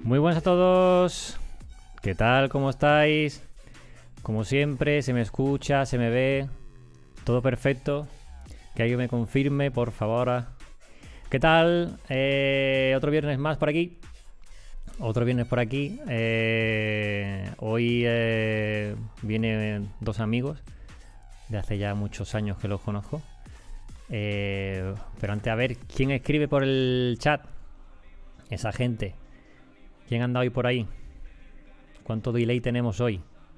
Muy buenas a todos. ¿Qué tal? ¿Cómo estáis? Como siempre, se me escucha, se me ve. Todo perfecto. Que alguien me confirme, por favor. ¿Qué tal? Otro viernes más por aquí. Otro viernes por aquí. Hoy vienen dos amigos. De hace ya muchos años que los conozco. Pero antes, a ver, ¿quién escribe por el chat? Esa gente. ¿Quién anda hoy por ahí? ¿Cuánto delay tenemos hoy?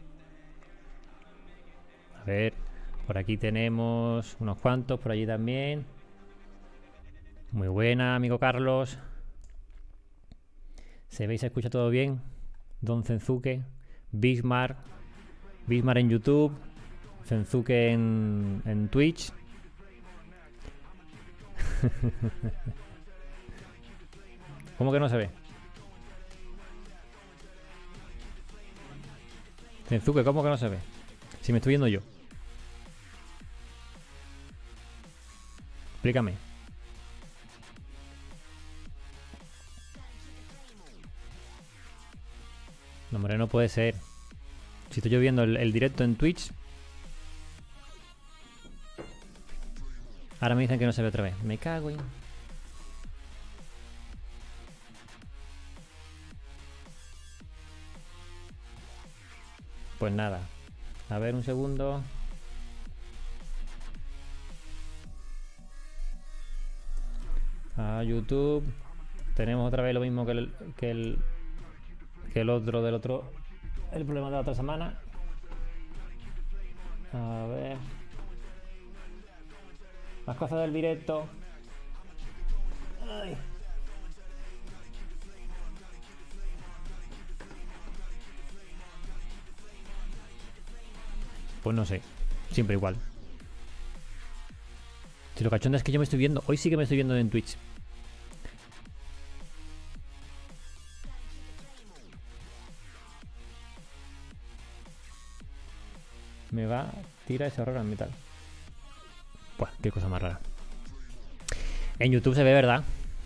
A ver, por aquí tenemos unos cuantos, por allí también. Muy buena, amigo Carlos. ¿Se ve y se escucha todo bien? Don Zenzuke, Bismarck en YouTube, Zenzuke en Twitch. ¿Cómo que no se ve? Zenzuke, ¿cómo que no se ve? Si me estoy viendo yo. Explícame. No, hombre, no puede ser. Si estoy yo viendo el directo en Twitch. Ahora me dicen que no se ve otra vez. Me cago en... Pues nada. A ver, un segundo. A YouTube. Tenemos otra vez lo mismo que el otro del otro. El problema de la otra semana. A ver. Las cosas del directo. Ay. Pues no sé, siempre igual. Si lo cachonda es que yo me estoy viendo. Hoy sí que me estoy viendo en Twitch. Me va, tira ese horror ambiental. Pues qué cosa más rara. En YouTube se ve, ¿verdad?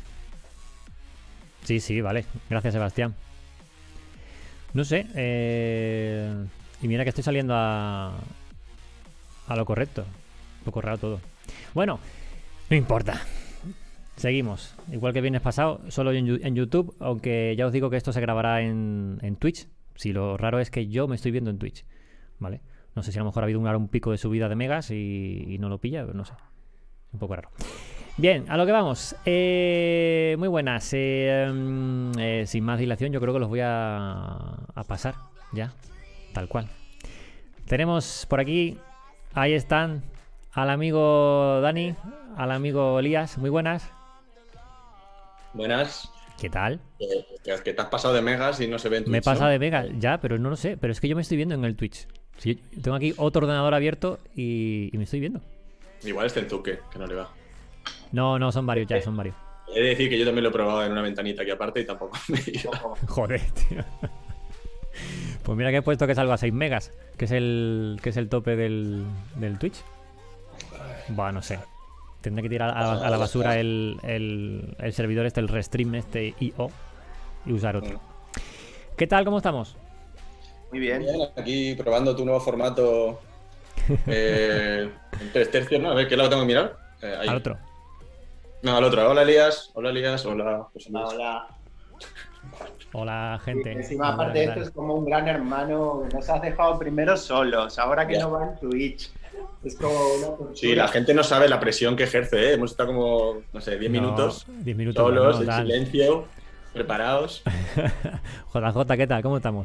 Sí, vale. Gracias, Sebastián. No sé. Y mira que estoy saliendo a lo correcto. Un poco raro todo. Bueno, no importa. Seguimos. Igual que viernes pasado, solo en YouTube. Aunque ya os digo que esto se grabará en Twitch. Si lo raro es que yo me estoy viendo en Twitch. ¿Vale? No sé si a lo mejor ha habido un pico de subida de megas y no lo pilla. No sé. Un poco raro. Bien, a lo que vamos. Muy buenas. Sin más dilación, yo creo que los voy a pasar ya. Tal cual. Tenemos por aquí, ahí están, al amigo Dani, al amigo Elías. Muy buenas. Buenas. ¿Qué tal? Que te has pasado de megas y no se ve en Twitch. Me he pasado, ¿no? de megas, ya, pero no lo sé. Pero es que yo me estoy viendo en el Twitch. Sí, tengo aquí otro ordenador abierto y me estoy viendo. Igual es Zenzuke, que no le va. No, son varios ya, son varios. He de decir que yo también lo he probado en una ventanita aquí aparte y tampoco me iba. Joder, tío. Pues mira que he puesto que salgo a 6 megas, que es el tope del Twitch. Bueno, no sé. Tendré que tirar a la basura el servidor este, el Restream este IO, y usar otro. ¿Qué tal? ¿Cómo estamos? Muy bien. Bien, aquí probando tu nuevo formato en 3 tercios, ¿no? A ver, ¿qué lado tengo que mirar? Ahí. Al otro. No, al otro. Hola, Elías. Hola, Elías. Hola, José Luis. Hola. Hola, gente. Y encima, aparte, esto es como un gran hermano que nos has dejado primero solos, ahora que no va en Twitch. Es como una tortura. Sí, la gente no sabe la presión que ejerce, ¿eh? Hemos estado como, no sé, 10 minutos. 10 minutos solos, bueno, en silencio, preparados. JJ, ¿qué tal? ¿Cómo estamos?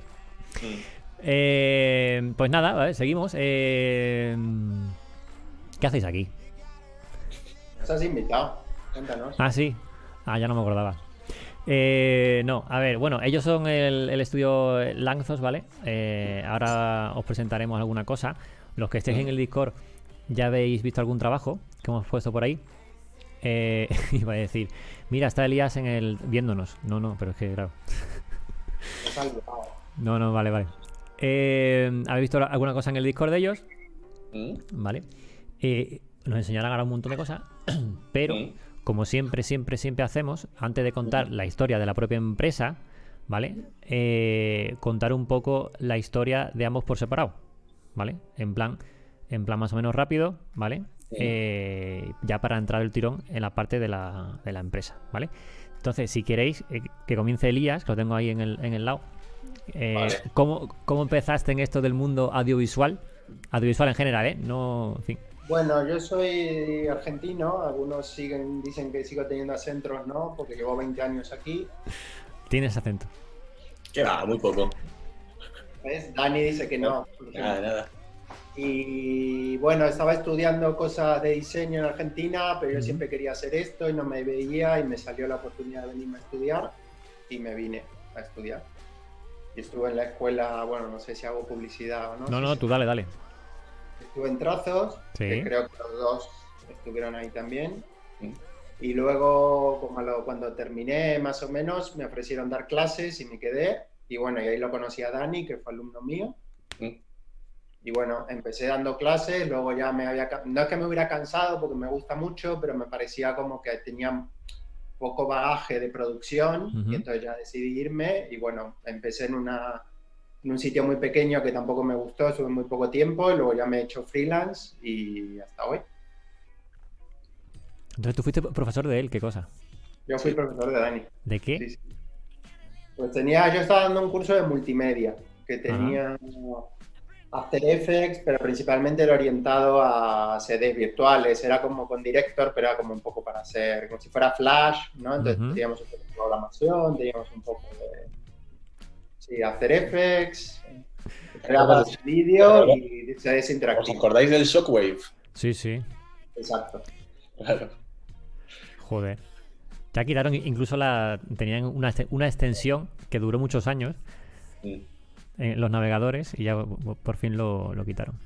Pues nada, vale, seguimos. ¿Qué hacéis aquí? Nos has invitado. Cuéntanos. Ah, sí. Ah, ya no me acordaba. No, a ver, bueno, ellos son el estudio Lanzos, ¿vale? Ahora os presentaremos alguna cosa. Los que estéis en el Discord ya habéis visto algún trabajo que hemos puesto por ahí. Iba a decir, mira, está Elías viéndonos. No, pero es que, claro. No, vale. ¿Habéis visto alguna cosa en el Discord de ellos? Vale. Nos enseñarán ahora un montón de cosas, pero como siempre hacemos, antes de contar la historia de la propia empresa, ¿vale? Contar un poco la historia de ambos por separado, ¿vale? En plan más o menos rápido, ¿vale? Ya para entrar el tirón en la parte de la empresa, ¿vale? Entonces, si queréis que comience Elías, que lo tengo ahí en el lado. Vale. ¿Cómo empezaste en esto del mundo audiovisual? Audiovisual en general, ¿eh? No, en fin. Bueno, yo soy argentino, algunos dicen que sigo teniendo acentos, ¿no? Porque llevo 20 años aquí. Tienes acento. Que va, muy poco. ¿Ves? Dani dice que no. Nada. Y bueno, estaba estudiando cosas de diseño en Argentina, pero yo Ujú. siempre quería hacer esto y no me veía y me salió la oportunidad de venirme a estudiar y me vine a estudiar. Y estuve en la escuela, bueno, no sé si hago publicidad o no. No, Sí, no, sí. tú dale. Estuve en Trazos, Sí. que creo que los dos estuvieron ahí también. Mm. Y luego, cuando terminé más o menos, me ofrecieron dar clases y me quedé. Y bueno, y ahí lo conocí a Dani, que fue alumno mío. Mm. Y bueno, empecé dando clases, luego ya no es que me hubiera cansado porque me gusta mucho, pero me parecía como que tenía poco bagaje de producción. Ujú. Y entonces ya decidí irme y bueno, empecé en un sitio muy pequeño que tampoco me gustó, estuve muy poco tiempo y luego ya me he hecho freelance y hasta hoy. Entonces tú fuiste profesor de él, ¿qué cosa? Yo fui profesor de Dani. ¿De qué? Sí, sí. Pues yo estaba dando un curso de multimedia que tenía After Effects, pero principalmente era orientado a CDs virtuales. Era como con Director, pero era como un poco para hacer, como si fuera Flash, ¿no? Entonces teníamos un poco de programación, teníamos un poco de After Effects, grabas vídeo y CDs ¿Os interactivos. acordáis del Shockwave? Sí. Exacto. Claro. Joder. Ya quitaron, incluso tenían una extensión que duró muchos años Mm. en los navegadores y ya por fin lo quitaron.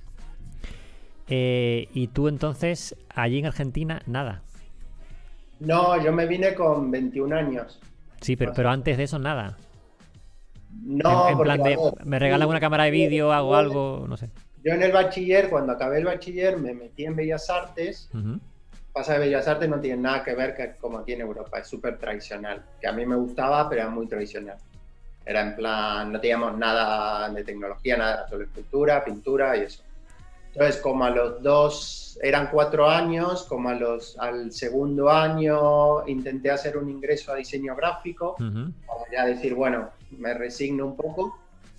Y tú entonces, allí en Argentina, nada. No, yo me vine con 21 años. Sí, pero antes de eso, nada. No, En porque, plan a de, ver, me regalan una cámara de vídeo, hago algo, no sé. yo en el bachiller, cuando acabé el bachiller, me metí en Bellas Artes. Ujú. Pasa que Bellas Artes no tiene nada que ver como aquí en Europa, es súper tradicional. Que a mí me gustaba, pero era muy tradicional. Era en plan, no teníamos nada de tecnología, nada, solo escultura, pintura y eso. Entonces, como a los eran 4 años, como al segundo año intenté hacer un ingreso a diseño gráfico, Ujú. para ya decir, bueno, me resigno un poco.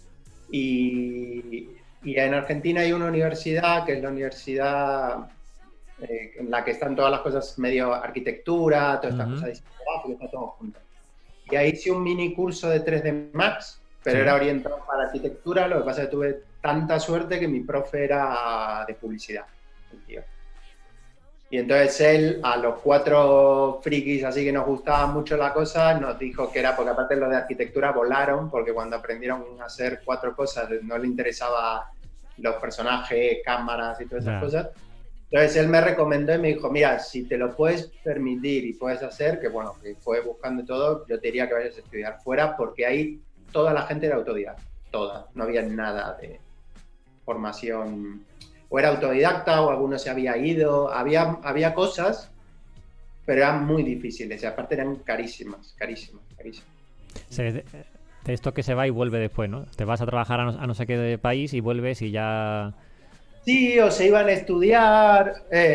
Y en Argentina hay una universidad, que es la universidad en la que están todas las cosas medio arquitectura, todas estas cosas de diseño gráfico, está todo junto. Y ahí hice un mini curso de 3D Max, pero Sí. era orientado para arquitectura. Lo que pasa es que tuve tanta suerte que mi profe era de publicidad, el tío. Y entonces él, a los 4 frikis así que nos gustaba mucho la cosa, nos dijo que era, porque aparte los de arquitectura volaron, porque cuando aprendieron a hacer 4 cosas no le interesaba los personajes, cámaras y todas esas cosas. Entonces él me recomendó y me dijo, mira, si te lo puedes permitir y puedes hacer, que bueno, que fue buscando todo, yo te diría que vayas a estudiar fuera, porque ahí toda la gente era autodidacta, toda, no había nada de formación, o era autodidacta o alguno se había ido, había cosas, pero eran muy difíciles y aparte eran carísimas. De esto que se va y vuelve después, ¿no? Te vas a trabajar a no sé qué país y vuelves y ya... Sí, o se iban a estudiar,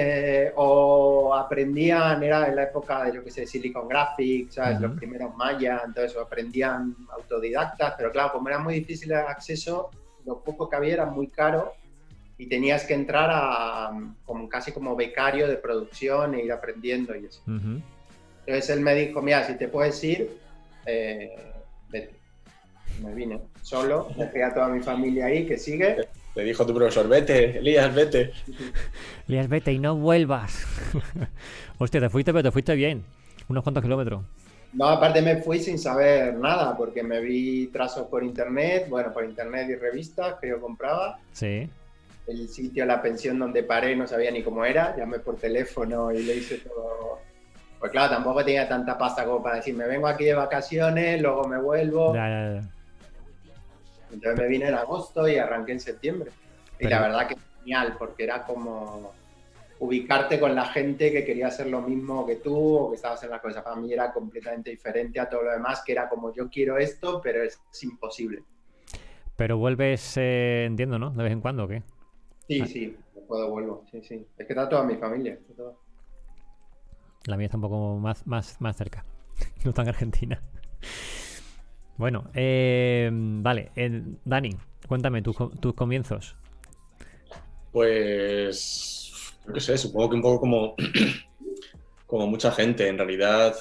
o aprendían, era en la época de, yo que sé, Silicon Graphics, ¿sabes? Los primeros Maya, entonces aprendían autodidactas, pero claro, como era muy difícil el acceso, lo poco que había era muy caro y tenías que entrar casi como becario de producción e ir aprendiendo y eso. Entonces él me dijo, mira, si te puedes ir, vete. Me vine solo, dejé a toda mi familia ahí, que sigue. Le dijo tu profesor, vete, Elías, vete. Elías, vete y no vuelvas. Hostia, te fuiste, pero te fuiste bien. Unos cuantos kilómetros. No, aparte me fui sin saber nada, porque me vi trazos por internet, por internet y revistas que yo compraba. Sí. El sitio, la pensión donde paré, no sabía ni cómo era, llamé por teléfono y le hice todo. Pues claro, tampoco tenía tanta pasta como para decir, me vengo aquí de vacaciones, luego me vuelvo. Ya. Entonces me vine en agosto y arranqué en septiembre. Y la verdad que genial, porque era como... ubicarte con la gente que quería hacer lo mismo que tú o que estabas en la cosa. Para mí era completamente diferente a todo lo demás, que era como yo quiero esto, pero es imposible. Pero vuelves, entiendo, ¿no? De vez en cuando, ¿o qué? Sí, sí, vuelvo, sí, sí. Es que está toda mi familia. Todo. La mía está un poco más cerca. No tan Argentina. Bueno, vale. Dani, cuéntame tus comienzos. Pues, yo qué sé, supongo que un poco como mucha gente. En realidad,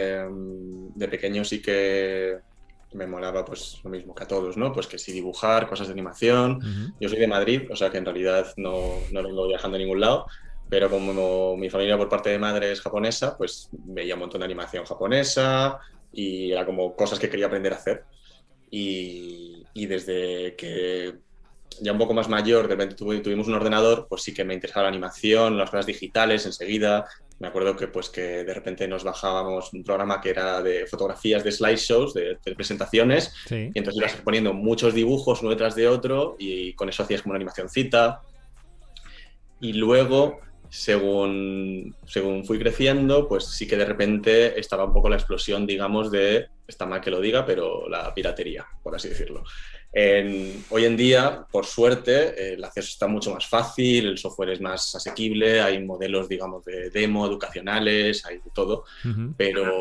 de pequeño sí que me molaba pues lo mismo que a todos, ¿no? Pues que sí dibujar, cosas de animación. Uh-huh. Yo soy de Madrid, o sea que en realidad no vengo viajando a ningún lado, pero como mi familia por parte de madre es japonesa, pues veía un montón de animación japonesa y era como cosas que quería aprender a hacer. Y desde que ya un poco más mayor, de repente tuvimos un ordenador, pues sí que me interesaba la animación, las cosas digitales enseguida. Me acuerdo que de repente nos bajábamos un programa que era de fotografías de slideshows, de presentaciones, Sí. y entonces ibas poniendo muchos dibujos uno detrás de otro y con eso hacías como una animacioncita. Y luego, según fui creciendo, pues sí que de repente estaba un poco la explosión, digamos, está mal que lo diga, pero la piratería, por así decirlo. Hoy en día, por suerte, el acceso está mucho más fácil, el software es más asequible, hay modelos, digamos, de demo, educacionales, hay de todo, Uh-huh.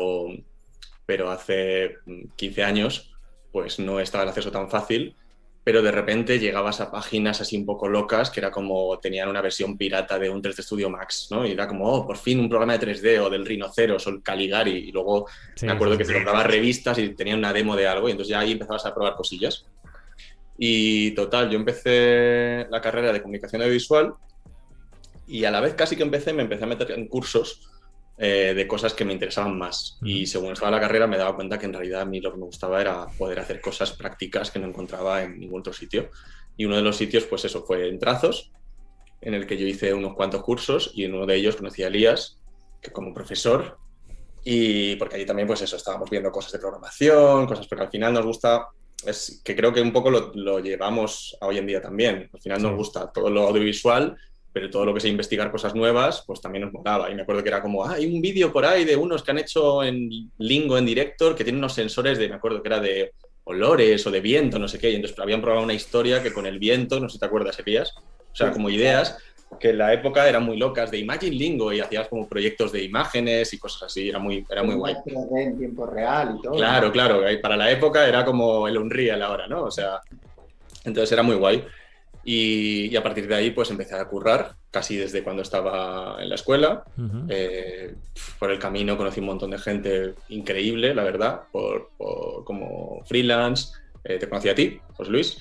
pero hace 15 años pues no estaba el acceso tan fácil, pero de repente llegabas a páginas así un poco locas que era como tenían una versión pirata de un 3D Studio Max, ¿no? Y era como, oh, por fin un programa de 3D o del Rhinoceros o el Caligari, y luego Sí, me acuerdo que sí. te comprabas revistas y tenían una demo de algo y entonces ya ahí empezabas a probar cosillas. Y total, yo empecé la carrera de comunicación audiovisual y a la vez casi que me empecé a meter en cursos de cosas que me interesaban más. Uh-huh. Y según estaba la carrera me daba cuenta que en realidad a mí lo que me gustaba era poder hacer cosas prácticas que no encontraba en ningún otro sitio. Y uno de los sitios, pues eso, fue en Trazos, en el que yo hice unos cuantos cursos y en uno de ellos conocí a Elías, que como profesor, y porque allí también, pues eso, estábamos viendo cosas de programación, cosas, pero al final nos gusta, es que creo que un poco lo llevamos a hoy en día también. Al final nos gusta todo lo audiovisual, pero todo lo que sea investigar cosas nuevas, pues también nos molaba. Y me acuerdo que era como, hay un vídeo por ahí de unos que han hecho en Lingo, en Director, que tienen unos sensores me acuerdo que era de olores o de viento, no sé qué. Y entonces habían probado una historia que con el viento, no sé si te acuerdas, Elías, o sea, como ideas que en la época eran muy locas, de Imagine Lingo, y hacías como proyectos de imágenes y cosas así, era muy guay. En tiempo real y todo. Claro, claro, para la época era como el Unreal ahora, ¿no? O sea, entonces era muy guay. Y a partir de ahí pues empecé a currar, casi desde cuando estaba en la escuela. Uh-huh. Por el camino conocí un montón de gente increíble, la verdad, como freelance. Te conocí a ti, José Luis.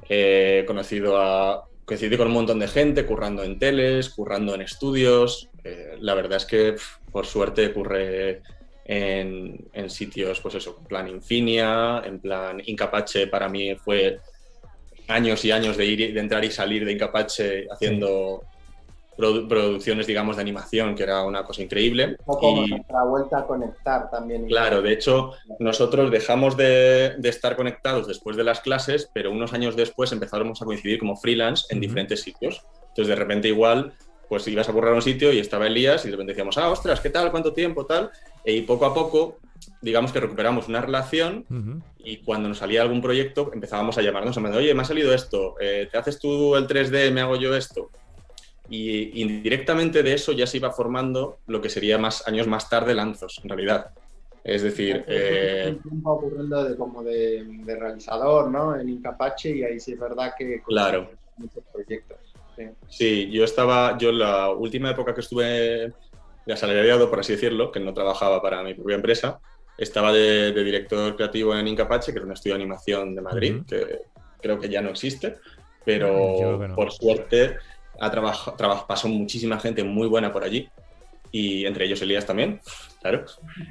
Coincidí con un montón de gente, currando en teles, currando en estudios. La verdad es que, por suerte, curré en sitios, pues eso, en plan Infinia, en plan Incapace. Para mí fue años y años de entrar y salir de Incapace haciendo producciones, digamos, de animación, que era una cosa increíble. Un poco la vuelta a conectar también. Claro, de hecho, nosotros dejamos de estar conectados después de las clases, pero unos años después empezamos a coincidir como freelance en diferentes sitios. Entonces, de repente igual, pues ibas a currar a un sitio y estaba Elías y de repente decíamos, ostras, ¿qué tal? ¿Cuánto tiempo? Tal. Y poco a poco, digamos que recuperamos una relación y cuando nos salía algún proyecto empezábamos a llamarnos, oye, me ha salido esto, ¿te haces tú el 3D, me hago yo esto? Y indirectamente de eso ya se iba formando lo que sería años más tarde Lanzos, en realidad. Es decir... un tiempo ocurriendo de realizador, ¿no? En Incapace, y ahí sí es verdad que... Claro. Muchos proyectos. Sí, yo la última época que estuve de asalariado, por así decirlo, que no trabajaba para mi propia empresa, estaba de director creativo en Incapace, que es un estudio de animación de Madrid, que creo que ya no existe, pero no. Por suerte pasó muchísima gente muy buena por allí, y entre ellos Elías también, claro.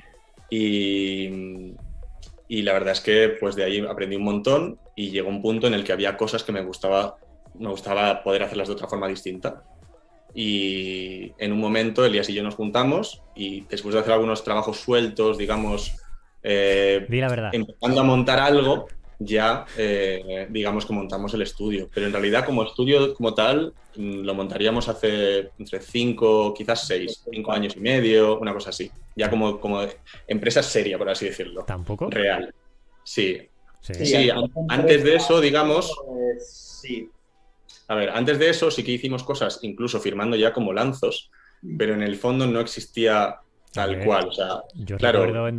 Y la verdad es que pues de ahí aprendí un montón y llegó un punto en el que había cosas que me gustaba poder hacerlas de otra forma distinta. Y en un momento Elías y yo nos juntamos y después de hacer algunos trabajos sueltos, digamos, Di la verdad. empezando a montar algo, ya digamos que montamos el estudio. Pero en realidad como estudio como tal lo montaríamos hace entre 5, quizás 6, 5 años y medio, una cosa así. Ya como empresa seria, por así decirlo. ¿Tampoco? Real. Sí. Sí. Sí, antes de eso, digamos... sí. A ver, antes de eso sí que hicimos cosas, incluso firmando ya como Lanzos, pero en el fondo no existía tal cual. O sea, yo claro, recuerdo en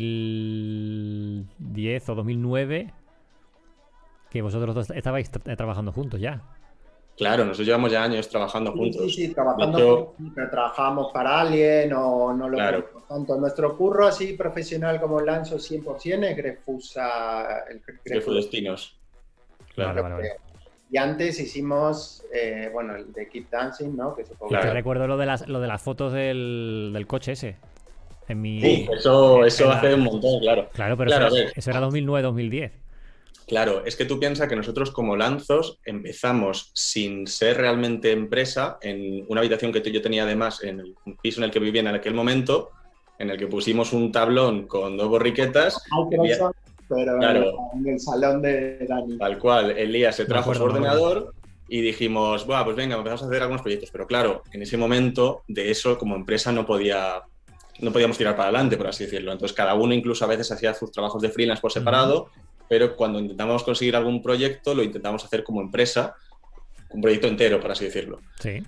2010 o 2009 que vosotros dos estabais trabajando juntos ya. claro, nosotros llevamos ya años trabajando juntos. Sí, trabajando De hecho, juntos, pero trabajábamos para alguien o no lo Claro. conocemos tanto. Nuestro curro así profesional como Lanzo 100% es Grefusa, el Grefu Destinos. Claro. Vale. Y antes hicimos, bueno, el de Keep Dancing, ¿no? Que supongo Claro. Te recuerdo lo de las fotos del coche ese. En mi... Sí, eso en la- hace un montón, claro. Claro, pero Claro, eso, a ver. eso era 2009-2010. Claro, es que tú piensas que nosotros como Lanzos empezamos sin ser realmente empresa en una habitación que yo tenía además en el piso en el que vivía en aquel momento, en el que pusimos un tablón con 2 borriquetas. pero Claro. en el salón de Dani. Tal cual, Elías se trajo su Me acuerdo. ordenador y dijimos, bueno, pues venga, empezamos a hacer algunos proyectos. Pero claro, en ese momento de eso como empresa no podíamos tirar para adelante, por así decirlo. Entonces cada uno incluso a veces hacía sus trabajos de freelance por separado, pero cuando intentamos conseguir algún proyecto lo intentamos hacer como empresa, un proyecto entero, por así decirlo. Sí.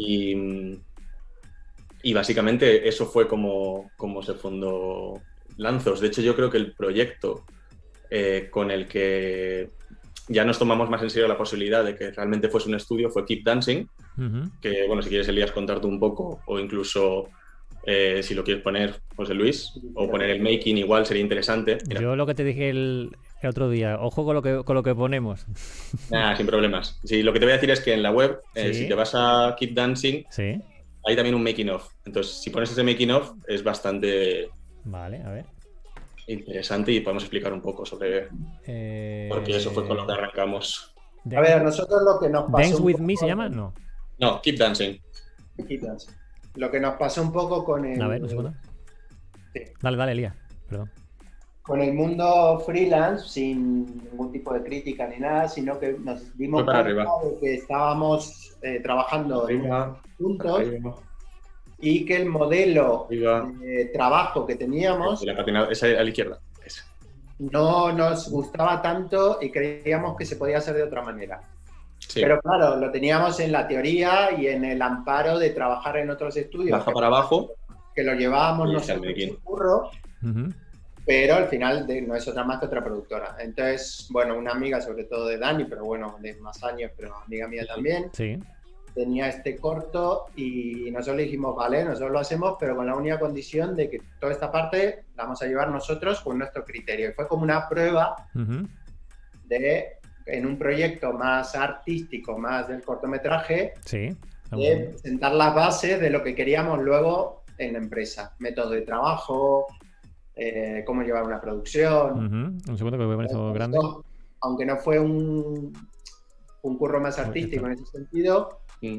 Y básicamente eso fue como se fundó Lanzos. De hecho, yo creo que el proyecto con el que ya nos tomamos más en serio la posibilidad de que realmente fuese un estudio fue Keep Dancing, que, bueno, si quieres, Elías, contarte un poco, o incluso si lo quieres poner, José Luis, o poner el making, igual sería interesante. Mira. Yo lo que te dije el otro día, ojo con lo que ponemos. Nada, sin problemas. Sí, lo que te voy a decir es que en la web, ¿Sí? si te vas a Keep Dancing, Sí. hay también un making of. Entonces, si pones ese making of, es bastante Vale, a ver. interesante y podemos explicar un poco sobre porque eso fue con lo que arrancamos. A ver, nosotros lo que nos pasó... ¿Dance with me se llama? No. No, Keep Dancing. Keep Dancing. Lo que nos pasó un poco con el... A ver, un segundo. Sí. Dale, Elías. Perdón. Con el mundo freelance, sin ningún tipo de crítica ni nada, sino que nos dimos Fue para cuenta arriba. de que estábamos trabajando juntos Arriba. y que el modelo Arriba. de trabajo que teníamos La patinada, esa a la izquierda. Esa. no nos gustaba tanto y creíamos que se podía hacer de otra manera. Sí. Pero claro, lo teníamos en la teoría y en el amparo de trabajar en otros estudios. Baja para abajo. Que lo llevábamos Y nosotros el making. en curro, pero al final no es otra más que otra productora. Entonces, bueno, una amiga, sobre todo de Dani, pero bueno, de más años, pero amiga mía también, Sí. tenía este corto y nosotros le dijimos, vale, nosotros lo hacemos, pero con la única condición de que toda esta parte la vamos a llevar nosotros con nuestro criterio. Y fue como una prueba de, en un proyecto más artístico, más del cortometraje, Sí. de sentar las bases de lo que queríamos luego en la empresa. Método de trabajo, cómo llevar una producción. Un segundo que voy a poner eso grande. Aunque no fue un curro más artístico en ese sentido,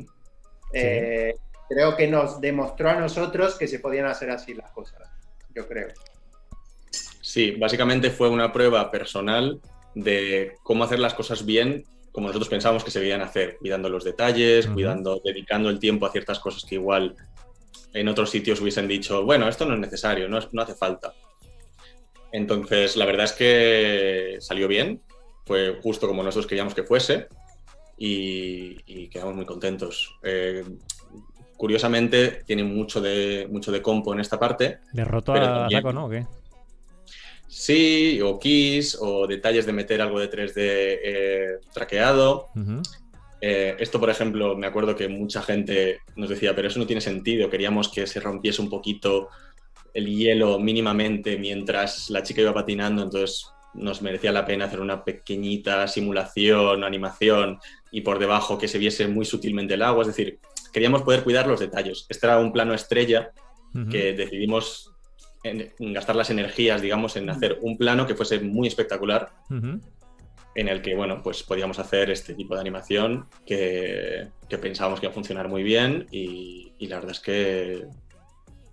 creo que nos demostró a nosotros que se podían hacer así las cosas, yo creo. Sí, básicamente fue una prueba personal de cómo hacer las cosas bien, como nosotros pensábamos que se debían hacer, cuidando los detalles, dedicando el tiempo a ciertas cosas que igual en otros sitios hubiesen dicho, bueno, esto no es necesario, no hace falta. Entonces, la verdad es que salió bien, fue justo como nosotros queríamos que fuese y quedamos muy contentos. Curiosamente, tiene mucho de compo en esta parte. ¿Le roto pero a también- saco, no? ¿O qué? Sí, o keys, o detalles de meter algo de 3D traqueado. Esto, por ejemplo, me acuerdo que mucha gente nos decía, pero eso no tiene sentido, queríamos que se rompiese un poquito el hielo mínimamente mientras la chica iba patinando, entonces nos merecía la pena hacer una pequeñita simulación, animación, y por debajo que se viese muy sutilmente el agua, es decir, queríamos poder cuidar los detalles. Este era un plano estrella que decidimos gastar las energías, digamos, en hacer un plano que fuese muy espectacular, en el que, bueno, pues podíamos hacer este tipo de animación que pensábamos que iba a funcionar muy bien y la verdad es que...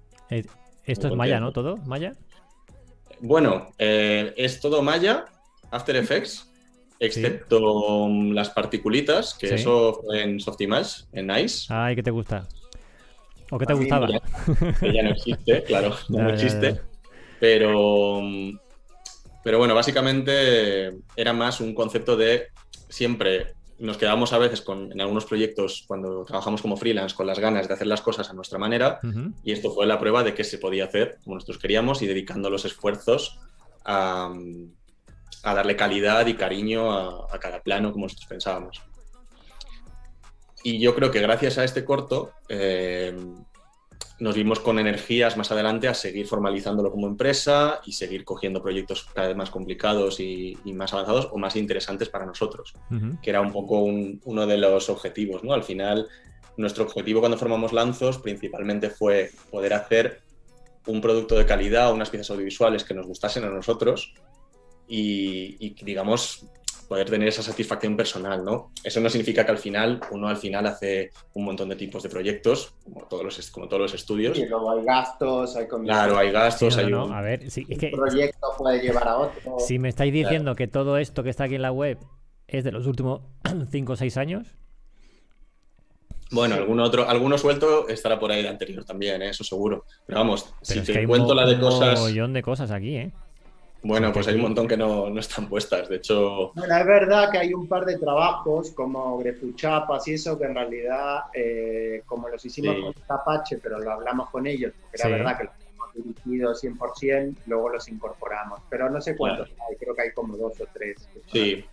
Esto es Maya, ¿no? ¿Todo? ¿Maya? Bueno, es todo Maya, After Effects, excepto las particulitas, que Sí. eso fue en Softimage, en Nice. Ay, ¿qué te gusta? ¿O qué te A mí, gustaba? Que ya no existe, claro, ya Ya, no ya, existe. ya. Pero bueno, básicamente era más un concepto de siempre nos quedábamos a veces en algunos proyectos cuando trabajamos como freelance con las ganas de hacer las cosas a nuestra manera Ujú. y esto fue la prueba de que se podía hacer como nosotros queríamos y dedicando los esfuerzos a darle calidad y cariño a cada plano como nosotros pensábamos. Y yo creo que gracias a este corto nos vimos con energías más adelante a seguir formalizándolo como empresa y seguir cogiendo proyectos cada vez más complicados y más avanzados o más interesantes para nosotros, Ujú. que era un poco uno de los objetivos, ¿no? Al final, nuestro objetivo cuando formamos Lanzos principalmente fue poder hacer un producto de calidad, unas piezas audiovisuales que nos gustasen a nosotros y digamos, poder tener esa satisfacción personal, ¿no? Eso no significa que uno al final hace un montón de tipos de proyectos, como todos los estudios. Y luego hay gastos, hay comisiones. Claro, hay gastos, Sí, no, hay no, un... a ver, sí, es que Un proyecto puede llevar a otro. si me estáis diciendo que todo esto que está aquí en la web es de los últimos 5 o 6 años, Bueno, alguno suelto estará por ahí de anterior también, eso seguro. Pero vamos, pero si es que te hay cuento la de un cosas... mogollón de cosas aquí, ¿eh? Bueno, Sí, pues que hay un aquí- montón que no están puestas. De hecho, Bueno, es verdad que hay un par de trabajos como Grefuchapas y eso que en realidad, como los hicimos Sí. con Apache, pero lo hablamos con ellos, porque era Sí. verdad que los hemos dirigido 100%, luego los incorporamos. Pero no sé cuántos hay, creo que hay como 2 o 3. sí,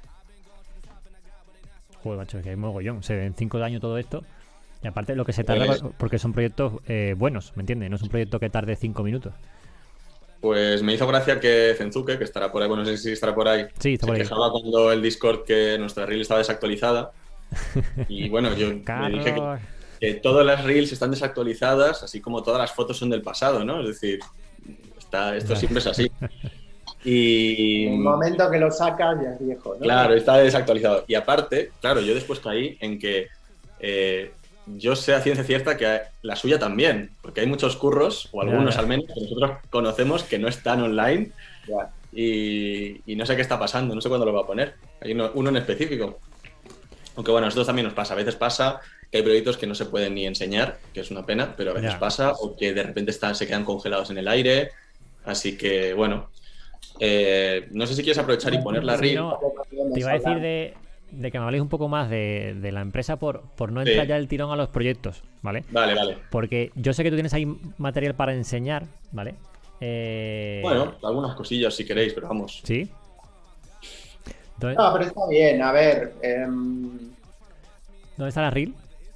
Joder, macho, es que hay mogollón. Se ve en 5 años todo esto. Y aparte lo que se tarda, Pues- porque son proyectos buenos, ¿me entiendes? No es un proyecto que tarde 5 minutos. pues me hizo gracia que Zenzuke, que estará por ahí, bueno, no sé si estará por ahí, Sí, está se por ahí. quejaba cuando el Discord que nuestra reel estaba desactualizada. Y bueno, yo le dije Carlos. que todas las reels están desactualizadas, así como todas las fotos son del pasado, ¿no? Es decir, esto siempre es así. Y En el momento que lo sacas ya es viejo, ¿no? claro, está desactualizado. Y aparte, claro, yo después caí en que yo sé a ciencia cierta que la suya también, porque hay muchos curros, o algunos Ya. al menos, que nosotros conocemos que no están online Ya. y no sé qué está pasando, no sé cuándo lo va a poner. Hay uno en específico. Aunque bueno, a nosotros también nos pasa. A veces pasa que hay proyectos que no se pueden ni enseñar, que es una pena, pero a veces Ya. pasa, o que de repente se quedan congelados en el aire. Así que bueno, no sé si quieres aprovechar y poner la Sí, reel. no, te iba a decir de que me habléis un poco más de la empresa por no Sí. entrar ya el tirón a los proyectos, ¿vale? Vale, vale. Porque yo sé que tú tienes ahí material para enseñar, ¿vale? Bueno, algunas cosillas si queréis, pero vamos. Sí. Entonces, No, pero está bien, a ver. ¿dónde está la reel?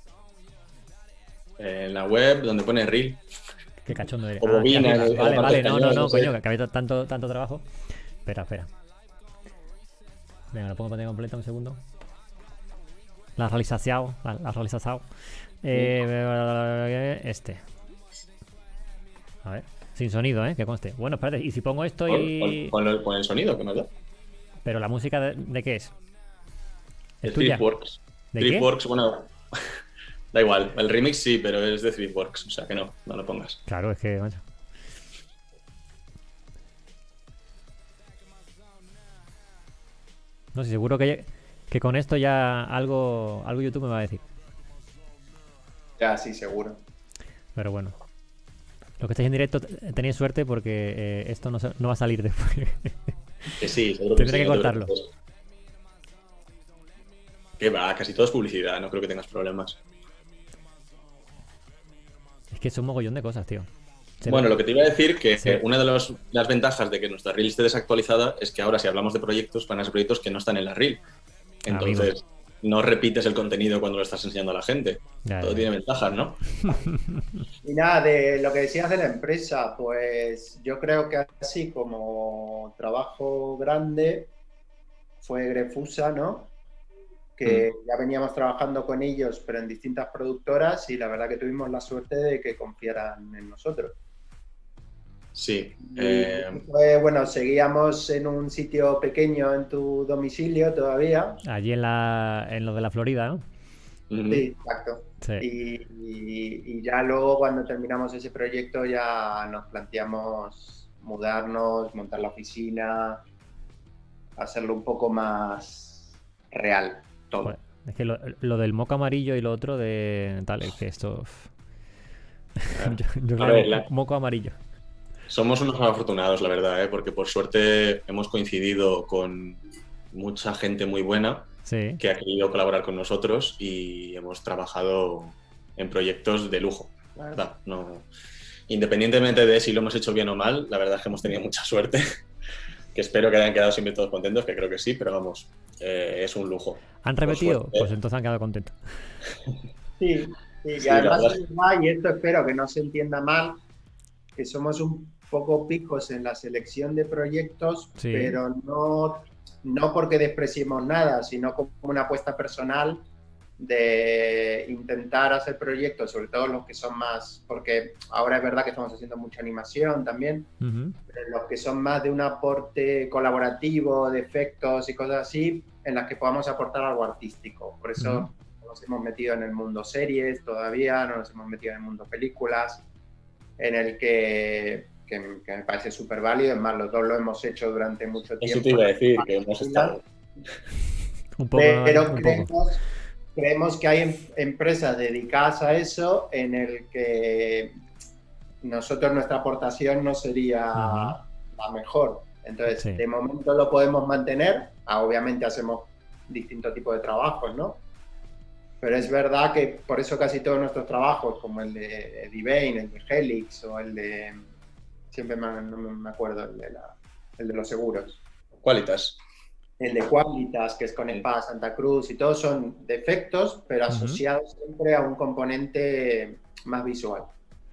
En la web donde pone reel. Qué cachondo eres. O bobina, aquí arriba. en la Vale, parte vale, no, española, no, no sé. coño, que había tanto trabajo. Espera. Venga, lo pongo en pantalla completa un segundo. La realización. Este. A ver. Sin sonido, que conste. Bueno, espérate. Y si pongo esto y. Con el sonido que me da. Pero la música de qué es? ¿Es Es tuya? Thriftworks. ¿De qué? Thriftworks, bueno, da igual. El remix sí, pero es de Thriftworks, o sea que no lo pongas. Claro, es que, macho. No sé, seguro que con esto ya algo YouTube me va a decir. Ya, sí, seguro. Pero bueno. Los que estáis en directo tenéis suerte porque esto no va a salir después. Que sí, seguro que Tendré sí. que no te cortarlo. preocupes. Que va, casi todo es publicidad, no creo que tengas problemas. Es que es un mogollón de cosas, tío. Bueno, lo que te iba a decir que Sí. una de las ventajas de que nuestra reel esté desactualizada es que ahora si hablamos de proyectos, van a ser proyectos que no están en la reel. Entonces, no repites el contenido cuando lo estás enseñando a la gente. Ya, Todo ya. tiene ventajas, ¿no? Y nada, de lo que decías de la empresa, pues yo creo que así como trabajo grande fue Grefusa, ¿no? Que ya veníamos trabajando con ellos, pero en distintas productoras, y la verdad que tuvimos la suerte de que confiaran en nosotros. Sí. Y fue, bueno, seguíamos en un sitio pequeño en tu domicilio todavía. Allí en lo de la Florida, ¿no? Sí, exacto. Sí. Y ya luego cuando terminamos ese proyecto ya nos planteamos mudarnos, montar la oficina. hacerlo un poco más real todo. Joder, es que lo del moco amarillo y lo otro de tal, es que esto... yo A creo ver, moco amarillo. somos unos afortunados, la verdad, ¿eh? Porque por suerte hemos coincidido con mucha gente muy buena Sí. que ha querido colaborar con nosotros y hemos trabajado en proyectos de lujo, la verdad. No, independientemente de si lo hemos hecho bien o mal, la verdad es que hemos tenido mucha suerte, que espero que hayan quedado siempre todos contentos, que creo que sí, pero vamos, es un lujo. ¿Han Por repetido? suerte. Pues entonces han quedado contentos. Sí, y Sí, además la verdad. es guay, y esto espero que no se entienda mal, que somos un poco picos en la selección de proyectos, Sí. pero no porque despreciemos nada, sino como una apuesta personal de intentar hacer proyectos, sobre todo los que son más, porque ahora es verdad que estamos haciendo mucha animación también, Ujú. pero los que son más de un aporte colaborativo, de efectos y cosas así, en las que podamos aportar algo artístico. Por eso nos hemos metido en el mundo series todavía, no nos hemos metido en el mundo películas, en el que me parece súper válido. Es más, los dos lo hemos hecho durante mucho tiempo. Eso te iba a decir, que hemos estado. Un poco, Pero un poco. creemos que hay empresas dedicadas a eso en el que nosotros nuestra aportación no sería la mejor. Entonces, Sí. de momento lo podemos mantener. Obviamente hacemos distintos tipos de trabajos, ¿no? Pero es verdad que por eso casi todos nuestros trabajos, como el de Divane, el de Helix o el de... Siempre no me acuerdo, el de los seguros. Qualitas. El de Qualitas, que es con Espada Santa Cruz, y todos son defectos, pero asociados siempre a un componente más visual.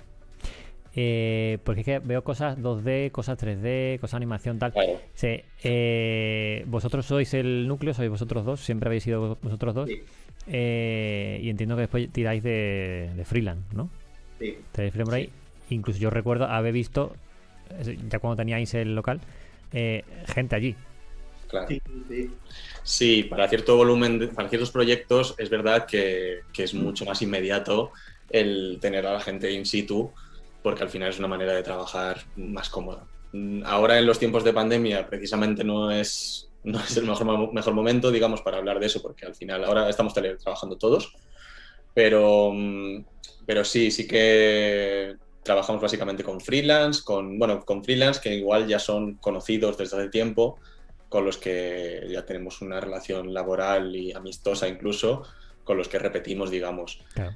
Porque es que veo cosas 2D, cosas 3D, cosas animación, tal. Claro. Sí, vosotros sois el núcleo, sois vosotros dos, siempre habéis sido vosotros dos. Sí. Y entiendo que después tiráis de freelance, ¿no? Sí. Tiráis freelance por ahí. Incluso yo recuerdo haber visto, ya cuando teníais el local, gente allí. Claro. Sí, sí. Sí, para cierto volumen, para ciertos proyectos es verdad que es mucho más inmediato el tener a la gente in situ, porque al final es una manera de trabajar más cómoda. Ahora en los tiempos de pandemia precisamente no es el mejor momento, digamos, para hablar de eso, porque al final ahora estamos trabajando todos, pero sí que trabajamos básicamente con freelance, con freelance que igual ya son conocidos desde hace tiempo, con los que ya tenemos una relación laboral y amistosa incluso, con los que repetimos, digamos. Claro.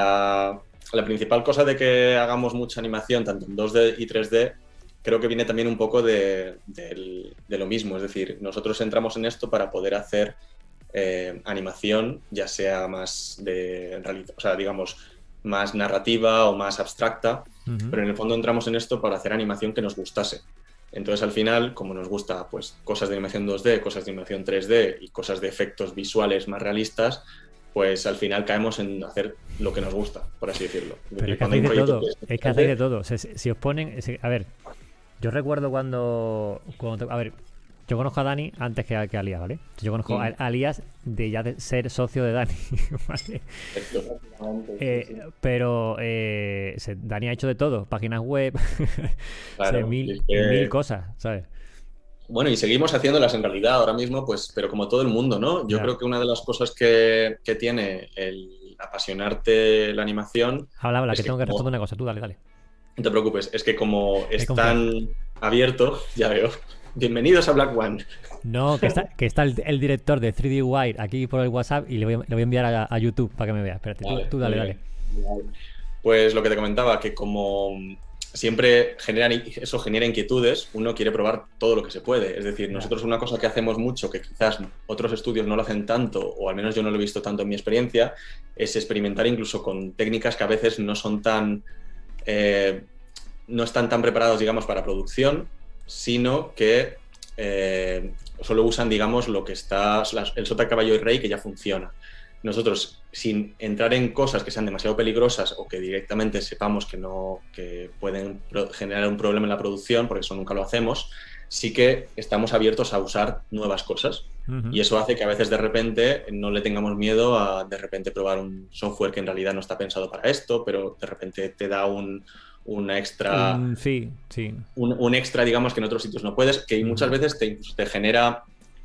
La principal cosa de que hagamos mucha animación, tanto en 2D y 3D, creo que viene también un poco de lo mismo. Es decir, nosotros entramos en esto para poder hacer animación, ya sea más digamos, más narrativa o más abstracta, pero en el fondo entramos en esto para hacer animación que nos gustase. Entonces, al final, como nos gusta pues, cosas de animación 2D, cosas de animación 3D y cosas de efectos visuales más realistas, pues al final caemos en hacer lo que nos gusta, por así decirlo. Pero es que hacéis de todo. Es que hacéis de todo. O sea, si os ponen... A ver, yo recuerdo cuando a ver, yo conozco a Dani antes que a Alias, ¿vale? Yo conozco a Alias de ser socio de Dani, ¿vale? Pero Dani ha hecho de todo. Páginas web, Claro, mil cosas, ¿sabes? Bueno, y seguimos haciéndolas en realidad ahora mismo, pues, pero como todo el mundo, ¿no? Yo creo que una de las cosas que tiene el apasionarte la animación... Habla, que tengo que responder una cosa. Tú dale. No te preocupes, es que como es tan abierto, ya veo. Bienvenidos a Black One. No, que está el director de 3D Wire aquí por el WhatsApp y le voy a enviar a YouTube para que me vea. Espérate, vale, tú dale. Pues lo que te comentaba, que como siempre eso genera inquietudes, uno quiere probar todo lo que se puede. Es decir, nosotros una cosa que hacemos mucho, que quizás otros estudios no lo hacen tanto, o al menos yo no lo he visto tanto en mi experiencia, es experimentar incluso con técnicas que a veces no son tan... no están tan preparados, digamos, para producción, sino que solo usan, digamos, lo que está el sota, caballo y rey, que ya funciona. Nosotros, sin entrar en cosas que sean demasiado peligrosas o que directamente sepamos que pueden generar un problema en la producción, porque eso nunca lo hacemos, sí que estamos abiertos a usar nuevas cosas. Y eso hace que a veces de repente no le tengamos miedo a de repente probar un software que en realidad no está pensado para esto, pero de repente te da un extra, sí. un extra, digamos, que en otros sitios no puedes, que muchas veces te genera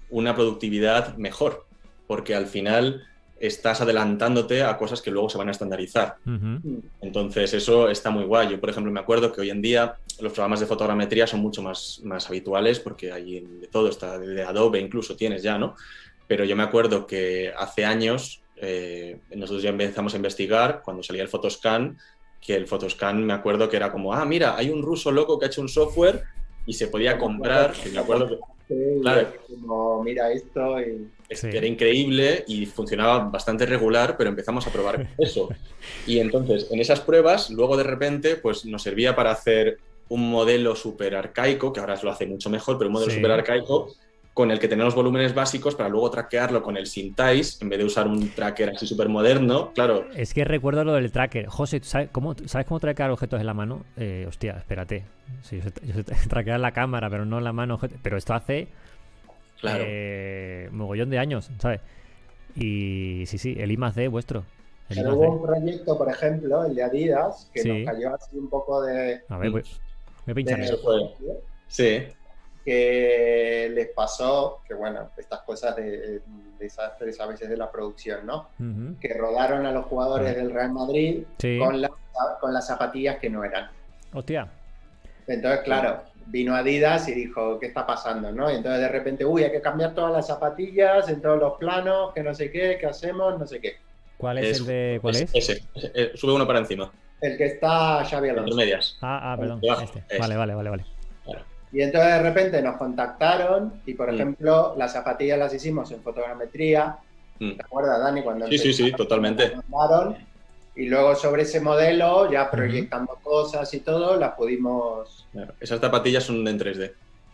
una productividad mejor, porque al final estás adelantándote a cosas que luego se van a estandarizar. Entonces eso está muy guay. Yo, por ejemplo, me acuerdo que hoy en día los programas de fotogrametría son mucho más habituales porque hay de todo, está de Adobe incluso tienes ya, ¿no? Pero yo me acuerdo que hace años nosotros ya empezamos a investigar cuando salía el Photoscan, que el Photoscan me acuerdo que era como, mira, hay un ruso loco que ha hecho un software y se podía comprar, que me acuerdo que... Claro, como, mira esto y... Era increíble y funcionaba bastante regular, pero empezamos a probar eso. Y entonces, en esas pruebas, luego de repente, pues nos servía para hacer un modelo súper arcaico, que ahora lo hace mucho mejor, pero un modelo súper arcaico, con el que tenemos volúmenes básicos para luego traquearlo con el Cintize, en vez de usar un tracker así súper moderno, claro. Es que recuerdo lo del tracker. José, ¿sabes cómo traquear objetos en la mano? Hostia, espérate. Sí, yo sé traquear la cámara, pero no la mano. Pero esto hace... Claro. Mogollón de años, ¿sabes? Y sí, el I+D vuestro. Pero hubo un proyecto, por ejemplo, el de Adidas, que nos cayó así un poco de... A ver, voy a pinchar eso. Sí. Que les pasó, que bueno, estas cosas de desastres a veces de la producción, ¿no? Que rodaron a los jugadores del Real Madrid con las zapatillas que no eran. Hostia. Entonces, claro, vino Adidas y dijo, ¿qué está pasando? ¿No? Y entonces de repente, hay que cambiar todas las zapatillas en todos los planos, que no sé qué hacemos, no sé qué. ¿Cuál es el de...? ¿Cuál es? Ese. Sube uno para encima. El que está Xavi Alonso. Entre medias. Perdón. Este. Vale. Claro. Y entonces de repente nos contactaron y, por ejemplo, las zapatillas las hicimos en fotogrametría. ¿Te acuerdas, Dani? Cuando sí, totalmente. Y luego sobre ese modelo, ya proyectando cosas y todo, las pudimos... Claro. Esas zapatillas son en 3D.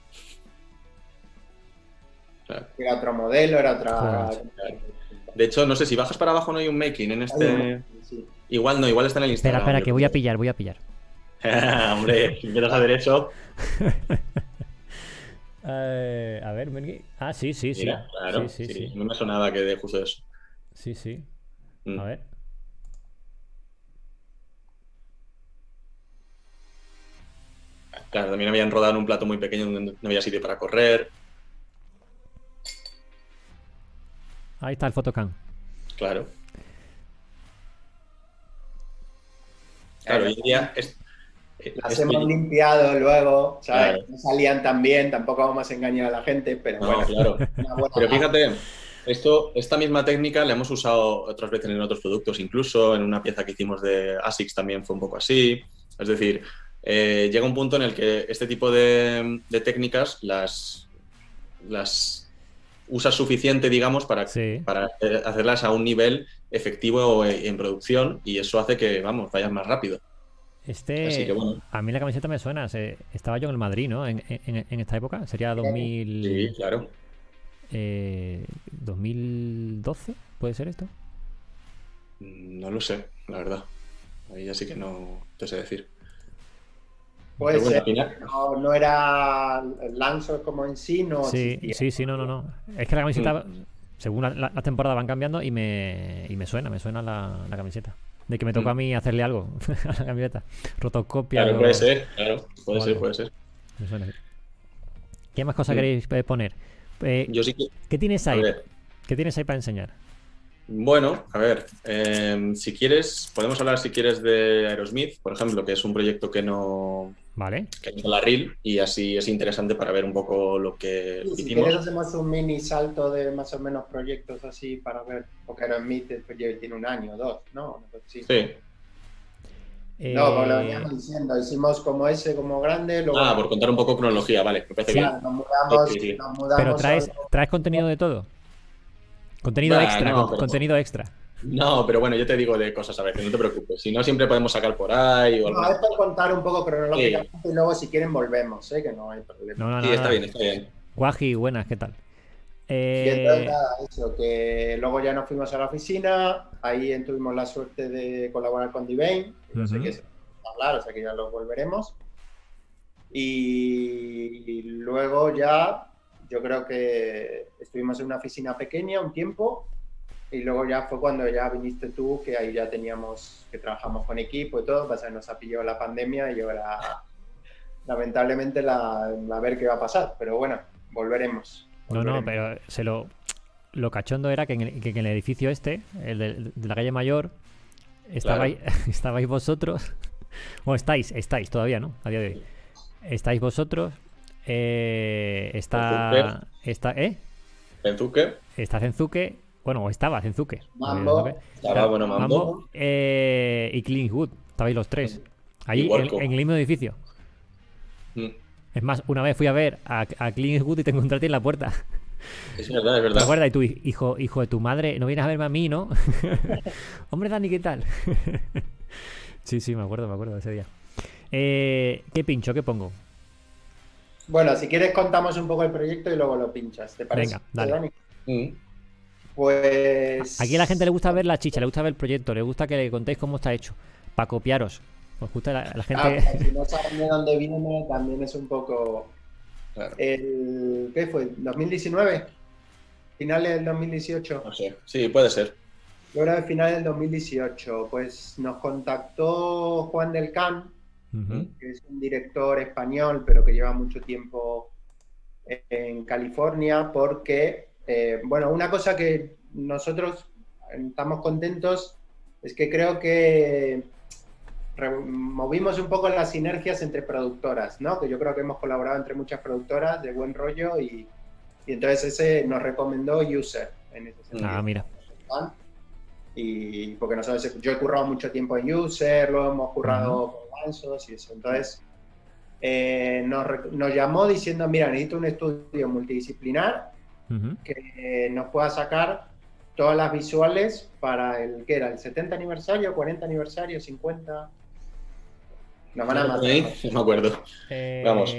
Claro. Era otro modelo, era otra... Claro. De hecho, no sé, si bajas para abajo no hay un making en este... Sí. Igual no, igual está en el Instagram. Espera, que voy a pillar. Hombre, si empiezas a ver eso... a ver, sí. Mira, claro, sí. No me sonaba que de justo eso. Sí. A ver. Claro, también habían rodado en un plato muy pequeño donde no había sitio para correr. Ahí está el Photoscan. Claro. Claro, hoy en día... Las hemos limpiado luego, ¿sabes? Claro. No salían tan bien, tampoco vamos a engañar a la gente, pero bueno. Claro. Pero fíjate, esta misma técnica la hemos usado otras veces en otros productos, incluso en una pieza que hicimos de ASICS también fue un poco así. Es decir, llega un punto en el que este tipo de técnicas las usas suficiente, digamos, para hacerlas a un nivel efectivo en producción, y eso hace que, vayas más rápido. Así que, bueno. A mí la camiseta me suena. Estaba yo en el Madrid, ¿no? En esta época. Sería 2000... Sí, claro. 2012, ¿puede ser esto? No lo sé, la verdad. Ahí ya sí que no te sé decir. Puede ser, no era Lancer como en sí, no. Sí, no. Es que la camiseta, según las temporadas van cambiando, y me suena la camiseta. De que me toca a mí hacerle algo a la camiseta. Rotoscopia. Claro, puede ser, claro. Puede ser. Me suena. ¿Qué más cosas queréis poner? Yo sí que... ¿Qué tienes ahí? ¿Qué tienes ahí para enseñar? Bueno, a ver, si quieres, podemos hablar si quieres de Aerosmith, por ejemplo, que es un proyecto que no... Vale. Que hizo la Reel, y así es interesante para ver un poco lo que si hicimos. quieres hacemos un mini salto de más o menos proyectos así para ver, porque Aerosmith tiene 1 año o 2, ¿no? Sí. No, como lo veníamos diciendo, hicimos como ese, como grande. Luego... por contar un poco cronología, vale, me parece bien. Nos mudamos. Pero traes contenido de todo. Contenido extra. No, pero bueno, yo te digo de cosas a veces, no te preocupes. Si no, siempre podemos sacar por ahí. O es para contar un poco cronológicamente, y luego si quieren volvemos, que no hay problema. No, está bien. Guaji, buenas, ¿qué tal? Y entonces nada, eso, que luego ya nos fuimos a la oficina, ahí tuvimos la suerte de colaborar con Divane, no sé qué es hablar, o sea que ya lo volveremos. Y luego ya, yo creo que estuvimos en una oficina pequeña un tiempo, y luego ya fue cuando ya viniste tú, que ahí ya teníamos, que trabajamos con equipo y todo, pasa que nos ha pillado la pandemia y ahora lamentablemente a ver qué va a pasar, pero bueno, volveremos. No, pero lo cachondo era que en el edificio este, el de la calle Mayor, estabais, estabais vosotros. Bueno, estáis todavía, ¿no? A día de hoy. Estáis vosotros. Está. Zenzuke. Está Zenzuke. Bueno, o estaba Zenzuke. Mambo. Estaba, bueno, Mambo. Y Clint Eastwood. Estabais los tres. Allí, en el mismo edificio. Es más, una vez fui a ver a Clint Eastwood y te encontraste en la puerta. Es verdad, es verdad. ¿Te acuerdas? Y tú, hijo de tu madre, no vienes a verme a mí, ¿no? Hombre, Dani, ¿qué tal? Sí, me acuerdo de ese día. ¿Qué pincho? ¿Qué pongo? Bueno, si quieres contamos un poco el proyecto y luego lo pinchas, ¿te parece? Venga, dale. Dani? Pues... Aquí a la gente le gusta ver la chicha, le gusta ver el proyecto, le gusta que le contéis cómo está hecho, para copiaros. Os gusta la gente... si no saben de dónde viene, también es un poco... Claro. ¿Qué fue? ¿2019? ¿Finales del 2018? No sé. Sí, puede ser. Yo creo que finales del 2018. Pues nos contactó Juan del Can, que es un director español, pero que lleva mucho tiempo en California, porque, bueno, una cosa que nosotros estamos contentos es que creo que movimos un poco las sinergias entre productoras, ¿no? Que yo creo que hemos colaborado entre muchas productoras de buen rollo y entonces ese nos recomendó User en ese sentido. Ah, mira. Y porque nosotros, yo he currado mucho tiempo en User, lo hemos currado con Gansos y eso. Entonces nos llamó diciendo, mira, necesito un estudio multidisciplinar que nos pueda sacar todas las visuales para el, ¿qué era? ¿El 70 aniversario, 40 aniversario, 50? Nos van a matar. No me acuerdo. Vamos.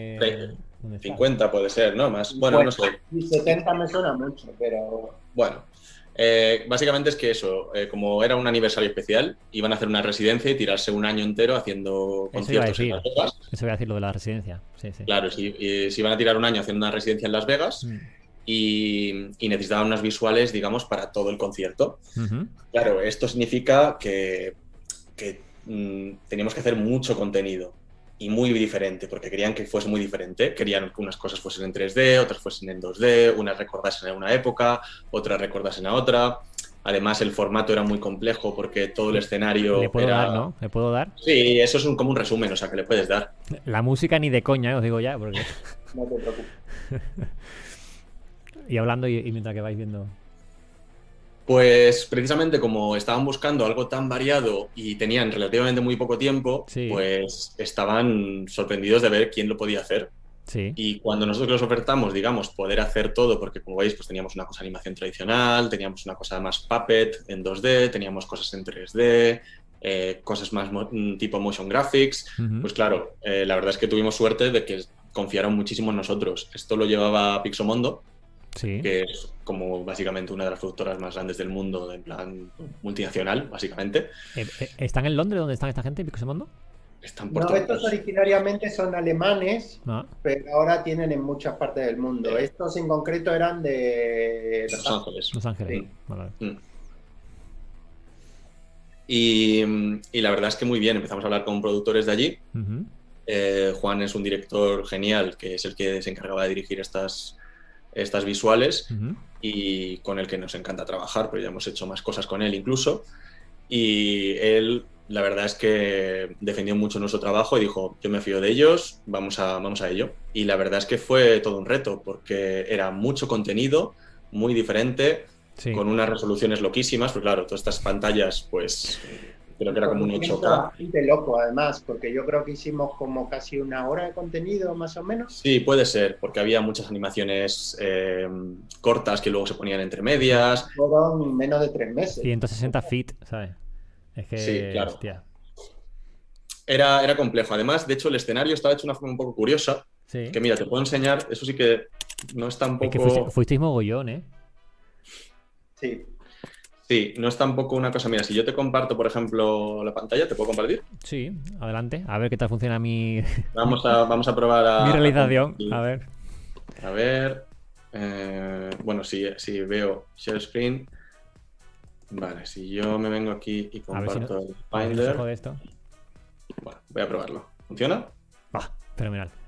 50 puede ser, ¿no? Más. Bueno, no sé. 70 me suena mucho, pero... Bueno. Básicamente es que eso, como era un aniversario especial, iban a hacer una residencia y tirarse un año entero haciendo conciertos en Las Vegas. Eso iba a decir lo de la residencia. Sí. Claro, se iban a tirar un año haciendo una residencia en Las Vegas y necesitaban unas visuales, digamos, para todo el concierto. Claro, esto significa que teníamos que hacer mucho contenido y muy diferente, porque querían que fuese muy diferente. Querían que unas cosas fuesen en 3D, otras fuesen en 2D, unas recordasen a una época, otras recordasen a otra. Además, el formato era muy complejo porque todo el escenario ¿Le puedo dar, no? ¿Le puedo dar? Sí, eso es como un resumen, o sea, que le puedes dar. La música ni de coña, os digo ya, porque... No te preocupes. Y hablando y mientras que vais viendo... Pues precisamente como estaban buscando algo tan variado y tenían relativamente muy poco tiempo, pues estaban sorprendidos de ver quién lo podía hacer. Sí. Y cuando nosotros les ofertamos, digamos, poder hacer todo, porque como veis, pues teníamos una cosa de animación tradicional, teníamos una cosa más puppet en 2D, teníamos cosas en 3D, cosas más tipo motion graphics, pues claro, la verdad es que tuvimos suerte de que confiaron muchísimo en nosotros. Esto lo llevaba Pixomondo, que es como básicamente una de las productoras más grandes del mundo, en plan multinacional, básicamente. ¿Están en Londres? ¿Dónde están esta gente, Pixomondo? Están por no, estos originariamente son alemanes, pero ahora tienen en muchas partes del mundo. Estos en concreto eran de Los Ángeles. Los Ángeles. Sí. Vale. Y la verdad es que muy bien, empezamos a hablar con productores de allí. Juan es un director genial, que es el que se encargaba de dirigir estas visuales y con el que nos encanta trabajar, pero ya hemos hecho más cosas con él incluso. Y él, la verdad es que defendió mucho nuestro trabajo y dijo, yo me fío de ellos, vamos a ello. Y la verdad es que fue todo un reto, porque era mucho contenido, muy diferente, con unas resoluciones loquísimas, pues claro, todas estas pantallas, pues creo que era como un 8K. Bastante loco, además, porque yo creo que hicimos como casi una hora de contenido, más o menos. Sí, puede ser, porque había muchas animaciones cortas que luego se ponían entre medias. Fueron menos de 3 meses. 160 feet, ¿sabes? Es que, sí, claro. Hostia. Era complejo. Además, de hecho, el escenario estaba hecho de una forma un poco curiosa. Que mira, te puedo enseñar. Eso sí que no es tan poco... Es que fuisteis mogollón, ¿eh? Sí. Sí, no es tampoco una cosa. Mira, si yo te comparto, por ejemplo, la pantalla, ¿te puedo compartir? Sí, adelante. A ver qué tal funciona mi... Vamos a probar mi realización. A ver. A ver... bueno, si veo share screen... Vale, si yo me vengo aquí y comparto el Finder... de esto. Bueno, voy a probarlo. ¿Funciona? Fenomenal.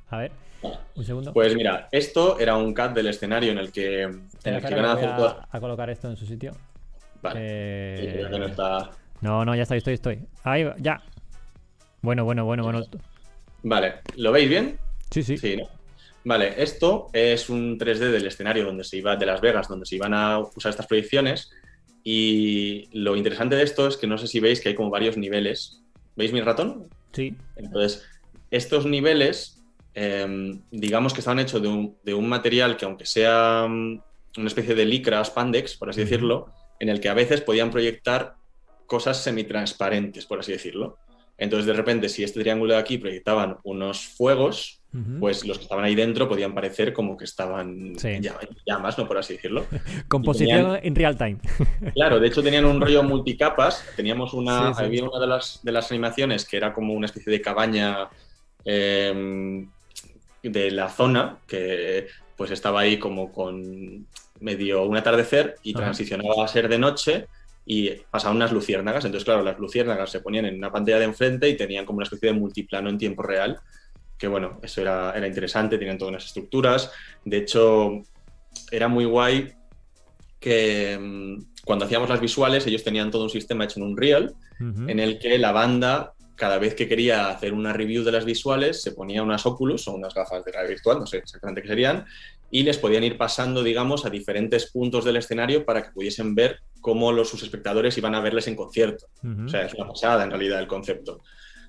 A ver, un segundo. Pues mira, esto era un CAD del escenario en el que Espera, iban a hacer voy todo. a colocar esto en su sitio. Vale. Sí, creo que no está. No, ya estoy. Ahí va, ya. Bueno. Vale, ¿lo veis bien? Sí. Sí, ¿no? Vale, esto es un 3D del escenario donde se iba, de Las Vegas, donde se iban a usar estas proyecciones. Y lo interesante de esto es que no sé si veis que hay como varios niveles. ¿Veis mi ratón? Sí. Entonces, estos niveles, digamos que estaban hechos de un material que, aunque sea una especie de licra, spandex, por así decirlo, en el que a veces podían proyectar cosas semitransparentes, por así decirlo. Entonces, de repente, si este triángulo de aquí proyectaban unos fuegos, pues los que estaban ahí dentro podían parecer como que estaban en llamas, ¿no? Por así decirlo. Composición en real time. Claro, de hecho tenían un rollo multicapas. Teníamos Sí. había una de las animaciones que era como una especie de cabaña de la zona que pues estaba ahí como con medio un atardecer y transicionaba a ser de noche y pasaban unas luciérnagas. Entonces, claro, las luciérnagas se ponían en una pantalla de enfrente y tenían como una especie de multiplano en tiempo real. Que bueno, eso era interesante, tenían todas unas estructuras. De hecho, era muy guay que cuando hacíamos las visuales, ellos tenían todo un sistema hecho en Unreal, en el que la banda, cada vez que quería hacer una review de las visuales, se ponía unas Oculus o unas gafas de realidad virtual, no sé exactamente qué serían, y les podían ir pasando, digamos, a diferentes puntos del escenario para que pudiesen ver cómo sus espectadores iban a verles en concierto. O sea, es una pasada en realidad el concepto.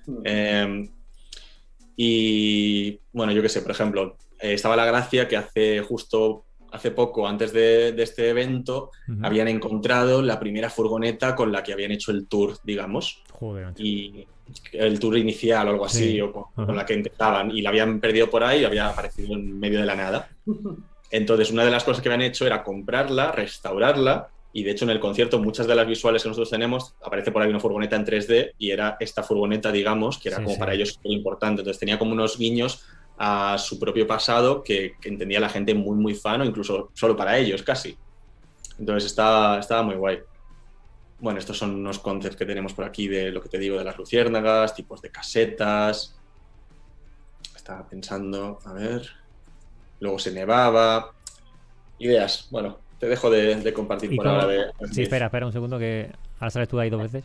Y bueno, yo qué sé, por ejemplo, estaba la gracia que hace poco, antes de este evento, habían encontrado la primera furgoneta con la que habían hecho el tour, digamos. Joder. Y el tour inicial o algo así, o con la que empezaban, y la habían perdido por ahí y había aparecido en medio de la nada. Entonces, una de las cosas que habían hecho era comprarla, restaurarla. Y de hecho en el concierto muchas de las visuales que nosotros tenemos aparece por ahí una furgoneta en 3D y era esta furgoneta, digamos, que era como para ellos súper importante. Entonces tenía como unos guiños a su propio pasado que entendía la gente muy, muy fan o incluso solo para ellos casi. Entonces estaba muy guay. Bueno, estos son unos conceptos que tenemos por aquí de lo que te digo de las luciérnagas, tipos de casetas. Estaba pensando, a ver... Luego se nevaba. Ideas, bueno... Te dejo de compartir por ahora. Sí, espera un segundo que ahora sales tú ahí 2 veces.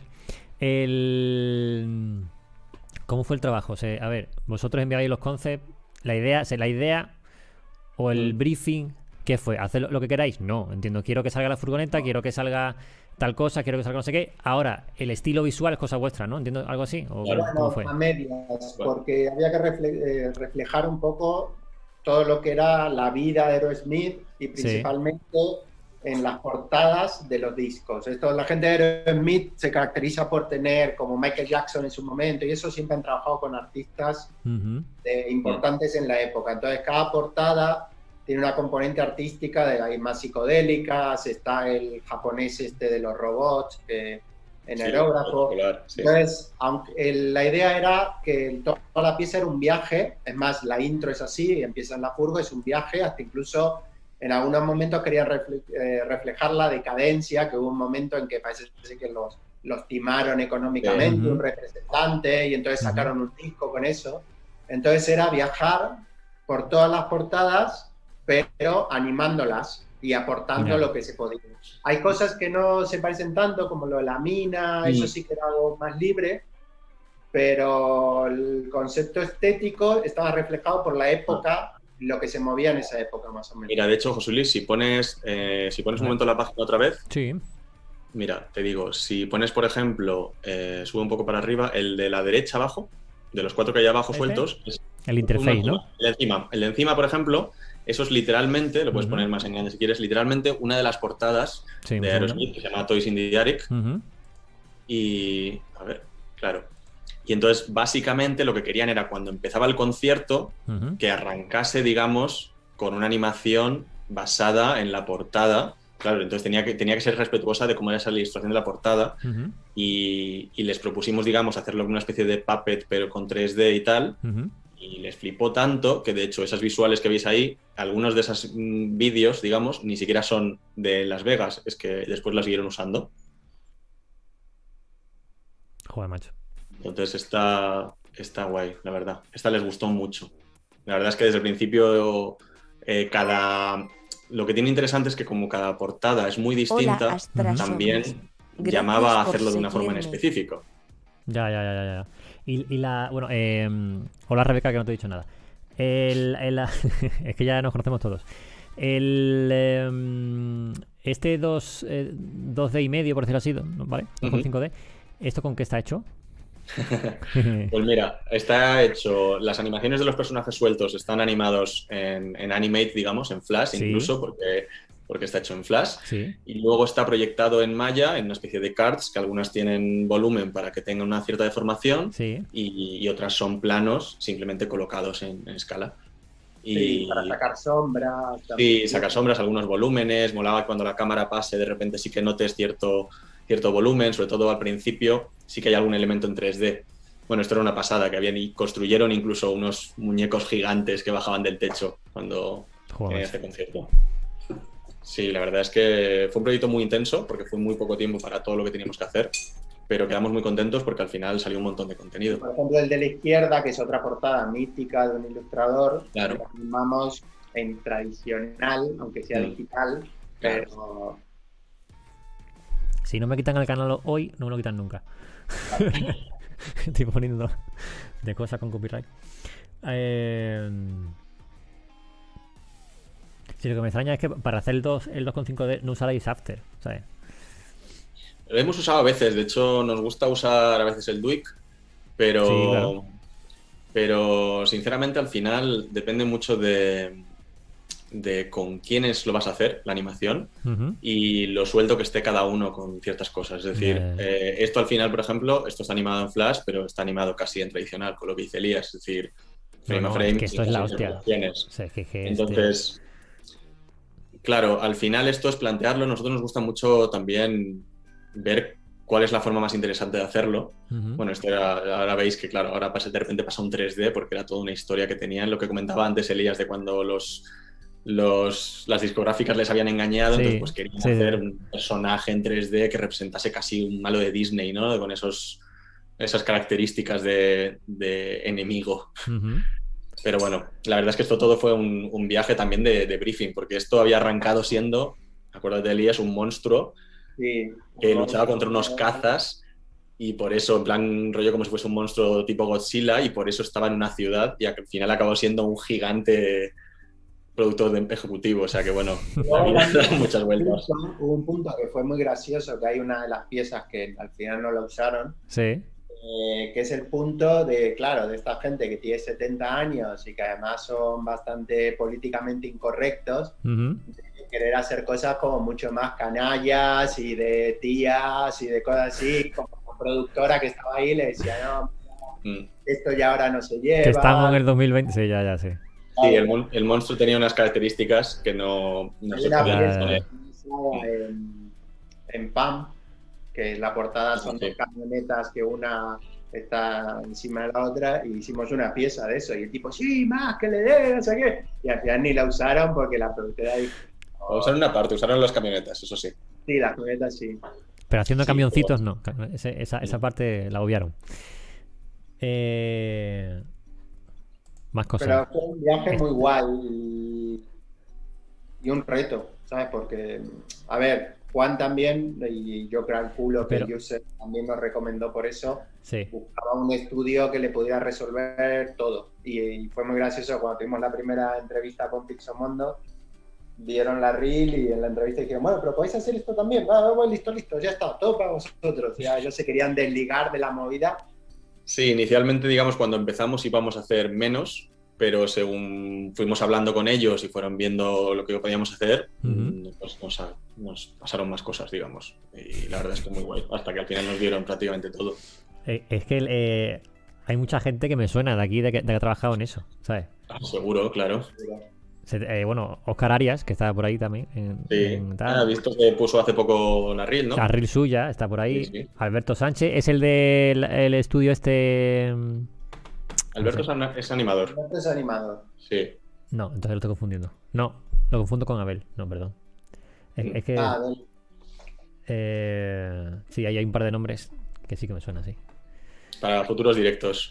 ¿Cómo fue el trabajo? O sea, a ver, vosotros enviabais los concepts, la idea o el briefing, ¿qué fue? ¿Hacer lo que queráis? No, entiendo. Quiero que salga la furgoneta, quiero que salga tal cosa, quiero que salga no sé qué. Ahora, el estilo visual es cosa vuestra, ¿no? ¿Entiendo algo así? ¿O cómo fue? A medias, porque había que reflejar un poco todo lo que era la vida de Aerosmith y principalmente en las portadas de los discos. La gente de Aerosmith se caracteriza por tener, como Michael Jackson en su momento, y eso siempre han trabajado con artistas importantes en la época. Entonces, cada portada tiene una componente artística de las más psicodélicas, está el japonés de los robots, en aerógrafo. Entonces, la idea era que toda la pieza era un viaje, es más, la intro es así, empieza en la furgo, es un viaje, hasta incluso en algunos momentos quería reflejar la decadencia, que hubo un momento en que parece que los timaron económicamente, un representante, y entonces sacaron un disco con eso. Entonces era viajar por todas las portadas, pero animándolas y aportando lo que se podía. Hay cosas que no se parecen tanto, como lo de la mina, eso sí que era algo más libre, pero el concepto estético estaba reflejado por la época, lo que se movía en esa época más o menos. Mira, de hecho, José Luis, si pones un momento la página otra vez, mira, te digo, si pones, por ejemplo, sube un poco para arriba, el de la derecha abajo, de los 4 que hay abajo sueltos, es el interface, ¿no? El de encima, por ejemplo, eso es literalmente, lo puedes poner más en grande si quieres, literalmente una de las portadas de Aerosmith, que se llama Toys in the Attic. Y, a ver, claro. Y entonces, básicamente, lo que querían era cuando empezaba el concierto, que arrancase, digamos, con una animación basada en la portada. Claro, entonces tenía que ser respetuosa de cómo era esa ilustración de la portada. Y les propusimos, digamos, hacerlo como una especie de puppet, pero con 3D y tal. Y les flipó tanto que, de hecho, esas visuales que veis ahí, algunos de esos vídeos, digamos, ni siquiera son de Las Vegas, es que después las siguieron usando. Joder, macho. Entonces está guay, la verdad. Esta les gustó mucho. La verdad es que desde el principio lo que tiene interesante es que como cada portada es muy distinta, también llamaba a hacerlo de una forma en específico. Ya. Bueno, hola Rebeca, que no te he dicho nada. Es que ya nos conocemos todos. Este 2D y medio, por decirlo así, ¿vale? 2,5D. ¿Esto con qué está hecho? Pues mira, está hecho. Las animaciones de los personajes sueltos están animados en Animate, digamos, en Flash, Sí. incluso, porque está hecho en Flash. Sí. Y luego está proyectado en Maya, en una especie de cards, que algunas tienen volumen para que tengan una cierta deformación, Sí. y otras son planos, simplemente colocados en escala. Sí, para sacar sombras. Sí, sacar sombras, algunos volúmenes. Molaba cuando la cámara pase, de repente sí que notes cierto volumen, sobre todo al principio, sí que hay algún elemento en 3D. Bueno, esto era una pasada, que construyeron incluso unos muñecos gigantes que bajaban del techo cuando en este concierto. Sí, la verdad es que fue un proyecto muy intenso, porque fue muy poco tiempo para todo lo que teníamos que hacer, pero quedamos muy contentos porque al final salió un montón de contenido. Por ejemplo, el de la izquierda, que es otra portada mítica de un ilustrador, claro. Lo animamos en tradicional, aunque sea digital, claro. Pero... Si no me quitan el canal hoy, no me lo quitan nunca. Estoy poniendo de cosas con copyright. Sí, lo que me extraña es que para hacer el 2,5D no usarais After, ¿sabes? Lo hemos usado a veces, de hecho nos gusta usar a veces el Duik, pero, sí, claro. Pero sinceramente al final depende mucho de con quiénes lo vas a hacer, la animación, y lo suelto que esté cada uno con ciertas cosas. Es decir, esto al final, por ejemplo, esto está animado en Flash, pero está animado casi en tradicional, con lo que dice Elías, es decir, frame a frame. Es que esto es la hostia. O sea, entonces, claro, al final esto es plantearlo. A nosotros nos gusta mucho también ver cuál es la forma más interesante de hacerlo. Bueno, esto ahora veis que, claro, ahora de repente pasa un 3D porque era toda una historia que tenían, lo que comentaba antes Elías de cuando las discográficas les habían engañado, entonces pues querían hacer un personaje en 3D que representase casi un malo de Disney, ¿no? Con esas características de enemigo. Pero bueno, la verdad es que esto todo fue un viaje también de briefing, porque esto había arrancado siendo, acuérdate de Elías, un monstruo que luchaba contra unos cazas, y por eso, en plan rollo como si fuese un monstruo tipo Godzilla, y por eso estaba en una ciudad, y al final acabó siendo un gigante productor ejecutivo, o sea que bueno, la vida da muchas vueltas. Hubo un punto que fue muy gracioso, que hay una de las piezas que al final no la usaron, que es el punto de, claro, de esta gente que tiene 70 años y que además son bastante políticamente incorrectos, de querer hacer cosas como mucho más canallas y de tías y de cosas así, como la productora que estaba ahí le decía, no, esto ya ahora no se lleva. Que estamos en el 2020, sí, ya sé. Sí, el monstruo tenía unas características que no se podían poner. En PAM, que la portada son dos camionetas que una está encima de la otra, y hicimos una pieza de eso, y el tipo, sí, más que le dé, no sé qué, y al final ni la usaron porque la productora dijo... Usaron una parte, usaron las camionetas, eso sí. Sí, las camionetas sí. Pero haciendo camioncitos no, esa parte la obviaron. Más cosas. Pero fue un viaje muy guay y un reto, ¿sabes? Porque, a ver, Juan también, y yo calculo que el user también nos recomendó por eso, buscaba un estudio que le pudiera resolver todo. Y fue muy gracioso cuando tuvimos la primera entrevista con Pixomondo, vieron la reel y en la entrevista dijeron, bueno, pero podéis hacer esto también. Bueno, listo, ya está, todo para vosotros. Ya ellos se querían desligar de la movida. Sí, inicialmente, digamos, cuando empezamos íbamos a hacer menos, pero según fuimos hablando con ellos y fueron viendo lo que podíamos hacer, pues nos pasaron más cosas, digamos. Y la verdad es que muy guay, hasta que al final nos dieron prácticamente todo. Es que hay mucha gente que me suena de aquí, de que ha trabajado en eso, ¿sabes? Seguro, claro. Bueno, Oscar Arias, que está por ahí también. He visto que puso hace poco la reel, ¿no? La reel suya, está por ahí. Sí. Alberto Sánchez, es el del estudio este... Alberto es animador. Alberto es animador. Sí. No, entonces lo estoy confundiendo. No, lo confundo con Abel. No, perdón. Es que... sí, ahí hay un par de nombres que sí que me suenan así. Para futuros directos.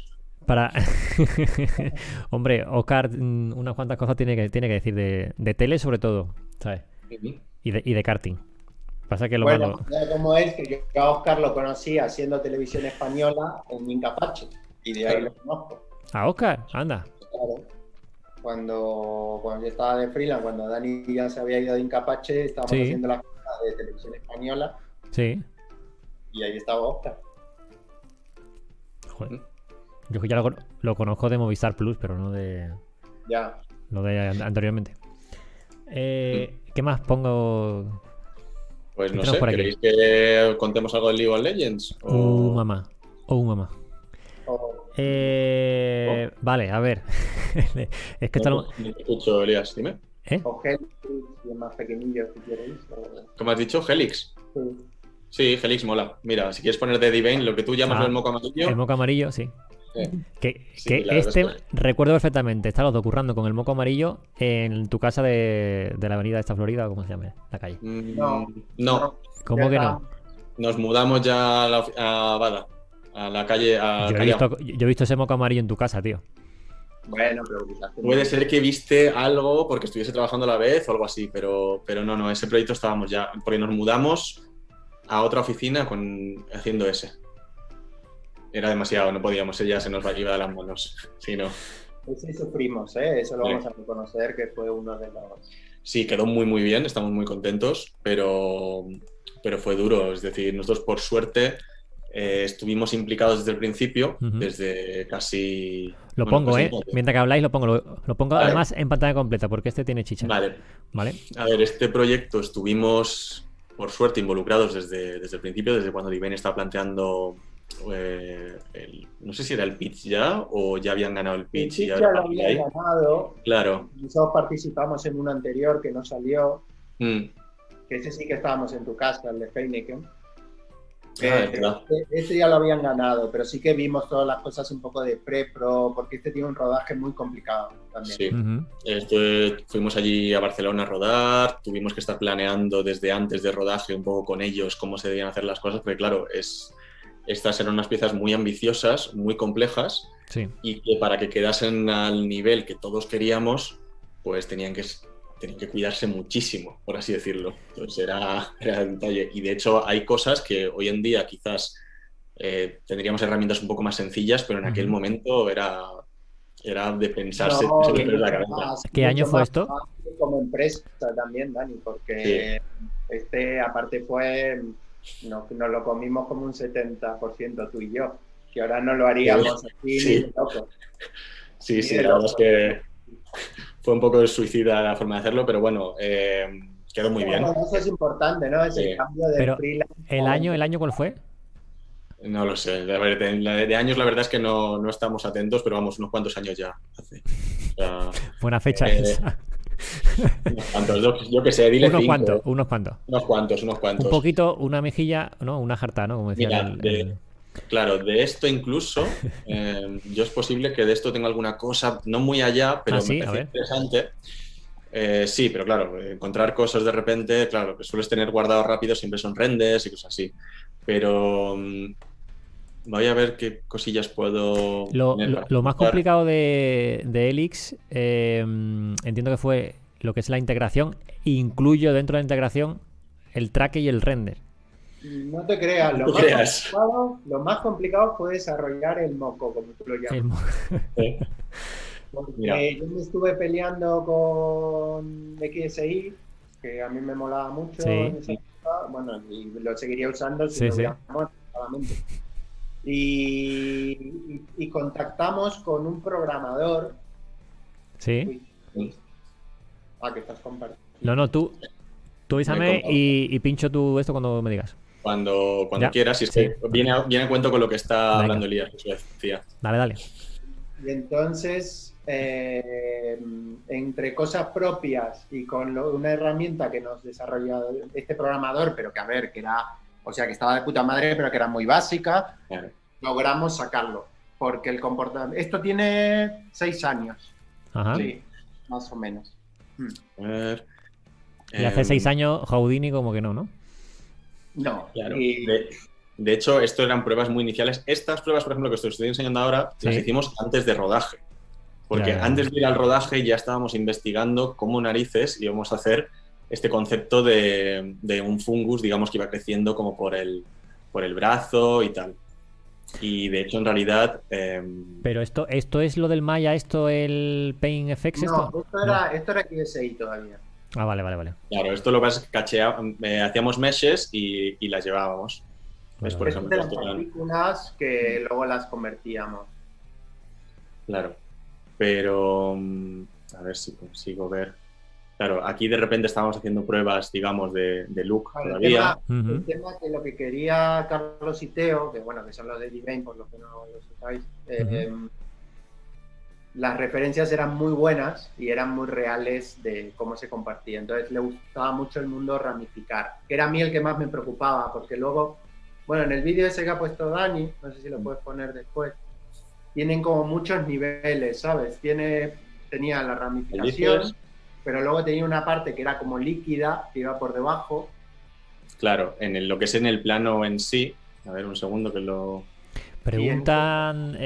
Para... Hombre, Oscar, unas cuantas cosas tiene que decir de tele sobre todo, ¿sabes? Y de karting. Pasa que lo Bueno, malo... ya como es que yo a Oscar lo conocí haciendo televisión española en Incapache y de ahí lo conozco. ¿A Oscar? Anda. Claro. Cuando yo estaba de freelance, cuando Dani ya se había ido de Incapache, estábamos Sí. haciendo las cosas de televisión española Sí. y ahí estaba Oscar. Joder. Yo ya lo conozco de Movistar Plus, pero no de Ya. lo de anteriormente. ¿Qué más pongo? Pues ¿Qué no tenemos sé, por aquí? ¿queréis que contemos algo del League of Legends? Mamá. Mamá. O- Vale, a ver. Es que No te escucho, Elías, dime. O Helix, y más pequeñillo si queréis. ¿Cómo has dicho? ¿Helix? Sí. Sí, Helix mola. Mira, si quieres poner de Divine, lo que tú llamas el moco amarillo. El moco amarillo, sí. Sí, Que la verdad este es que- recuerdo perfectamente. Estar los dos currando con el moco amarillo en tu casa de la avenida esta Florida, o como se llame, la calle. No, ¿Cómo Ya que está. no? nos mudamos ya a Bada, a la calle, a Yo Callao. he visto ese moco amarillo en tu casa, tío. Bueno, pero quizás Puede ser que viste algo porque estuviese trabajando a la vez o algo así, pero no, ese proyecto estábamos ya, porque nos mudamos a otra oficina haciendo ese. Era demasiado, no podíamos, ya se nos iba de las manos. Sí, no. ese sufrimos, ¿eh? Eso lo Sí. vamos a reconocer que fue uno de los... Sí, quedó muy, muy bien, estamos muy contentos, pero fue duro. Es decir, nosotros por suerte estuvimos implicados desde el principio, Ujú. desde casi... Lo bueno, pongo, casi ¿eh? entonces. Mientras que habláis, lo pongo. Lo pongo Vale. además en pantalla completa, porque este tiene chicha. Vale. ¿Vale? A ver, este proyecto estuvimos, por suerte, involucrados desde el principio, desde cuando Divine estaba planteando, no sé si era el pitch ya o ya habían ganado el pitch Sí, y ya ahora lo partir de había ahí. ganado. Claro. Nosotros participamos en uno anterior que no salió, Mm. que ese sí que estábamos en tu casa, el de Heineken. Es verdad. Este ya lo habían ganado, pero sí que vimos todas las cosas un poco de pre-pro, porque este tiene un rodaje muy complicado también. Sí. Ujú. Fuimos allí a Barcelona a rodar, tuvimos que estar planeando desde antes de rodaje un poco con ellos cómo se debían hacer las cosas, porque claro, estas eran unas piezas muy ambiciosas, muy complejas, Sí. y que para que quedasen al nivel que todos queríamos, pues tenían que cuidarse muchísimo, por así decirlo. Entonces era el detalle. Y de hecho hay cosas que hoy en día quizás tendríamos herramientas un poco más sencillas, pero en aquel Ujú. momento era de pensarse No, sobre y la mucho cabeza. más, ¿Qué mucho año fue más esto? fácil como empresa también, Dani, porque este aparte fue, nos lo comimos como un 70% tú y yo, que ahora no lo haríamos así Sí. ni de loco. Sí, Ni sí, de la verdad es loco. que fue un poco suicida la forma de hacerlo, pero bueno, quedó muy bien. Bueno, eso es importante, ¿no? Ese Sí. cambio de Pero freelance. ¿el año cuál fue? No lo sé, de años la verdad es que no estamos atentos, pero vamos, unos cuantos años ya hace. O sea, Buena fecha esa. unos cuantos, yo qué sé, dile Unos 5. cuantos, unos cuantos. Unos cuantos. Un poquito, una mejilla, ¿no? Una jarta, ¿no? Como decía Mira, claro, de esto incluso, yo es posible que de esto tenga alguna cosa, no muy allá, pero sí, me a parece ver. interesante. Sí, pero claro, encontrar cosas de repente, claro, lo que sueles tener guardado rápido siempre son renders y cosas así. Pero voy a ver qué cosillas puedo poner para Lo más contar. complicado de Helix, entiendo que fue lo que es la integración. Incluyo dentro de la integración el track y el render. No te creas, No te creas. lo más complicado fue desarrollar el moco, como tú lo llamas. Sí. Porque Mira. yo me estuve peleando con XSI, que a mí me molaba mucho Sí. en esa época, bueno, y lo seguiría usando si Sí, lo sí. hubiera muerto, claramente. Y contactamos con un programador. Sí. Uy. Que estás compartiendo. No, tú avísame y pincho tú esto cuando me digas. Cuando Ya, quieras, y es sí. que viene a cuento con lo que está Venga. hablando Elías, que os decía. Dale. Y entonces, entre cosas propias y con una herramienta que nos desarrolló este programador, pero que a ver, que era, o sea, que estaba de puta madre, pero que era muy básica, Claro. logramos sacarlo. Porque el comportamiento... Esto tiene 6 años. Ajá. Sí, más o menos. A ver, Y hace 6 años Houdini como que no, ¿no? No. Claro. Y De hecho, esto eran pruebas muy iniciales. Estas pruebas, por ejemplo, que os estoy enseñando ahora, Sí. las hicimos antes de rodaje. Porque Ya. antes de ir al rodaje ya estábamos investigando cómo narices íbamos a hacer este concepto de un fungus, digamos, que iba creciendo como por el brazo y tal. Y de hecho, en realidad... Pero esto es lo del Maya, esto el Paint FX, No, esto. esto era QSI todavía. Ah, vale. Claro, esto lo que pasa es que hacíamos meshes y las llevábamos. ¿Ves? Por Estas ejemplo, eran esto eran- partículas que luego las convertíamos. Claro. Pero a ver si consigo ver. Claro, aquí de repente estábamos haciendo pruebas, digamos, de look Vale, todavía. Ujú. El tema que lo que quería Carlos y Teo, que bueno, que son los de D-Brain, por los que no lo sepáis, las referencias eran muy buenas y eran muy reales de cómo se compartía. Entonces le gustaba mucho el mundo ramificar, que era a mí el que más me preocupaba, porque luego, bueno, en el vídeo ese que ha puesto Dani, no sé si lo puedes poner después, tienen como muchos niveles, ¿sabes? Tenía la ramificación, ¿Dices? pero luego tenía una parte que era como líquida, que iba por debajo. Claro, lo que es en el plano en sí. A ver, un segundo que lo... Preguntan.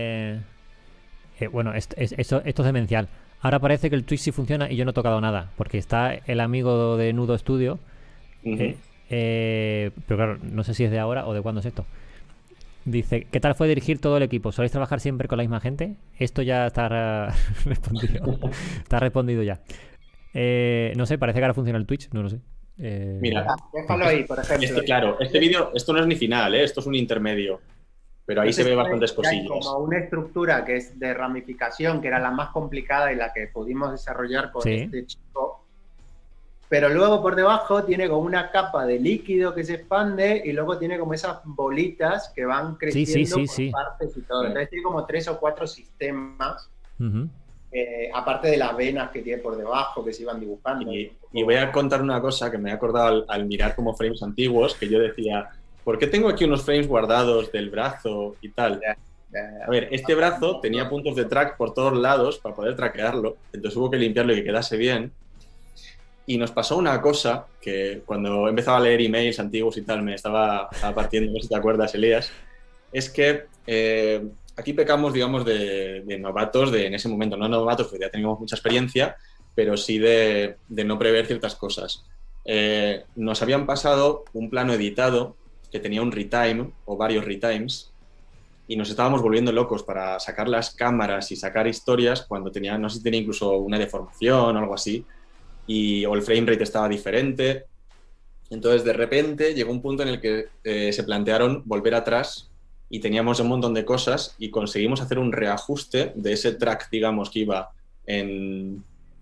Bueno, esto es demencial. Ahora parece que el Twitch sí funciona y yo no he tocado nada, porque está el amigo de Nudo Studio. Ujú. Pero claro, no sé si es de ahora o de cuándo es esto. Dice, ¿qué tal fue dirigir todo el equipo? ¿Soléis trabajar siempre con la misma gente? Esto ya está respondido. Está respondido ya. No sé, parece que ahora funciona el Twitch, no lo sé. Mira, Déjalo ahí, por ejemplo. claro, este vídeo, esto no es ni final, esto es un intermedio. Pero ahí se ve bastantes Hay cosillas. como una estructura que es de ramificación, que era la más complicada y la que pudimos desarrollar con Sí. este chico. Pero luego por debajo tiene como una capa de líquido que se expande y luego tiene como esas bolitas que van creciendo por partes y todo. Entonces tiene como 3 o 4 sistemas, Ujú. aparte de las venas que tiene por debajo que se iban dibujando. Y voy a contar una cosa que me he acordado al mirar como frames antiguos, que yo decía, ¿por qué tengo aquí unos frames guardados del brazo y tal? A ver, este brazo tenía puntos de track por todos lados para poder traquearlo, entonces hubo que limpiarlo y que quedase bien. Y nos pasó una cosa que cuando empezaba a leer emails antiguos y tal, me estaba partiendo, no sé si te acuerdas, Elías, es que aquí pecamos, digamos, de novatos, en ese momento, no novatos, porque ya teníamos mucha experiencia, pero sí de no prever ciertas cosas. Nos habían pasado un plano editado que tenía un retime o varios retimes y nos estábamos volviendo locos para sacar las cámaras y sacar historias cuando tenía, no sé si tenía incluso una deformación o algo así, o el frame rate estaba diferente. Entonces, de repente, llegó un punto en el que se plantearon volver atrás y teníamos un montón de cosas y conseguimos hacer un reajuste de ese track, digamos, que iba en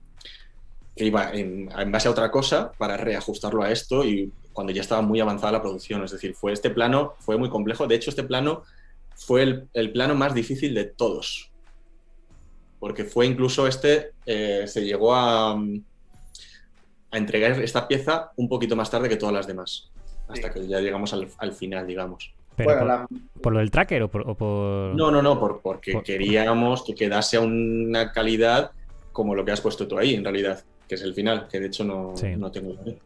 base a otra cosa para reajustarlo a esto y cuando ya estaba muy avanzada la producción. Es decir, este plano fue muy complejo. De hecho, este plano fue el plano más difícil de todos. Porque fue incluso se llegó a entregar esta pieza un poquito más tarde que todas las demás. Hasta que ya llegamos al final, digamos. ¿Pero Bueno, por lo del tracker o por...? No, porque queríamos que quedase a una calidad como lo que has puesto tú ahí, en realidad, que es el final, que de hecho no tengo idea.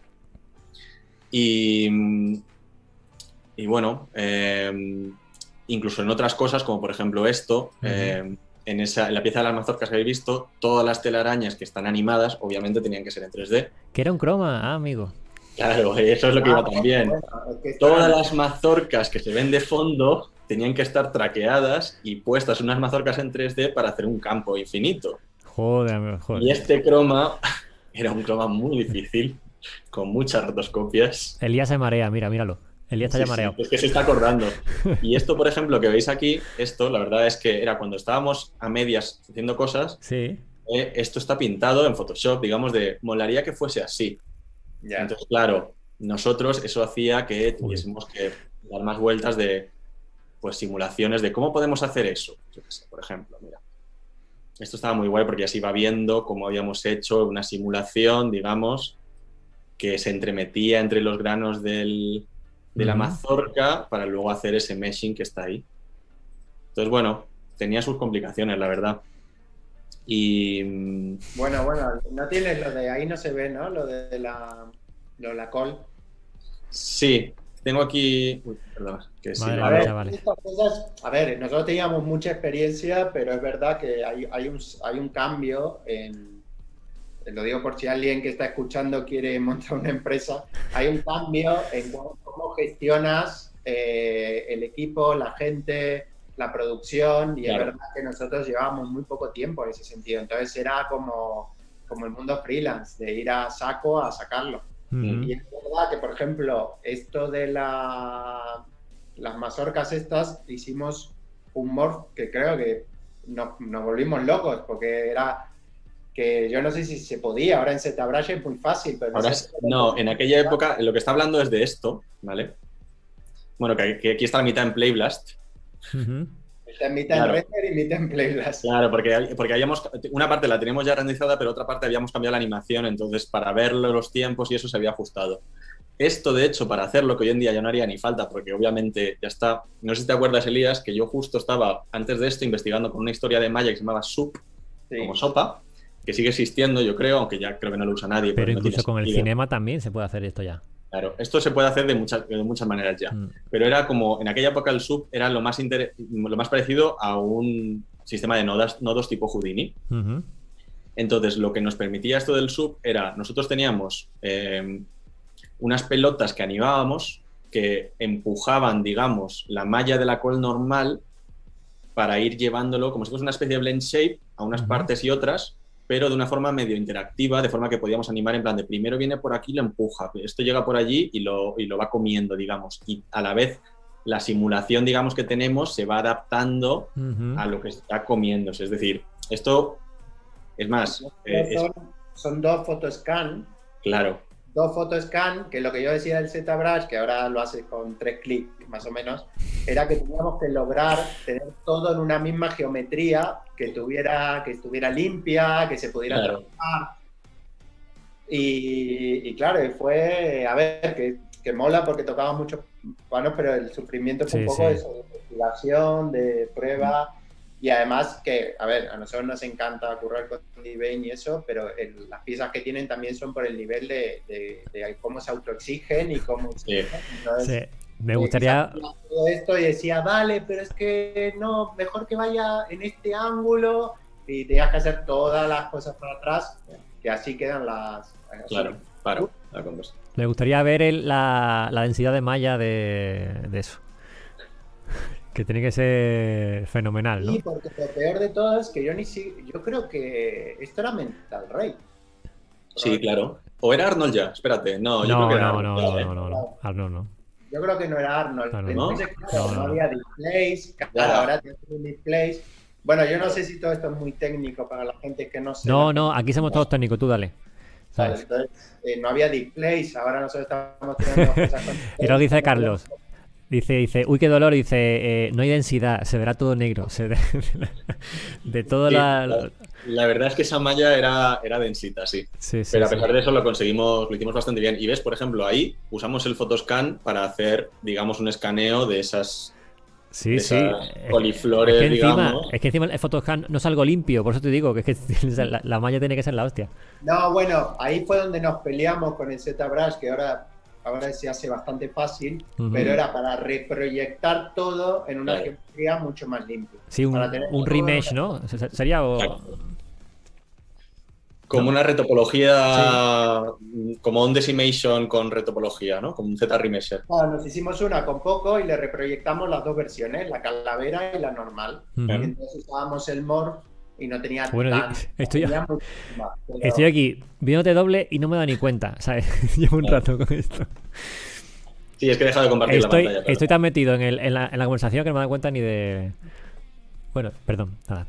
Y bueno, incluso en otras cosas, como por ejemplo esto, en la pieza de las mazorcas que habéis visto, todas las telarañas que están animadas, obviamente tenían que ser en 3D. Que era un croma, amigo. Claro, eso es lo que iba también. Bueno, es que Todas las mazorcas que se ven de fondo tenían que estar traqueadas y puestas unas mazorcas en 3D para hacer un campo infinito. Joder. Y este croma era un croma muy difícil, con muchas rotoscopias. Elías se marea, míralo. Elías está ya mareado. Sí, es que se está acordando. Y esto, por ejemplo, que veis aquí, la verdad es que era cuando estábamos a medias haciendo cosas, Sí. Esto está pintado en Photoshop, digamos, molaría que fuese así. Ya. Entonces, claro, nosotros eso hacía que tuviésemos que dar más vueltas de simulaciones de cómo podemos hacer eso. Yo qué sé, por ejemplo, mira. Esto estaba muy guay porque así iba viendo cómo habíamos hecho una simulación, digamos, que se entremetía entre los granos de la mazorca para luego hacer ese meshing que está ahí. Entonces, bueno, tenía sus complicaciones, la verdad. Y Bueno, no tienes lo de ahí, no se ve, ¿no? Lo de la col. sí, tengo aquí... Uy, perdón, que sí. Madre A mía, ver, chavales. estas cosas, a ver, nosotros teníamos mucha experiencia, pero es verdad que hay un cambio lo digo por si alguien que está escuchando quiere montar una empresa, hay un cambio en cómo gestionas el equipo, la gente, la producción, y Claro. es verdad que nosotros llevábamos muy poco tiempo en ese sentido, entonces era como el mundo freelance, de ir a saco a sacarlo. Ujú. Y es verdad que, por ejemplo, esto de las mazorcas estas, hicimos un morph que creo que nos volvimos locos, porque era que yo no sé si se podía, ahora en ZBrush es muy fácil, pero Ahora, no, en aquella época, lo que está hablando es de esto, ¿vale? Bueno, que aquí está la mitad en Playblast. Ujú. está en mitad Claro. en render y mitad en Playblast. Claro, porque habíamos, una parte la teníamos ya renderizada, pero otra parte habíamos cambiado la animación, entonces para ver los tiempos y eso se había ajustado. Esto, de hecho, para hacerlo, que hoy en día ya no haría ni falta, porque obviamente ya está. No sé si te acuerdas, Elías, que yo justo estaba, antes de esto, investigando con una historia de Maya que se llamaba Soup, Sí. como sopa, que sigue existiendo, yo creo, aunque ya creo que no lo usa nadie. Pero porque no incluso tiene con el sentido. cinema también se puede hacer esto ya. Claro, esto se puede hacer de muchas maneras ya. Mm. Pero era como, en aquella época el Soup era lo más parecido a un sistema de nodos tipo Houdini. Ujú. Entonces, lo que nos permitía esto del Soup era, nosotros teníamos unas pelotas que animábamos que empujaban, digamos, la malla de la col normal para ir llevándolo como si fuese una especie de blend shape a unas Ujú. partes y otras, pero de una forma medio interactiva, de forma que podíamos animar en plan de primero viene por aquí y lo empuja, esto llega por allí y lo va comiendo, digamos, y a la vez la simulación, digamos, que tenemos se va adaptando Ujú. a lo que está comiéndose. Es decir, esto es más, Son dos photoscan, claro, que lo que yo decía del ZBrush, que ahora lo haces con 3 clics más o menos, era que teníamos que lograr tener todo en una misma geometría, que estuviera limpia, que se pudiera claro. trabajar. Y claro, fue, a ver, que mola porque tocaba muchos panos, pero el sufrimiento fue Sí, un poco sí. eso, de investigación, de prueba. Y además que, a ver, a nosotros nos encanta currar con Devane y eso, pero las piezas que tienen también son por el nivel de cómo se autoexigen y cómo... Sí. Entonces, Sí. Me gustaría... todo esto y decía, vale, pero es que no, mejor que vaya en este ángulo, y tenías que hacer todas las cosas para atrás, que así quedan las... Claro, paro, la conversa. Me gustaría ver la densidad de malla de eso. Que tiene que ser fenomenal, ¿no? Sí, porque lo peor de todo es que yo creo que esto era Mental Ray. Sí, claro. ¿O era Arnold ya? Espérate, no, yo creo No, que era no, Arnold no, ya, no, no, no. Arnold no. Yo creo que no era Arnold. Claro, ¿no? Entonces, claro, No, no no. había displays. Claro, Ya. ahora tienes un displays. Bueno, yo no sé si todo esto es muy técnico para la gente que no sé. No, no, aquí somos todos técnicos, tú dale. Vale, ¿Sabes? entonces, no había displays. Ahora nosotros estamos teniendo cosas con Y lo dice Carlos. Dice, uy, qué dolor. Dice, no hay densidad, se verá todo negro. De toda Sí, la... La verdad es que esa malla era densita, sí. Sí, sí, Pero a sí. pesar de eso lo hicimos bastante bien. Y ves, por ejemplo, ahí usamos el photoscan para hacer, digamos, un escaneo de esas Sí, esas sí. coliflores, digamos. Es que encima el photoscan no es algo limpio, por eso te digo que es que la malla tiene que ser la hostia. No, bueno, ahí fue donde nos peleamos con el ZBrush, que ahora se hace bastante fácil, Ujú. pero era para reproyectar todo en una Claro. geometría mucho más limpia. Sí, Para tener un todo remesh, ¿no? Sería... Exacto. Como una retopología, como un decimation con retopología, ¿no? Como un Z-remesher. Nos hicimos una con poco y le reproyectamos las dos versiones, la calavera y la normal. Ujú. Y entonces usábamos el morph y no tenía Bueno, tenía mucho más, pero- Estoy aquí viéndote doble y no me da ni cuenta, ¿sabes? Llevo un rato con esto. Sí, es que he dejado de compartir la pantalla. pero- Estoy tan metido en la conversación que no me da cuenta ni de... Bueno, perdón, nada.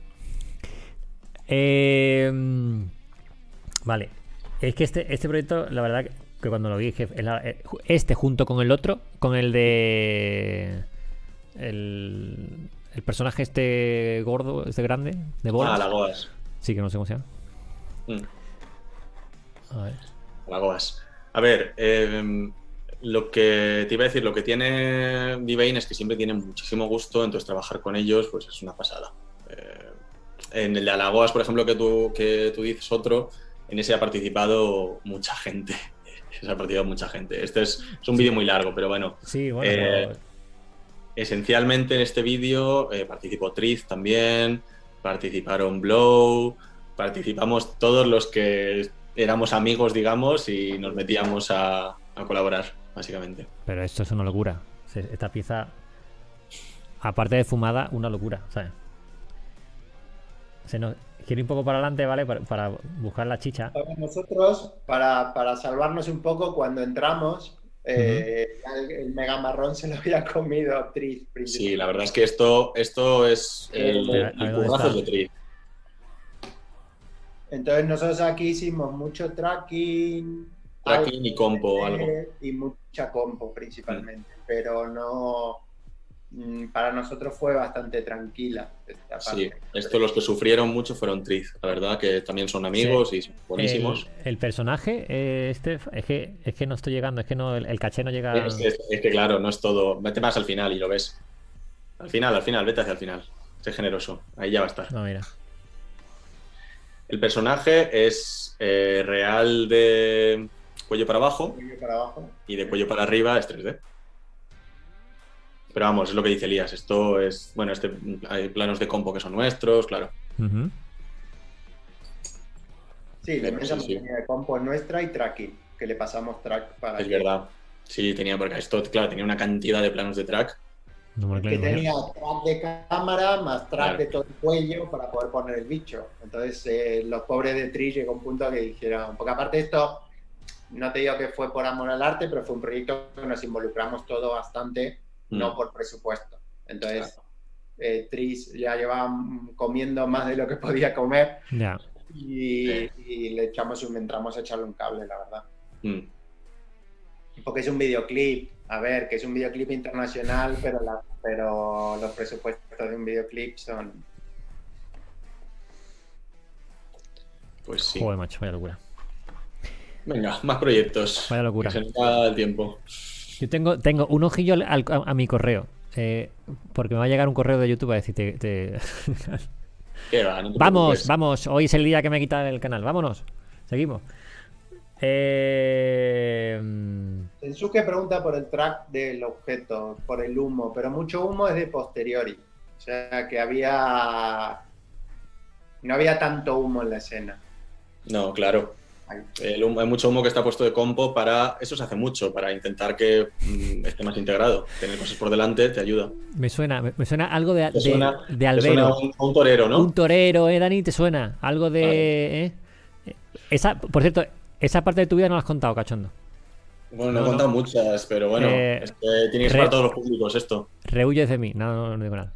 Vale. Es que este proyecto, la verdad que cuando lo vi, que este junto con el otro, con el de... El personaje este gordo, este grande, de bolas. la Goas. Sí, que no sé cómo se llama. Mm. A ver. La Goas. A ver, lo que te iba a decir, lo que tiene Devane es que siempre tiene muchísimo gusto, entonces trabajar con ellos pues es una pasada. En el de Alagoas, por ejemplo, que tú dices otro, en ese ha participado mucha gente. Se ha participado mucha gente. Este es un vídeo muy largo, pero bueno. Sí, bueno, esencialmente en este vídeo participó Triz también, participaron Blow, participamos todos los que éramos amigos, digamos, y nos metíamos a colaborar, básicamente. pero esto es una locura. Esta pieza, aparte de fumada, una locura, ¿sabes? Quiero ir un poco para adelante, ¿vale? Para buscar la chicha. Nosotros, para salvarnos un poco, cuando entramos, el mega marrón se lo había comido Triz. Sí, la verdad es que esto es el currazo de Triz. Entonces nosotros aquí hicimos mucho tracking Y compo, algo. Y mucha compo principalmente, pero no... Para nosotros fue bastante tranquila esta parte. Sí, esto los que sufrieron mucho fueron Triz, la verdad, que también son amigos, sí, y son buenísimos. El personaje, es que no estoy llegando, es que no, el caché no llega. Es que claro, no es todo. Vete más al final y lo ves. Al final, vete hacia el final. Sé generoso, ahí ya va a estar. No, mira. El personaje es real de cuello para abajo y de cuello para arriba es 3D. Pero vamos, es lo que dice Elías. Esto es... Bueno, hay planos de compo que son nuestros, claro. Sí, la inmensa mayoría de compo es nuestra y tracking, que le pasamos track para... Es verdad. Sí, porque esto, claro, tenía una cantidad de planos de track. Que tenía track de cámara más track de todo el cuello para poder poner el bicho. Entonces, los pobres de Tri llegó a un punto que dijeron... Porque aparte de esto, no te digo que fue por amor al arte, pero fue un proyecto que nos involucramos todo bastante... No por presupuesto. Entonces, Tris ya llevaba comiendo más de lo que podía comer. Yeah. Y le entramos a echarle un cable, la verdad. Porque es un videoclip. A ver, que es un videoclip internacional, pero los presupuestos de un videoclip son... Pues sí. Joder, macho, vaya locura. Venga, más proyectos. Vaya locura. Que se nos va el tiempo. Yo tengo un ojillo a mi correo, porque me va a llegar un correo de YouTube a decirte... ¿Qué va? No te vamos, preocupes. vamos, hoy es el día que me quitan el canal, vámonos, seguimos. Sensuke pregunta por el track del objeto, por el humo, pero mucho humo es de posteriori. O sea que no había tanto humo en la escena. No, claro. Hay mucho humo que está puesto de compo para... Eso se hace mucho, para intentar que esté más integrado. Tener cosas por delante te ayuda. Me suena algo de Albero. Te suena un torero, ¿no? Un torero, Dani, ¿te suena? Algo de... Por cierto, esa parte de tu vida no la has contado, cachondo. Bueno, no he contado muchas, pero bueno, es que tiene que ser para todos los públicos esto. Rehuyes de mí, no digo nada.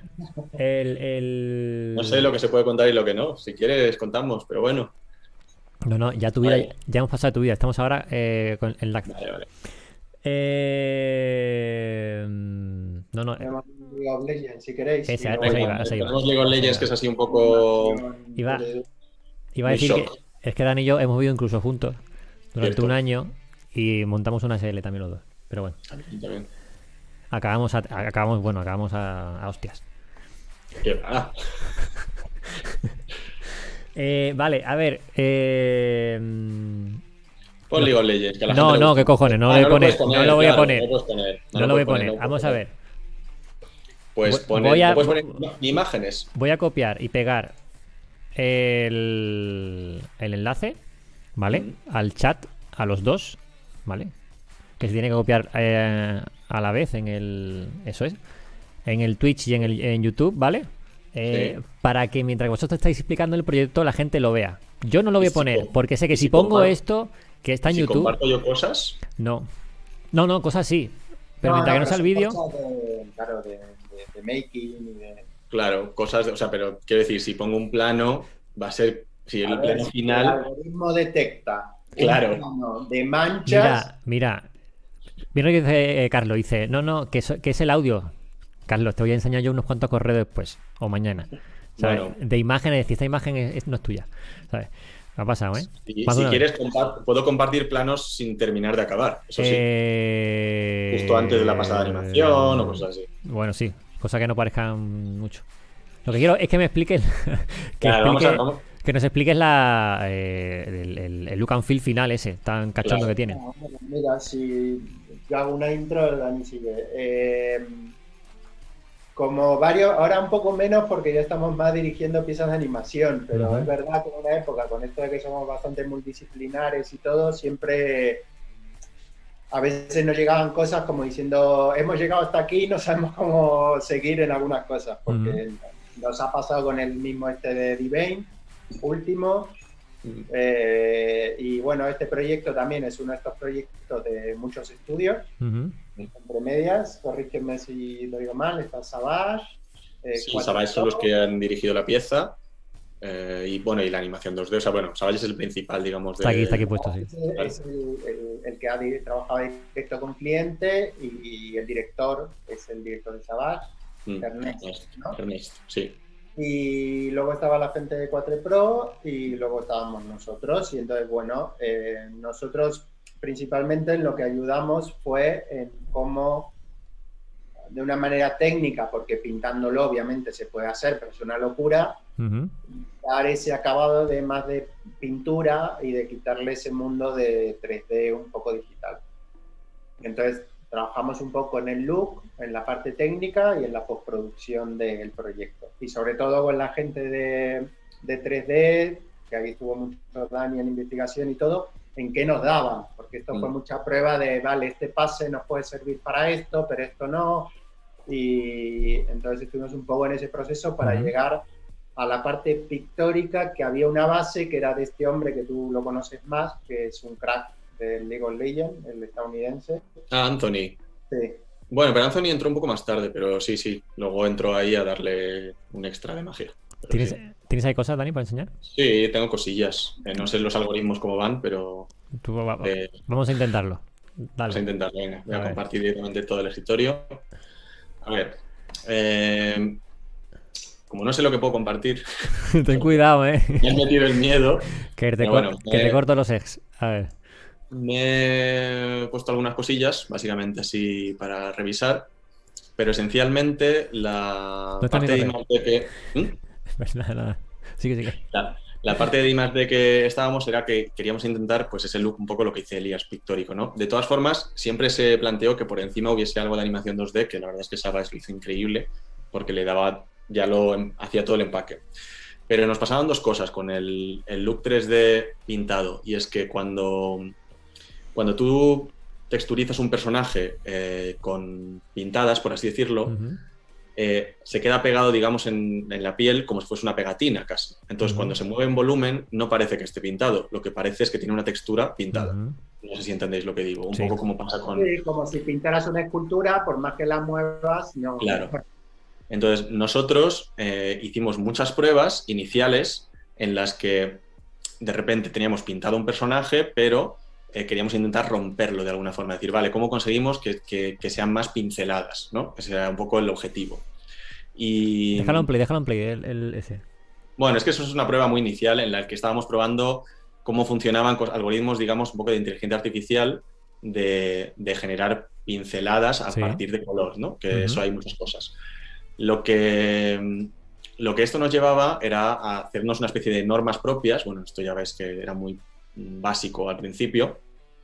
No sé lo que se puede contar y lo que no. Si quieres, contamos, pero bueno. No, ya tu vida, ya hemos pasado de tu vida. Estamos ahora con el LAC. Vale. No. League of Legends, si queréis. Tenemos League of Legends, que es así un poco... Iba a decir que es que Dan y yo hemos vivido incluso juntos durante un año y montamos una SL también los dos. Pero bueno. También. Acabamos a hostias. ¿Qué va? Vale, a ver. Pon League of Legends. Que a la gente le No, gusta. qué cojones, no lo voy a poner. No lo voy a poner. Vamos a ver. Pues puedes poner imágenes. Voy a copiar y pegar el enlace, ¿vale? Al chat, a los dos, ¿vale? Que se tiene que copiar a la vez en el Twitch y en YouTube, ¿vale? Para que mientras vosotros estáis explicando el proyecto la gente lo vea. Yo no lo voy a poner porque sé que si pongo esto que está en YouTube... ¿Comparto yo cosas? No, cosas sí. Pero mientras que no sea el vídeo... Claro, de making y de... Claro, cosas... O sea, pero quiero decir, si pongo un plano, va a ser... Si el plano final... El algoritmo detecta claro. un plano de manchas... Mira lo que dice Carlos. Dice, que es el audio. Carlos, te voy a enseñar yo unos cuantos correos después o mañana, ¿sabes? Bueno. De imágenes, si esta imagen no es tuya, ¿sabes? Me ha pasado, ¿eh? Si quieres, puedo compartir planos sin terminar de acabar, eso sí. Justo antes de la pasada animación o cosas así. Bueno, sí, cosas que no parezcan mucho. Lo que quiero es que me expliquen. Claro, Que nos expliques el look and feel final ese, tan cachondo que tiene. Bueno, mira, si yo hago una intro, Dani sigue. Como varios, ahora un poco menos porque ya estamos más dirigiendo piezas de animación, pero es verdad que en una época, con esto de que somos bastante multidisciplinares y todo, siempre a veces nos llegaban cosas como diciendo, hemos llegado hasta aquí, no sabemos cómo seguir en algunas cosas, porque nos ha pasado con el mismo de Divane, último, y bueno, este proyecto también es uno de estos proyectos de muchos estudios, entre medias, corrígeme si lo digo mal, está Savage. Sí, Savage son los que han dirigido la pieza. Y bueno, y la animación 2D, o sea, bueno, Savage es el principal, digamos. Está aquí puesto, sí. Es el que ha trabajado directo con cliente y el director es el director de Savage, Ernest, ¿no? Ernest, sí. Y luego estaba la gente de 4 Pro y luego estábamos nosotros. Y entonces, bueno, nosotros principalmente en lo que ayudamos fue en cómo, de una manera técnica, porque pintándolo obviamente se puede hacer, pero es una locura, dar ese acabado de más de pintura y de quitarle ese mundo de 3D un poco digital. Entonces, trabajamos un poco en el look, en la parte técnica y en la postproducción del proyecto. Y sobre todo con la gente de 3D, que aquí estuvo mucho Dani en investigación y todo, en qué nos daban, porque esto fue mucha prueba de, vale, este pase nos puede servir para esto, pero esto no. Y entonces estuvimos un poco en ese proceso para llegar a la parte pictórica, que había una base que era de este hombre que tú lo conoces más, que es un crack del League of Legends, el estadounidense. Ah, Anthony. Sí. Bueno, pero Anthony entró un poco más tarde, pero sí. Luego entró ahí a darle un extra de magia. ¿Tienes ahí cosas, Dani, para enseñar? Sí, tengo cosillas. No sé los algoritmos cómo van, pero... Vamos a intentarlo. Dale. Vamos a intentarlo, venga. Voy a compartir directamente todo el escritorio. A ver. Como no sé lo que puedo compartir... Ten cuidado, Me has metido el miedo. Que te corto los ex. A ver. Me he puesto algunas cosillas, básicamente así para revisar, pero esencialmente la parte de I+D que... Nada. Sigue. La parte de I+D que estábamos era que queríamos intentar pues ese look un poco lo que dice Elías, pictórico, ¿no? De todas formas, siempre se planteó que por encima hubiese algo de animación 2D, que la verdad es que Savage lo hizo increíble, porque le daba, hacía todo el empaque. Pero nos pasaban dos cosas con el look 3D pintado, y es que cuando tú texturizas un personaje con pintadas, por así decirlo, se queda pegado, digamos, en la piel como si fuese una pegatina casi. Entonces, cuando se mueve en volumen, no parece que esté pintado. Lo que parece es que tiene una textura pintada. No sé si entendéis lo que digo. Un poco como pasa con... Sí, como si pintaras una escultura, por más que la muevas, no... Claro. Entonces, nosotros hicimos muchas pruebas iniciales en las que de repente teníamos pintado un personaje, pero... queríamos intentar romperlo de alguna forma, decir, vale, ¿cómo conseguimos que sean más pinceladas, ¿no? Ese era un poco el objetivo. Y... Déjalo en play, ese. Bueno, es que eso es una prueba muy inicial en la que estábamos probando cómo funcionaban algoritmos, digamos, un poco de inteligencia artificial de generar pinceladas a partir de color, ¿no? Que eso hay muchas cosas. Lo que esto nos llevaba era a hacernos una especie de normas propias. Bueno, esto ya ves que era muy básico al principio,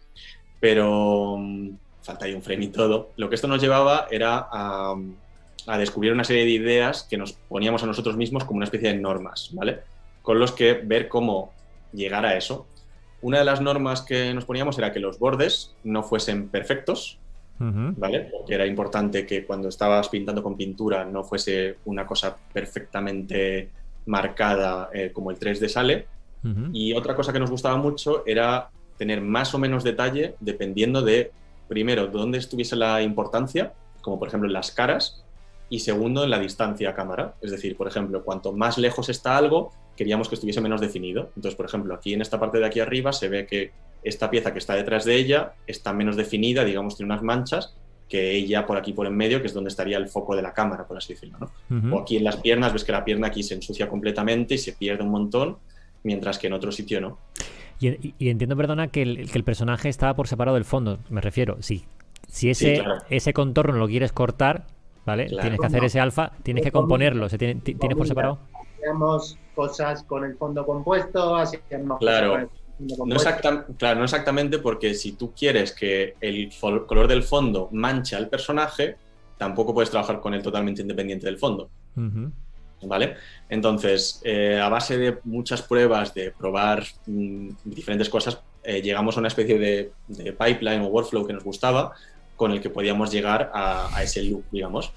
pero falta ahí un frame y todo. Lo que esto nos llevaba era a descubrir una serie de ideas que nos poníamos a nosotros mismos como una especie de normas, ¿vale? Con los que ver cómo llegar a eso. Una de las normas que nos poníamos era que los bordes no fuesen perfectos, ¿vale? Porque era importante que cuando estabas pintando con pintura no fuese una cosa perfectamente marcada como el 3D sale. Y otra cosa que nos gustaba mucho era tener más o menos detalle dependiendo de, primero, dónde estuviese la importancia, como por ejemplo en las caras, y segundo, en la distancia a cámara. Es decir, por ejemplo, cuanto más lejos está algo, queríamos que estuviese menos definido. Entonces, por ejemplo, aquí en esta parte de aquí arriba se ve que esta pieza que está detrás de ella está menos definida, digamos, tiene unas manchas, que ella por aquí por en medio, que es donde estaría el foco de la cámara, por así decirlo, ¿no? O aquí en las piernas, ves que la pierna aquí se ensucia completamente y se pierde un montón, mientras que en otro sitio no. Y entiendo, perdona, que el personaje estaba por separado del fondo, me refiero. Si ese contorno lo quieres cortar, ¿vale? Claro. Tienes que hacer ese alfa, tienes que componerlo. ¿Tienes por separado? cosas con el fondo compuesto, hacíamos Claro. cosas con el fondo No compuesto. claro, no exactamente, porque si tú quieres que el color del fondo manche al personaje, tampoco puedes trabajar con él totalmente independiente del fondo. Ujú. ¿Vale? Entonces, a base de muchas pruebas, de probar diferentes cosas, llegamos a una especie de pipeline o workflow que nos gustaba, con el que podíamos llegar a ese look, digamos.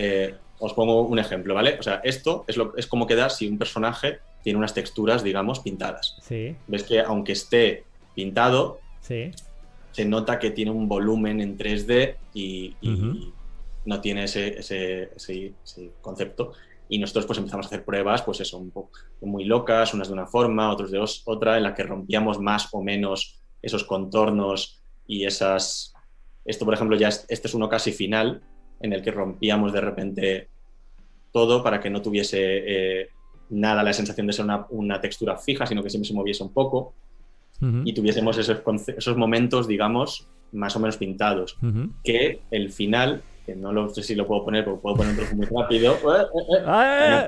Os pongo un ejemplo, ¿vale? O sea, esto es como queda si un personaje tiene unas texturas, digamos, pintadas. Sí, Ves que aunque esté pintado, sí. se nota que tiene un volumen en 3D y Ujú. no tiene ese concepto. Y nosotros pues empezamos a hacer pruebas, pues eso, un poco muy locas, unas de una forma, otros de otra, en la que rompíamos más o menos esos contornos y esas... Esto, por ejemplo, este es uno casi final, en el que rompíamos de repente todo para que no tuviese nada la sensación de ser una textura fija, sino que siempre se moviese un poco Ujú. y tuviésemos esos momentos, digamos, más o menos pintados. Ujú. Que el final, que no sé si lo puedo poner, porque puedo poner un trozo muy rápido, ¡Ah!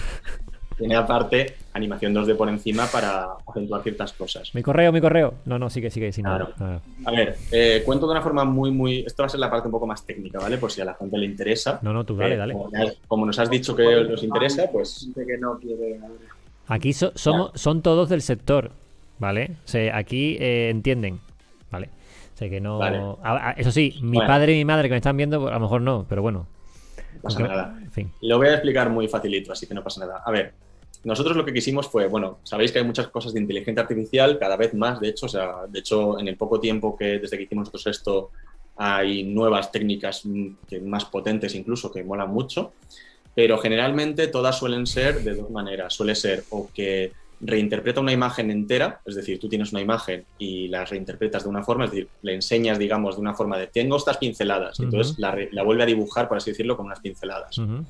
tiene aparte animación 2D por encima para acentuar ciertas cosas. Mi correo, mi correo. No, sigue, sin Claro. nada. A ver, cuento de una forma muy... Esto va a ser la parte un poco más técnica, ¿vale? Por si a la gente le interesa. No, tú dale. Como nos has dicho que os interesa, pues... Gente que no quiere... Aquí son todos del sector, ¿vale? O sea, aquí entienden, ¿vale? O sea, que no... Vale. Eso sí, mi Bueno. padre y mi madre que me están viendo, a lo mejor no, pero bueno. No pasa Aunque- nada. En fin. Lo voy a explicar muy facilito, así que no pasa nada. A ver, nosotros lo que quisimos fue, bueno, sabéis que hay muchas cosas de inteligencia artificial, cada vez más, de hecho, en el poco tiempo desde que hicimos nosotros esto, hay nuevas técnicas más potentes incluso, que molan mucho, pero generalmente todas suelen ser de dos maneras. Suele ser o que reinterpreta una imagen entera, es decir, tú tienes una imagen y la reinterpretas de una forma, es decir, le enseñas, digamos, de una forma de tengo estas pinceladas, y entonces la vuelve a dibujar, por así decirlo, con unas pinceladas. Ujú.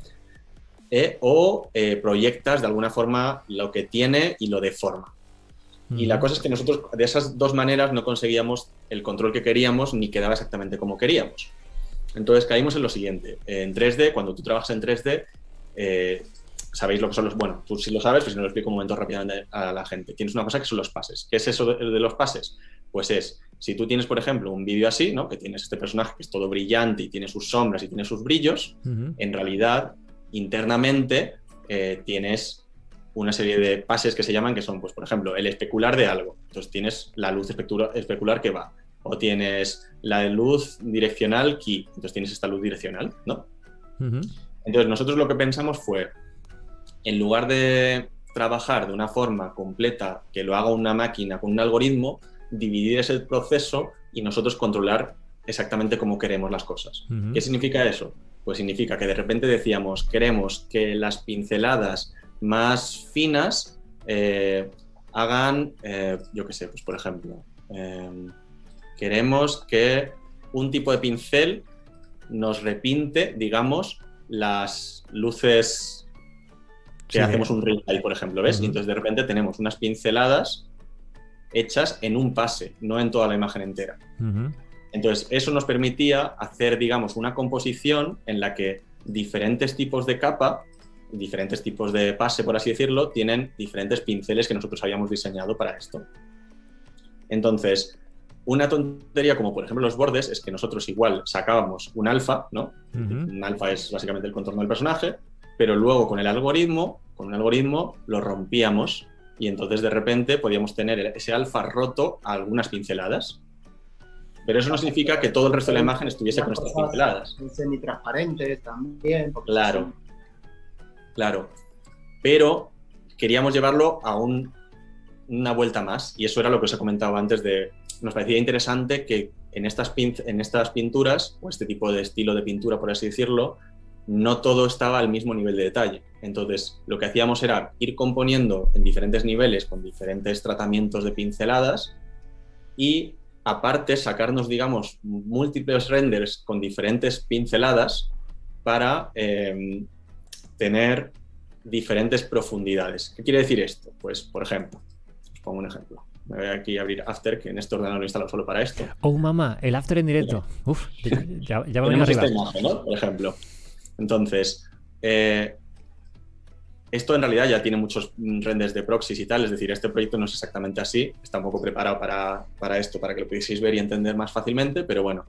O proyectas de alguna forma lo que tiene y lo deforma. Y la cosa es que nosotros de esas dos maneras no conseguíamos el control que queríamos ni quedaba exactamente como queríamos. Entonces caímos en lo siguiente. En 3D, cuando tú trabajas en 3D, sabéis lo que son los... Bueno, tú sí lo sabes, pero si no lo explico un momento rápidamente a la gente. Tienes una cosa que son los pases. ¿Qué es eso de los pases? Pues es, si tú tienes, por ejemplo, un vídeo así, ¿no? Que tienes este personaje que es todo brillante y tiene sus sombras y tiene sus brillos, en realidad, internamente, tienes una serie de pases que se llaman, que son, pues, por ejemplo, el especular de algo. Entonces tienes la luz especular que va. O tienes la luz direccional key. Entonces tienes esta luz direccional, ¿no? Entonces nosotros lo que pensamos fue, en lugar de trabajar de una forma completa, que lo haga una máquina con un algoritmo, dividir ese proceso y nosotros controlar exactamente cómo queremos las cosas. ¿Qué significa eso? Pues significa que de repente decíamos, queremos que las pinceladas más finas hagan, yo qué sé, pues por ejemplo, queremos que un tipo de pincel nos repinte, digamos, las luces que hacemos un real, por ejemplo, ¿ves? Y entonces de repente tenemos unas pinceladas hechas en un pase, no en toda la imagen entera. Entonces eso nos permitía hacer, digamos, una composición en la que diferentes tipos de capa, diferentes tipos de pase, por así decirlo, tienen diferentes pinceles que nosotros habíamos diseñado para esto. Entonces, una tontería como por ejemplo los bordes es que nosotros igual sacábamos un alfa, ¿no? Un alfa es básicamente el contorno del personaje, pero luego con un algoritmo lo rompíamos y entonces de repente podíamos tener ese alfa roto a algunas pinceladas. Pero eso no significa que todo el resto de la imagen estuviese con estas pinceladas. Semitransparentes también. Claro, claro. Pero queríamos llevarlo a una vuelta más y eso era lo que os he comentado antes de... Nos parecía interesante que en estas pinturas, o este tipo de estilo de pintura, por así decirlo, no todo estaba al mismo nivel de detalle. Entonces, lo que hacíamos era ir componiendo en diferentes niveles, con diferentes tratamientos de pinceladas, y aparte sacarnos, digamos, múltiples renders con diferentes pinceladas para tener diferentes profundidades. ¿Qué quiere decir esto? Pues, por ejemplo, os pongo un ejemplo. Me voy aquí a abrir After, que en este ordenador lo he instalado solo para esto. Oh, mamá, el After en directo. Uf, ya me tenemos arriba. esta imagen, ¿no? Por ejemplo. Entonces, esto en realidad ya tiene muchos renders de proxies y tal, es decir, este proyecto no es exactamente así, está un poco preparado para esto, para que lo pudieseis ver y entender más fácilmente, pero bueno,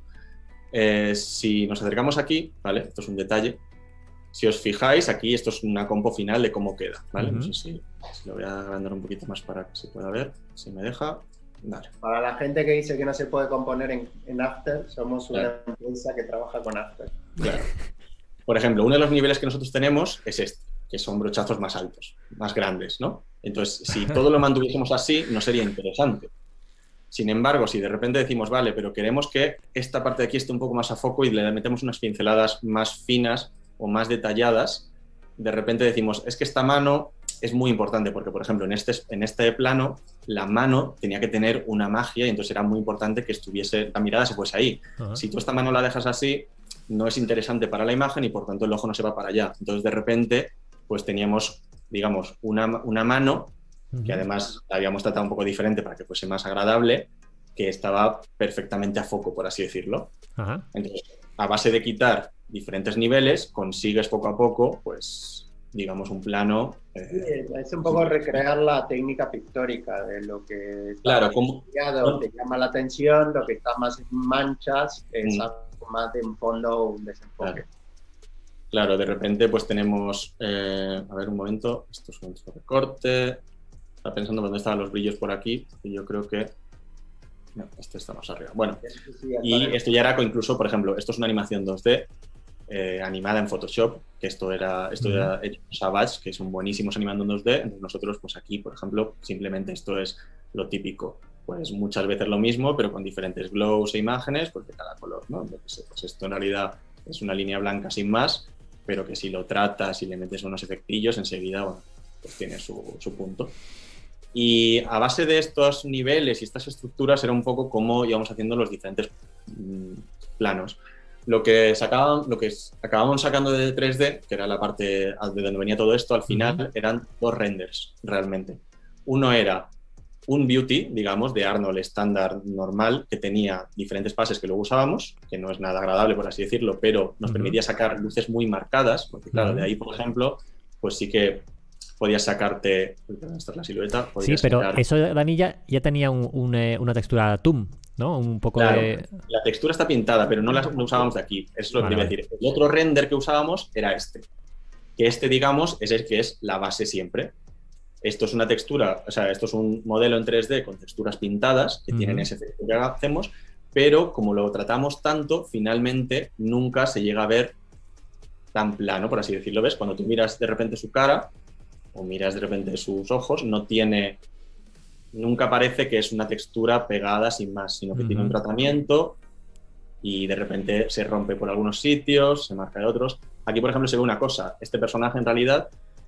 si nos acercamos aquí, ¿vale? Esto es un detalle. Si os fijáis, aquí esto es una compo final de cómo queda, ¿vale? No sé si lo voy a agrandar un poquito más para que se pueda ver, si me deja. Vale. Para la gente que dice que no se puede componer en After, somos una empresa que trabaja con After. Claro. Por ejemplo, uno de los niveles que nosotros tenemos es este, que son brochazos más altos, más grandes, ¿no? Entonces, si todo lo mantuviésemos así, no sería interesante. Sin embargo, si de repente decimos, vale, pero queremos que esta parte de aquí esté un poco más a foco y le metemos unas pinceladas más finas o más detalladas, de repente decimos, es que esta mano es muy importante porque, por ejemplo, en este plano, la mano tenía que tener una magia y entonces era muy importante que la mirada se fuese ahí. Si tú esta mano la dejas así, no es interesante para la imagen y por tanto el ojo no se va para allá. Entonces, de repente, pues teníamos, digamos, una mano que además la habíamos tratado un poco diferente para que fuese más agradable, que estaba perfectamente a foco, por así decirlo. Entonces, a base de quitar diferentes niveles, consigues poco a poco, pues, digamos, un plano... es un poco recrear la técnica pictórica de lo que claro, te llama la atención, lo que está más en manchas, es algo más de un fondo, un desenfoque. Claro, de repente pues tenemos... a ver, un momento, esto es un recorte... Estaba pensando dónde estaban los brillos por aquí, y yo creo que... No, este está más arriba. Bueno, y esto ya era incluso, por ejemplo, esto es una animación 2D animada en Photoshop, que esto era hecho por Savage, que son buenísimos animando en 2D. Entonces nosotros, pues aquí, por ejemplo, simplemente esto es lo típico. Pues muchas veces lo mismo, pero con diferentes glows e imágenes, porque cada color, ¿no? Pues esto en realidad es una línea blanca sin más, pero que si lo tratas y le metes unos efectillos, enseguida, bueno, pues tiene su punto. Y a base de estos niveles y estas estructuras era un poco cómo íbamos haciendo los diferentes planos. Lo que acabábamos sacando de 3D, que era la parte de donde venía todo esto, al final eran dos renders realmente. Uno era un beauty, digamos, de Arnold estándar normal, que tenía diferentes pases que luego usábamos, que no es nada agradable, por así decirlo, pero nos permitía sacar luces muy marcadas, porque claro, de ahí, por ejemplo, pues sí que podías sacarte... Esta es la silueta. Sí, pero eso, Dani, ya tenía una textura TUM, ¿no? Un poco claro, de... La textura está pintada, pero no la usábamos de aquí. Eso es lo que iba a decir. El otro render que usábamos era este. Que digamos, es el que es la base siempre. Esto es una textura, o sea, esto es un modelo en 3D con texturas pintadas que tienen ese efecto que hacemos, pero como lo tratamos tanto, finalmente nunca se llega a ver tan plano, por así decirlo. ¿Ves? Cuando tú miras de repente su cara o miras de repente sus ojos, nunca parece que es una textura pegada sin más, sino que tiene un tratamiento y de repente se rompe por algunos sitios, se marca de otros. Aquí, por ejemplo, se ve una cosa. Este personaje en realidad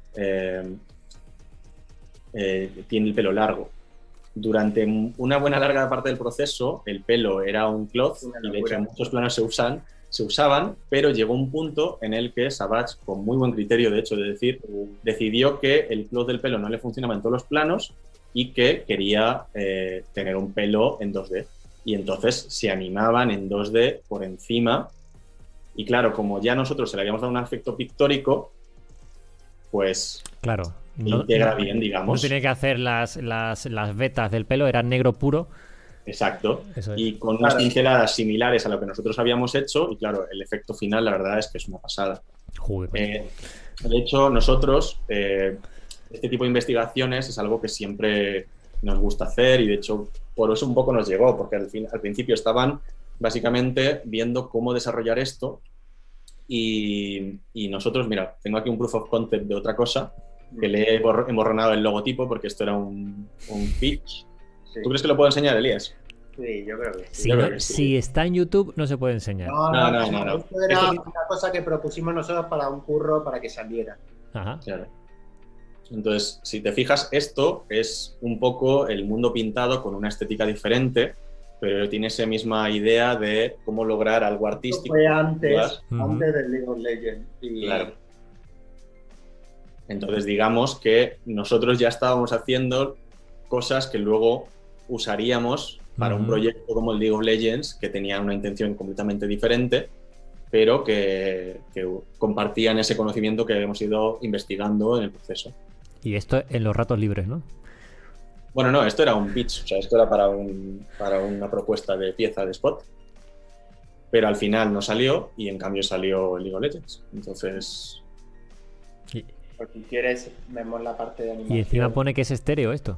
tiene el pelo largo. Durante una buena larga parte del proceso, el pelo era un cloth y de hecho en muchos planos se usaban, pero llegó un punto en el que Savage, con muy buen criterio, de hecho, decidió que el cloth del pelo no le funcionaba en todos los planos y que quería tener un pelo en 2D. Y entonces se animaban en 2D por encima. Y claro, como ya nosotros se le habíamos dado un efecto pictórico, pues claro, integra bien, digamos. No tiene que hacer las vetas del pelo, era negro puro. Exacto. Y con unas pinceladas similares a lo que nosotros habíamos hecho. Y claro, el efecto final, la verdad es que es una pasada. Joder. De hecho, nosotros... este tipo de investigaciones es algo que siempre nos gusta hacer y de hecho por eso un poco nos llegó, porque al principio estaban básicamente viendo cómo desarrollar esto y nosotros, mira, tengo aquí un proof of concept de otra cosa que le he emborronado el logotipo porque esto era un pitch. Sí. ¿Tú crees que lo puedo enseñar, Elías? Sí, yo creo que sí. Si está en YouTube no se puede enseñar. No. Esto era una cosa que propusimos nosotros para un curro para que saliera. Ajá. Claro. Entonces, si te fijas, esto es un poco el mundo pintado con una estética diferente, pero tiene esa misma idea de cómo lograr algo artístico. Esto fue antes del League of Legends. Claro. Entonces, digamos que nosotros ya estábamos haciendo cosas que luego usaríamos para un proyecto como el League of Legends, que tenía una intención completamente diferente, pero que compartían ese conocimiento que hemos ido investigando en el proceso. Y esto en los ratos libres, ¿no? Bueno, no, esto era un pitch, o sea, esto era para una propuesta de pieza de spot, pero al final no salió y en cambio salió el League of Legends. Entonces... Pues si quieres, vemos la parte de animación. Y encima pone que es estéreo esto.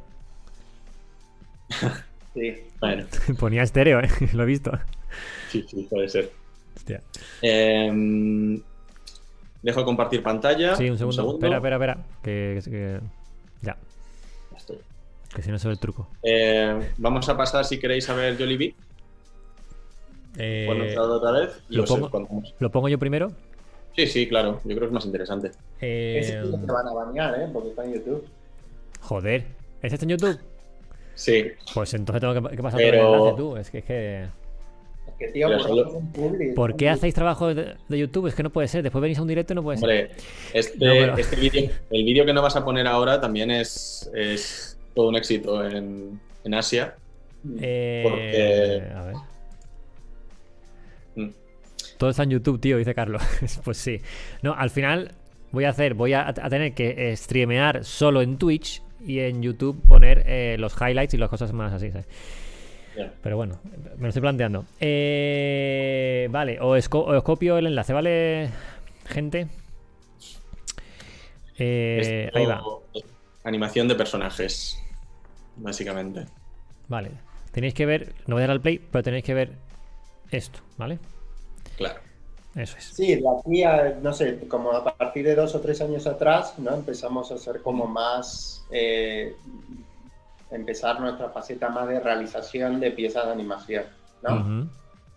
Sí. Bueno, Ponía estéreo, lo he visto. sí, puede ser. Hostia. Dejo de compartir pantalla. Sí, un segundo. Espera. Que ya. Ya estoy. Que si no se ve el truco. Vamos a pasar, si queréis, a ver Jollibee. Bueno, otra vez. Y ¿Lo pongo yo primero? Sí, claro. Yo creo que es más interesante. Ese sí que te van a banear, porque está en YouTube. Joder. ¿Ese está en YouTube? Sí. Pues entonces tengo que pasar Pero... todo el enlace tú. Es que... Es que, tío, Pero solo... ¿Por qué hacéis trabajo de YouTube? Es que no puede ser. Después venís a un directo y no puede ser. Hombre, este vídeo, el vídeo que no vas a poner ahora también es todo un éxito en Asia. Porque... A ver. Todo está en YouTube, tío, dice Carlos. Pues sí. No, al final voy a tener que streamear solo en Twitch y en YouTube poner los highlights y las cosas más así, ¿sabes? Yeah. Pero bueno, me lo estoy planteando. Vale, os copio el enlace, ¿vale, gente? Ahí va. Animación de personajes, básicamente. Vale. Tenéis que ver, no voy a dar al play, pero tenéis que ver esto, ¿vale? Claro. Eso es. Sí, de aquí a, no sé, como a partir de 2 o 3 años atrás, ¿no? Empezamos a hacer como más, empezar nuestra faceta más de realización de piezas de animación, ¿no? Uh-huh.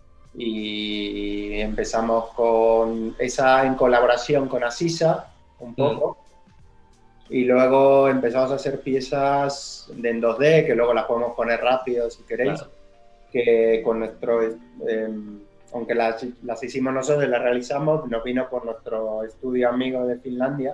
Y empezamos con esa en colaboración con Asisa, un poco, y luego empezamos a hacer piezas en 2D, que luego las podemos poner rápido si queréis, claro. Que con nuestro... aunque las hicimos nosotros, las realizamos, nos vino por nuestro estudio amigo de Finlandia,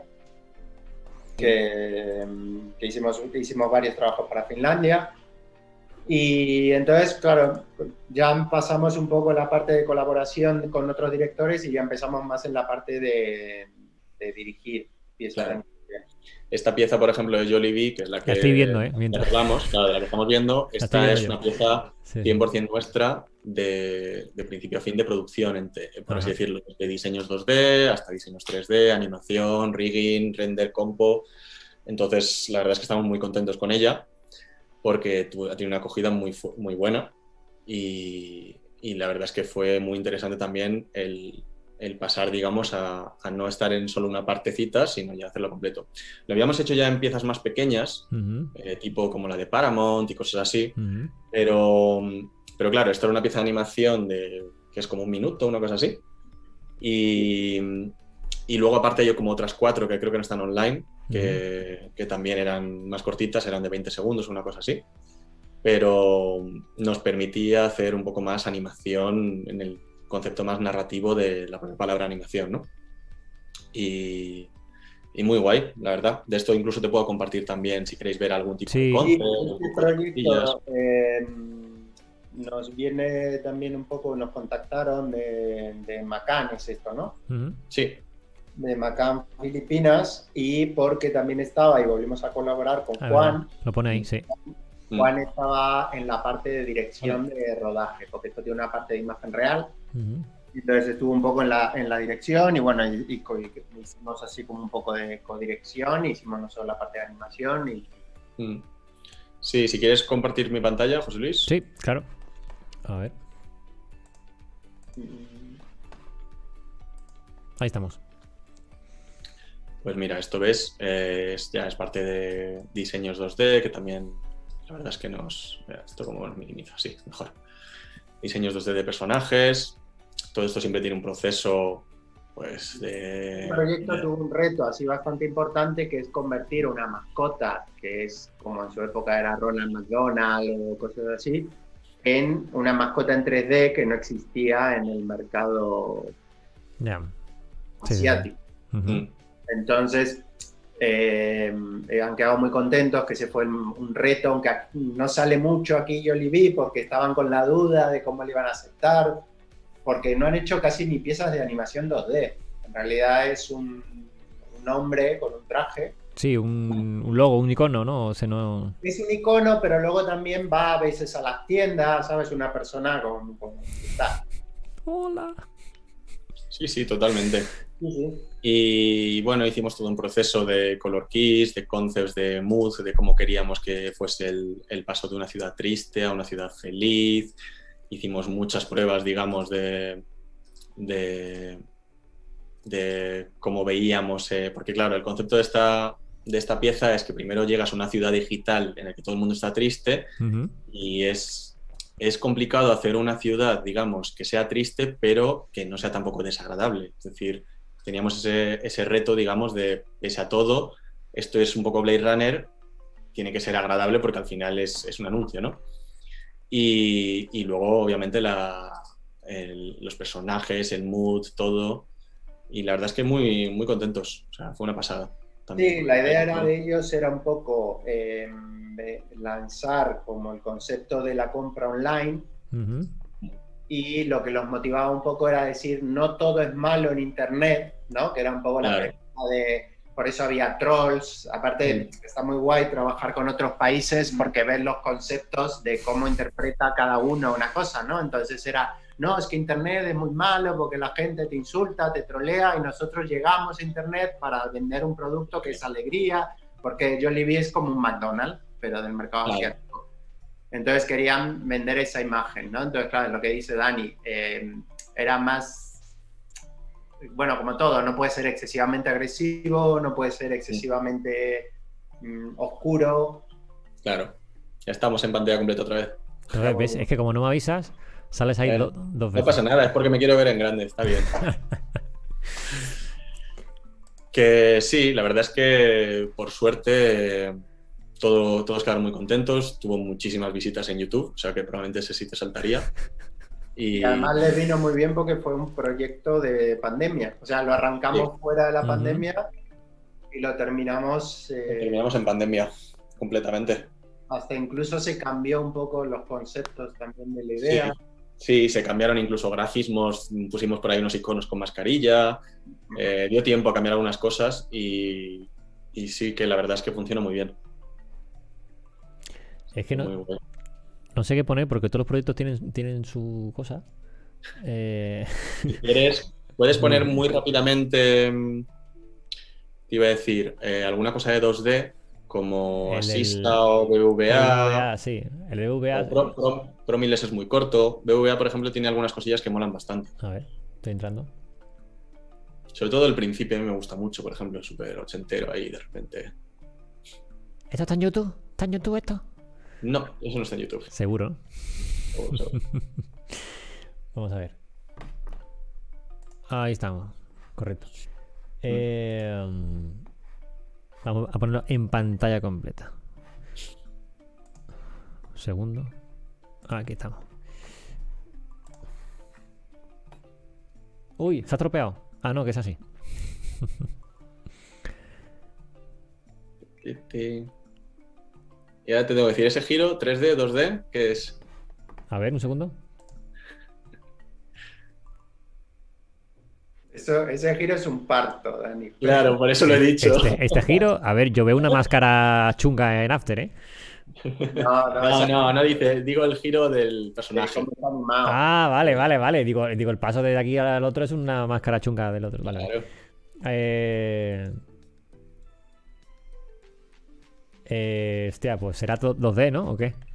que hicimos varios trabajos para Finlandia. Y entonces, claro, ya pasamos un poco la parte de colaboración con otros directores y ya empezamos más en la parte de dirigir piezas. Claro. Esta pieza, por ejemplo, de Jollibee, que es la que la estoy viendo, hablamos, claro, de la que estamos viendo, esta es una pieza 100% sí. nuestra de principio a fin de producción, por así decirlo, de diseños 2D hasta diseños 3D, animación, rigging, render, compo. Entonces, la verdad es que estamos muy contentos con ella porque ha tenido una acogida muy buena y la verdad es que fue muy interesante también el pasar, digamos, a no estar en solo una partecita, sino ya hacerlo completo. Lo habíamos hecho ya en piezas más pequeñas, tipo como la de Paramount y cosas así, pero claro, esto era una pieza de animación que es como 1 minuto, una cosa así. Y luego aparte hay como otras 4 que creo que no están online, que también eran más cortitas, eran de 20 segundos, una cosa así. Pero nos permitía hacer un poco más animación en el concepto más narrativo de la propia palabra animación, ¿no? Y muy guay, la verdad. De esto incluso te puedo compartir también si queréis ver algún tipo de concepto. Este proyecto nos viene también un poco, nos contactaron de Macán, es esto, ¿no? Sí. De Macán, Filipinas, y porque también estaba, y volvimos a colaborar con Juan. Lo pone ahí, sí. Juan estaba en la parte de dirección de rodaje, porque esto tiene una parte de imagen real. Entonces estuvo un poco en la dirección y bueno, y hicimos así como un poco de codirección, hicimos no solo la parte de animación y... Sí, si quieres compartir mi pantalla, José Luis. Sí, claro. A ver. Ahí estamos. Pues mira, esto ves, ya es parte de diseños 2D, que también, la verdad es que esto como nos minimiza, sí, mejor. Diseños 2D de personajes, todo esto siempre tiene un proceso, pues, El proyecto tuvo un reto así bastante importante, que es convertir una mascota, que es como en su época era Ronald McDonald o cosas así, en una mascota en 3D que no existía en el mercado asiático. Sí. Entonces, han quedado muy contentos, que ese fue un reto, aunque no sale mucho aquí Jollibee porque estaban con la duda de cómo le iban a aceptar, porque no han hecho casi ni piezas de animación 2D. En realidad es un hombre con un traje. Sí, un logo, un icono, ¿no? O sea, no... Es un icono, pero luego también va a veces a las tiendas, ¿sabes? Una persona con tal. Hola. Sí, sí, totalmente. Sí, sí. Y bueno, hicimos todo un proceso de color keys, de concepts, de mood, de cómo queríamos que fuese el paso de una ciudad triste a una ciudad feliz. Hicimos muchas pruebas, digamos, de cómo veíamos, porque claro, el concepto de esta pieza es que primero llegas a una ciudad digital en la que todo el mundo está triste y es complicado hacer una ciudad, digamos, que sea triste, pero que no sea tampoco desagradable. Es decir, teníamos ese reto, digamos, de, pese a todo, esto es un poco Blade Runner, tiene que ser agradable porque al final es un anuncio, ¿no? Y luego, obviamente, los personajes, el mood, todo. Y la verdad es que muy, muy contentos. O sea, fue una pasada. También. Sí, la idea de ellos era un poco lanzar como el concepto de la compra online. Y lo que los motivaba un poco era decir, no todo es malo en Internet, ¿no? Que era un poco la premisa de... Por eso había trolls. Aparte, está muy guay trabajar con otros países porque ves los conceptos de cómo interpreta cada uno una cosa, ¿no? Entonces era, no, es que Internet es muy malo porque la gente te insulta, te trolea y nosotros llegamos a Internet para vender un producto que es alegría, porque Jollibee es como un McDonald's, pero del mercado asiático. Entonces querían vender esa imagen, ¿no? Entonces, claro, lo que dice Dani, era más... Bueno, como todo, no puede ser excesivamente agresivo, no puede ser excesivamente oscuro. Claro, ya estamos en pantalla completa otra vez. Entonces, ¿ves? Es que como no me avisas, sales ahí dos veces. No pasa nada, es porque me quiero ver en grande, está bien. Que sí, la verdad es que por suerte todos quedaron muy contentos, tuvo muchísimas visitas en YouTube, o sea que probablemente ese sí te saltaría. Y además les vino muy bien porque fue un proyecto de pandemia. O sea, lo arrancamos fuera de la pandemia y lo terminamos... terminamos en pandemia, completamente. Hasta incluso se cambió un poco los conceptos también de la idea. Sí, se cambiaron incluso grafismos, pusimos por ahí unos iconos con mascarilla, dio tiempo a cambiar algunas cosas y sí que la verdad es que funcionó muy bien. Es que no sé qué poner porque todos los proyectos tienen su cosa. Si quieres, puedes poner muy rápidamente, te iba a decir, alguna cosa de 2D como Asista o BVA. Sí, el BVA. Promiles es muy corto. BVA, por ejemplo, tiene algunas cosillas que molan bastante. A ver, estoy entrando. Sobre todo el principio a mí me gusta mucho, por ejemplo, el súper ochentero ahí de repente. ¿Esto está en YouTube? ¿Está en YouTube esto? No, eso no está en YouTube. Seguro. Vamos a ver. Ahí estamos. Correcto. Vamos a ponerlo en pantalla completa. Un segundo. Aquí estamos. Uy, se ha tropeado. Ah, no, que es así. Y ahora te tengo que decir, ese giro 3D, 2D, ¿qué es? A ver, un segundo. Ese giro es un parto, Dani. Claro, por eso lo he dicho. Este giro, a ver, yo veo una máscara chunga en After, ¿eh? No dice, digo el giro del personaje. Ah, vale. Digo, el paso de aquí al otro es una máscara chunga del otro. Vale. Claro. Hostia, pues será 2D, ¿no? ¿O qué?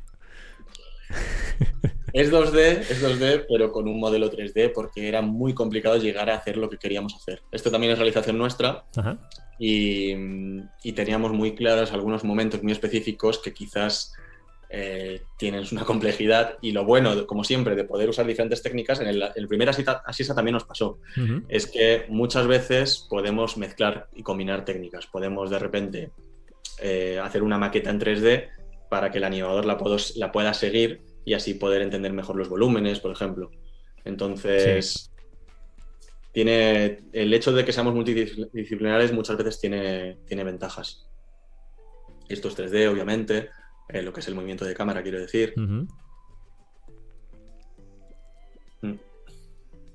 Es 2D, pero con un modelo 3D porque era muy complicado llegar a hacer lo que queríamos hacer. Esto también es realización nuestra. Ajá. Y teníamos muy claros algunos momentos muy específicos que quizás tienen una complejidad y lo bueno, como siempre, de poder usar diferentes técnicas, en el primer Asisa también nos pasó, es que muchas veces podemos mezclar y combinar técnicas. Podemos de repente hacer una maqueta en 3D para que el animador la pueda seguir y así poder entender mejor los volúmenes, por ejemplo. Entonces, tiene el hecho de que seamos multidisciplinares muchas veces tiene ventajas. Esto es 3D, obviamente, lo que es el movimiento de cámara, quiero decir.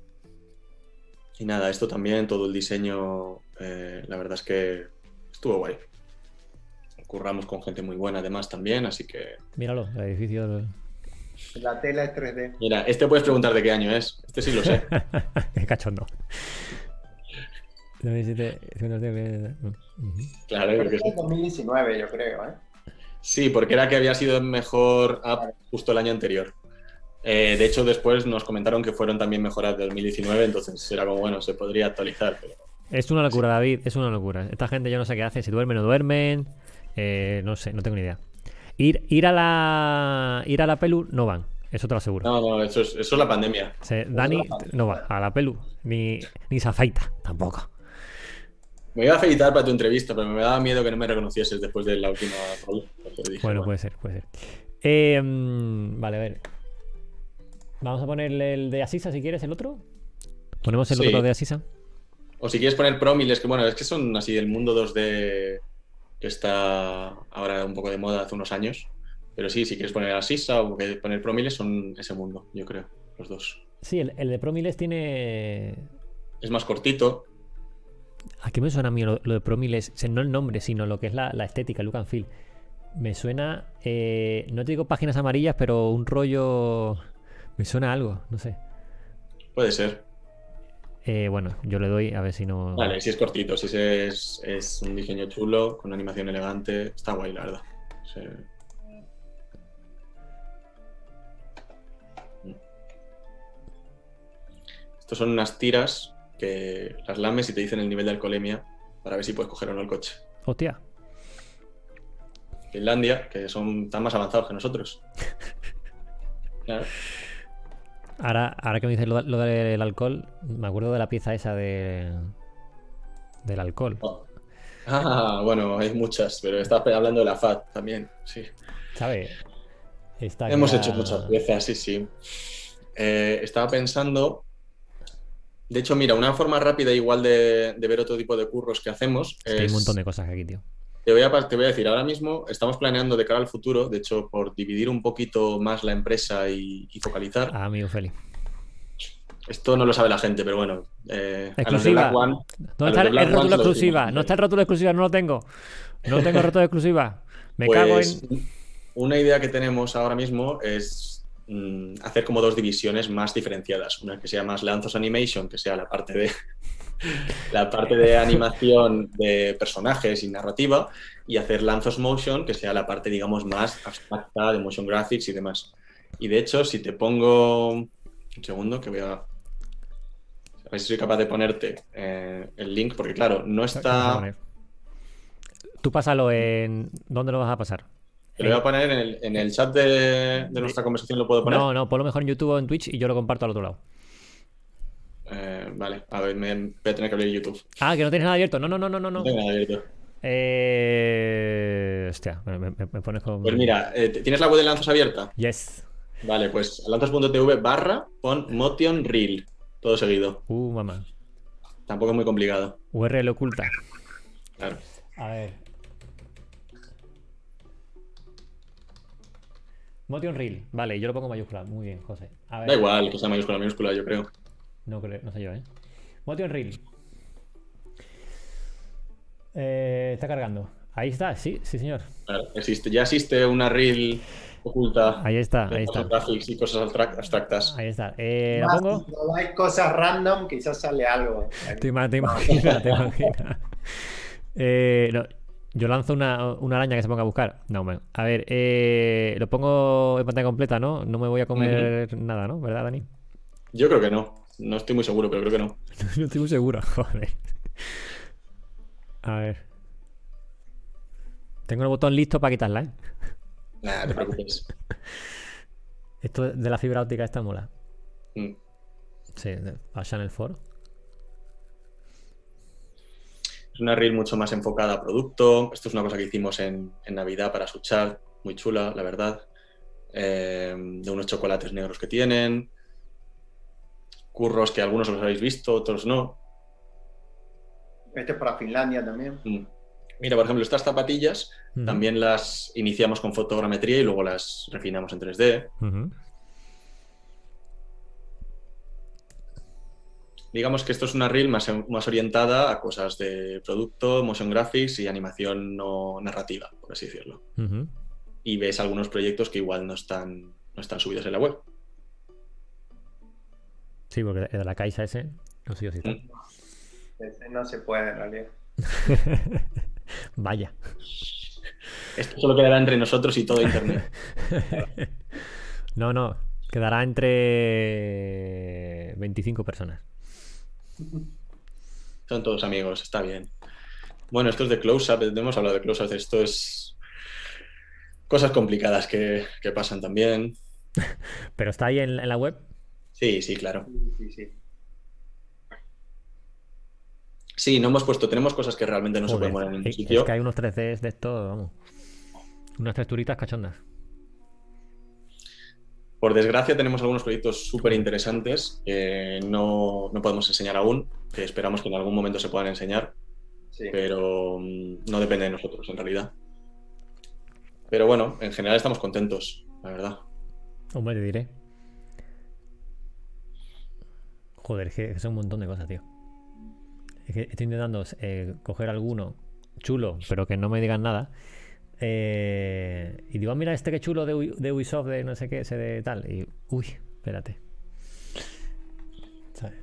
Y nada, esto también, todo el diseño, la verdad es que estuvo guay. Curramos con gente muy buena además también, así que... Míralo, el edificio del... La tela es 3D. Mira, este puedes preguntar de qué año es. Este sí lo sé. Qué cachondo. Claro, yo creo que sí. Es 2019, yo creo, ¿eh? Sí, porque era que había sido mejor app justo el año anterior. De hecho, después nos comentaron que fueron también mejoras de 2019, entonces era como, bueno, se podría actualizar. Pero... Es una locura, David, es una locura. Esta gente yo no sé qué hace, si duermen o no duermen, no sé, no tengo ni idea. Ir a la Pelu no van, eso te lo aseguro. No, eso es la pandemia. O sea, Dani no va a la Pelu, ni se afeita, tampoco. Me iba a felicitar para tu entrevista, pero me daba miedo que no me reconocieses después de la última rol. Bueno, puede ser. Vale, a ver. Vamos a ponerle el de Asisa si quieres, el otro. ¿Ponemos el otro de Asisa? O si quieres poner Promiles, que bueno, es que son así el mundo 2D que está ahora un poco de moda hace unos años. Pero sí, si quieres poner Asisa o poner Promiles, son ese mundo, yo creo, los dos. Sí, el de Promiles tiene... Es más cortito. ¿A qué me suena a mí lo de Promiles? O sea, no el nombre, sino lo que es la estética, el look and feel. Me suena... no te digo páginas amarillas, pero un rollo... Me suena a algo, no sé. Puede ser. Bueno, yo le doy a ver si no... Vale, si es cortito, si es un diseño chulo, con una animación elegante, está guay, la verdad. Sí. Estos son unas tiras que las lames y te dicen el nivel de alcoholemia para ver si puedes coger o no el coche. Hostia. Finlandia, que son tan más avanzados que nosotros. Claro. Ahora que me dices lo del alcohol, me acuerdo de la pieza esa del alcohol. Oh. Bueno, hay muchas, pero estás hablando de la FAT también, sí. ¿Sabes? Hemos hecho muchas piezas, sí. Estaba pensando... De hecho, mira, una forma rápida igual de ver otro tipo de curros que hacemos es que hay un montón de cosas aquí, tío. Te voy a decir, ahora mismo estamos planeando de cara al futuro, de hecho, por dividir un poquito más la empresa y focalizar. Amigo Feli. Esto no lo sabe la gente, pero bueno. Exclusiva. ¿Dónde está el rótulo exclusiva? No está el rótulo exclusiva, no lo tengo. No tengo rótulo exclusiva. Me cago en... Una idea que tenemos ahora mismo es hacer como dos divisiones más diferenciadas. Una que sea más Lanzos Animation, que sea la parte de animación de personajes y narrativa, y hacer Lanzos Motion, que sea la parte, digamos, más abstracta de motion graphics y demás. Y de hecho, si te pongo... Un segundo, que voy a... A ver si soy capaz de ponerte el link, porque claro, no está... Tú pásalo en... ¿Dónde lo vas a pasar? Te lo voy a poner en el chat de nuestra conversación, ¿lo puedo poner? No, ponlo mejor en YouTube o en Twitch y yo lo comparto al otro lado. Vale, a ver, me voy a tener que abrir YouTube. Ah, que no tienes nada abierto. No. No tengo nada abierto. Hostia, me pones con... Pues mira, ¿tienes la web de Lanzos abierta? Yes. Vale, pues lanzos.tv / pon motion reel, todo seguido. Mamá. Tampoco es muy complicado. URL oculta. Claro. A ver. Motion reel. Vale, yo lo pongo en mayúscula. Muy bien, José. A ver. Da igual que sea minúscula, yo creo. No sé yo, Motion reel. Está cargando. Ahí está, sí, señor. Claro, ya existe una reel oculta. Ahí está. Graphics y cosas abstractas. Ahí está. ¿La pongo? Si no hay cosas random, quizás sale algo. Te imaginas. No, yo lanzo una araña que se ponga a buscar. No, bueno. A ver, lo pongo en pantalla completa, ¿no? No me voy a comer nada, ¿no? ¿Verdad, Dani? Yo creo que no. No estoy muy seguro, pero creo que no. No estoy muy seguro, joder. A ver. Tengo el botón listo para quitarla, ¿eh? Nada, no te preocupes. Esto de la fibra óptica está mola. Sí, a Channel 4. Es una reel mucho más enfocada a producto. Esto es una cosa que hicimos en Navidad para su chat. Muy chula, la verdad. De unos chocolates negros que tienen. Curros que algunos los habéis visto, otros no. Este es para Finlandia también. Mira, por ejemplo, estas zapatillas también las iniciamos con fotogrametría y luego las refinamos en 3D. digamos que esto es una reel más orientada a cosas de producto, motion graphics y animación no narrativa, por así decirlo. Ujú. Y ves algunos proyectos que igual no están subidos en la web. Sí, porque de la Caixa ese, no sé yo si está. Ese no se puede en realidad. Vaya. Esto solo quedará entre nosotros y todo Internet. No, quedará entre 25 personas. Son todos amigos, está bien. Bueno, esto es de Close-Up, hemos hablado de Close-Up, esto es cosas complicadas que pasan también. ¿Pero está ahí en la web? Sí, sí, claro. Sí. Sí, no hemos puesto, tenemos cosas que realmente no se Joder, pueden poner en ningún es sitio. que hay unos 3Ds de estos, vamos. Unas texturitas cachondas. Por desgracia tenemos algunos proyectos súper interesantes que no podemos enseñar aún, que esperamos que en algún momento se puedan enseñar, Sí. pero no depende de nosotros en realidad. Pero bueno, en general estamos contentos, la verdad. Hombre, te diré. Joder, es que son un montón de cosas, tío. Es que estoy intentando coger alguno chulo, pero que no me digan nada. Y digo, mira este que chulo de Ubisoft, de no sé qué, ese de tal. Y, uy, espérate. ¿Sabes?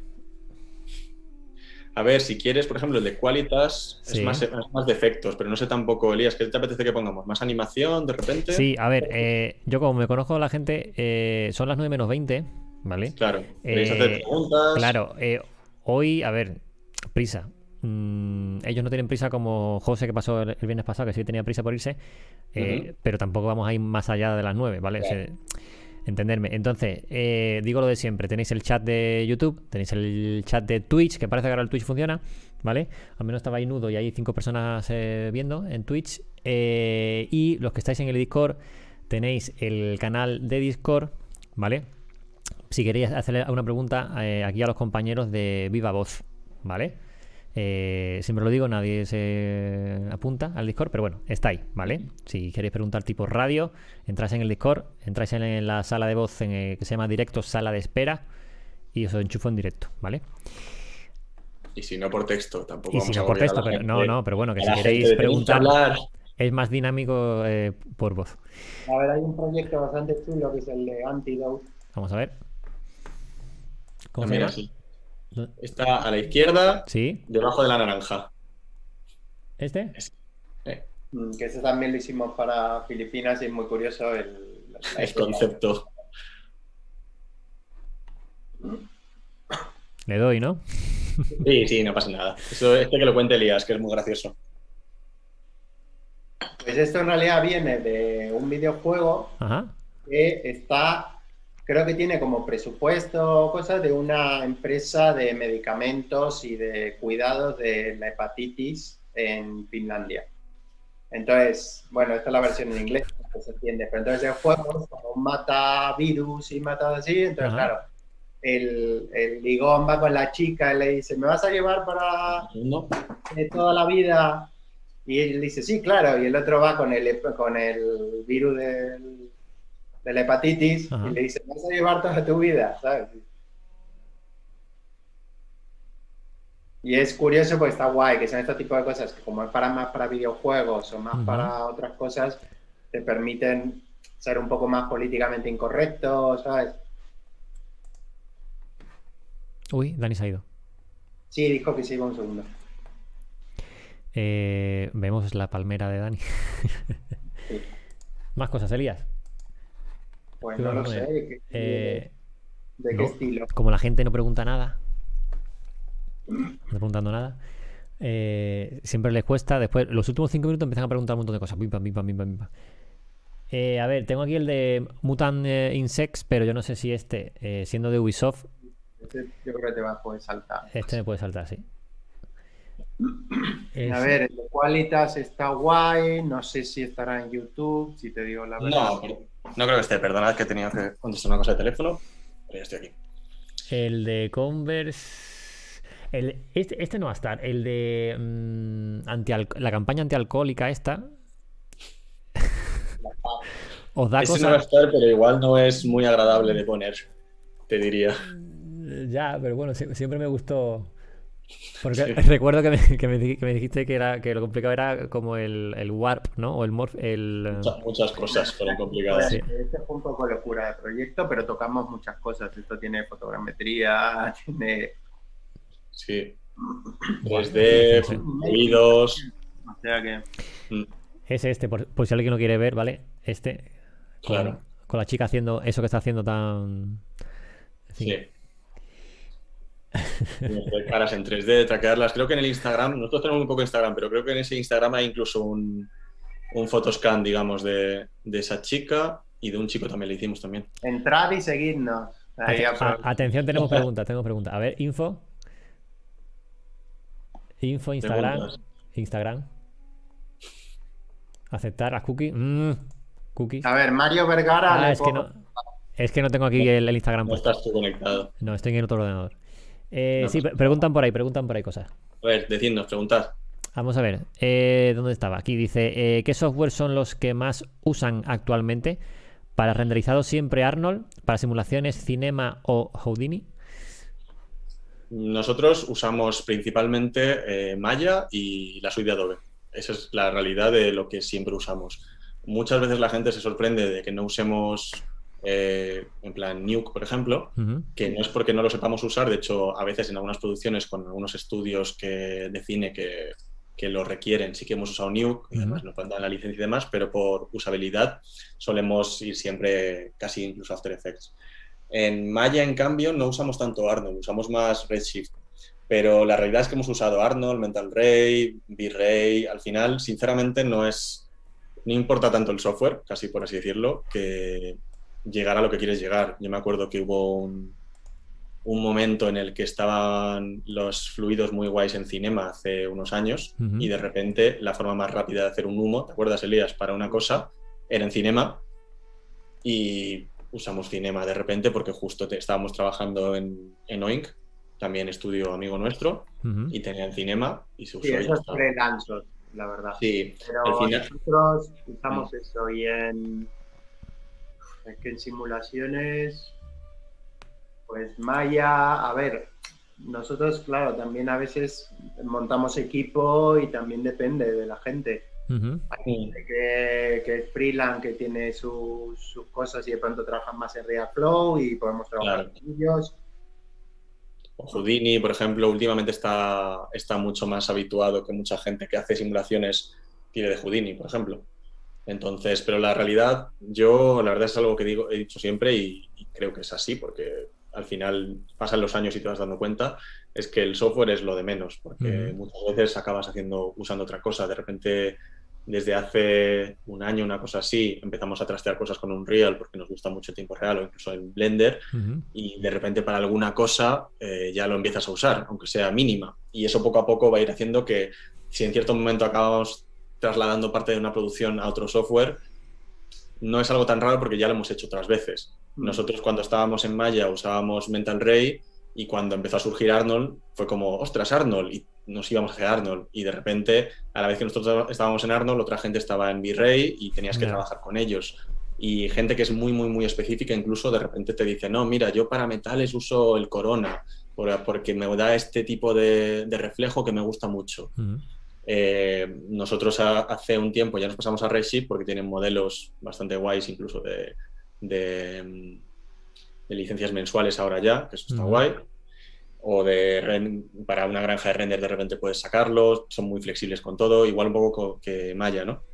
A ver, si quieres, por ejemplo, el de Qualitas Sí. es más de efectos, pero no sé tampoco, Elías, ¿qué te apetece que pongamos? ¿Más animación de repente? Sí, a ver, yo como me conozco a la gente, son las 9 menos 20, ¿vale? Claro, queréis hacer preguntas. Claro, hoy, a ver, prisa. Ellos no tienen prisa como José, que pasó el viernes pasado, que sí tenía prisa por irse, pero tampoco vamos a ir más allá de las 9, ¿vale? Claro. O sea, entenderme. Entonces, digo lo de siempre. Tenéis el chat de YouTube, tenéis el chat de Twitch, que parece que ahora el Twitch funciona, ¿vale? Al menos estaba ahí nudo y hay 5 personas viendo en Twitch. Y los que estáis en el Discord, tenéis el canal de Discord, ¿vale? Si queréis hacerle una pregunta aquí a los compañeros de Viva Voz, ¿vale? Siempre lo digo, nadie se apunta al Discord, pero bueno, está ahí, ¿vale? Si queréis preguntar tipo radio, entráis en el Discord, entráis en la sala de voz que se llama directo sala de espera y os enchufo en directo, ¿vale? Y si no por texto, tampoco Y vamos si a no por agobiar a texto, la pero gente. no, pero bueno, que A si la gente queréis de tenéis que preguntar hablar. es más dinámico por voz. A ver, hay un proyecto bastante chulo que es el de Antidote. Vamos a ver. ¿Cómo Ah, se mira, llama? sí. Está a la izquierda, ¿Sí? debajo de la naranja. ¿Este? Que ese también lo hicimos para Filipinas y es muy curioso el concepto. Le doy, ¿no? Sí, no pasa nada. Eso es que lo cuente Elías, que es muy gracioso. Pues esto en realidad viene de un videojuego Ajá. que está, creo que tiene como presupuesto cosas de una empresa de medicamentos y de cuidados de la hepatitis en Finlandia. Entonces, bueno, esta es la versión en inglés, que se entiende, pero entonces el juego es como mata virus y mata así, entonces Ajá. claro, el ligón va con la chica y le dice, ¿me vas a llevar para No. toda la vida? Y él dice, sí, claro, y el otro va con el virus de la hepatitis. Ajá. Y le dice, ¿me vas a llevar toda tu vida? ¿Sabes? Y es curioso porque está guay, que son este tipo de cosas que como es más para videojuegos o más para otras cosas, te permiten ser un poco más políticamente incorrecto, ¿sabes? Uy, Dani se ha ido. Sí, dijo que sí, un segundo. Vemos la palmera de Dani. Sí. Más cosas, Elías. Pues ¿Qué no vamos lo a sé, poner? ¿de qué ¿No? estilo? Como la gente no pregunta nada, no está preguntando nada, siempre les cuesta. Después, los últimos 5 minutos empiezan a preguntar un montón de cosas. Pim, pam, pim, pam, pim, pam, pim, pam. A ver, tengo aquí el de Mutant Insects, pero yo no sé si siendo de Ubisoft, Yo creo que te va a poder saltar. este me puede saltar, sí. A ver, el de Qualitas está guay, no sé si estará en YouTube, si te digo la verdad. No creo que esté, perdonad que tenía que contestar una cosa de teléfono, pero ya estoy aquí. El de Converse. Este no va a estar. El de la campaña antialcohólica esta. Os da Ese cosa. no va a estar, pero igual no es muy agradable de poner, te diría. Ya, pero bueno, siempre me gustó. Porque recuerdo que me dijiste que lo complicado era como el warp, ¿no? O el morph, Muchas cosas fueron complicadas. Sí. Este fue un poco locura de proyecto, pero tocamos muchas cosas. Esto tiene fotogrametría, tiene... Sí. 3D, fluidos. O sea que... Es este, por si alguien lo quiere ver, ¿vale? Este. Claro. Con la chica haciendo eso que está haciendo tan... En fin. Sí. Hacer caras en 3D, traquearlas. Creo que en el Instagram, nosotros tenemos un poco de Instagram, pero creo que en ese Instagram hay incluso un photoscan, digamos, de esa chica y de un chico también le hicimos también. Entrad y seguidnos. Ahí Atención, tenemos preguntas. A ver, info, Instagram. Preguntas. Instagram. Aceptar las cookies. Cookies. A ver, Mario Vergara. Es que no tengo aquí el Instagram. No estás tú conectado. No, estoy en otro ordenador. No, sí, preguntan por ahí cosas. A ver, decidnos, preguntad. Vamos a ver, ¿dónde estaba? Aquí dice, ¿qué software son los que más usan actualmente? ¿Para renderizado siempre Arnold? ¿Para simulaciones Cinema o Houdini? Nosotros usamos principalmente Maya y la suite de Adobe. Esa es la realidad de lo que siempre usamos. Muchas veces la gente se sorprende de que no usemos, en plan Nuke, por ejemplo, que no es porque no lo sepamos usar. De hecho, a veces en algunas producciones con algunos estudios de cine que lo requieren, sí que hemos usado Nuke, y además nos dan la licencia y demás, pero por usabilidad solemos ir siempre casi incluso After Effects. En Maya, en cambio, no usamos tanto Arnold, usamos más Redshift. Pero la realidad es que hemos usado Arnold, Mental Ray, V-Ray. Al final, sinceramente, no importa tanto el software, casi por así decirlo, que llegar a lo que quieres llegar. Yo me acuerdo que hubo un momento en el que estaban los fluidos muy guays en Cinema hace unos años y de repente la forma más rápida de hacer un humo, ¿te acuerdas, Elías? Para una cosa, era en Cinema y usamos Cinema de repente porque justo estábamos trabajando en Oink, también estudio amigo nuestro, y tenían Cinema y se usó. Sí, eso es freelance, la verdad. Sí, pero al final... nosotros usamos eso y es que en simulaciones, pues Maya, a ver, nosotros, claro, también a veces montamos equipo y también depende de la gente. Hay gente que es freelance, que tiene sus cosas y de pronto trabajan más en Reactflow y podemos trabajar con ellos. O Houdini, por ejemplo, últimamente está mucho más habituado que mucha gente que hace simulaciones tire de Houdini, por ejemplo. Entonces, pero la realidad, la verdad es algo que he dicho siempre y creo que es así, porque al final pasan los años y te vas dando cuenta, es que el software es lo de menos, porque muchas veces acabas usando otra cosa. De repente, desde hace un año, una cosa así, empezamos a trastear cosas con Unreal porque nos gusta mucho el tiempo real o incluso en Blender, y de repente para alguna cosa ya lo empiezas a usar, aunque sea mínima. Y eso poco a poco va a ir haciendo que si en cierto momento acabamos trasladando parte de una producción a otro software, no es algo tan raro porque ya lo hemos hecho otras veces. Nosotros cuando estábamos en Maya usábamos Mental Ray y cuando empezó a surgir Arnold fue como, ostras, Arnold, y nos íbamos hacia Arnold y de repente a la vez que nosotros estábamos en Arnold otra gente estaba en V-Ray y tenías que trabajar con ellos. Y gente que es muy, muy, muy específica incluso de repente te dice, no, mira, yo para metales uso el Corona porque me da este tipo de reflejo que me gusta mucho. Nosotros hace un tiempo ya nos pasamos a Redshift porque tienen modelos bastante guays incluso de licencias mensuales ahora ya, que eso está guay, o para una granja de render de repente puedes sacarlos, son muy flexibles con todo, igual un poco que Maya, ¿no?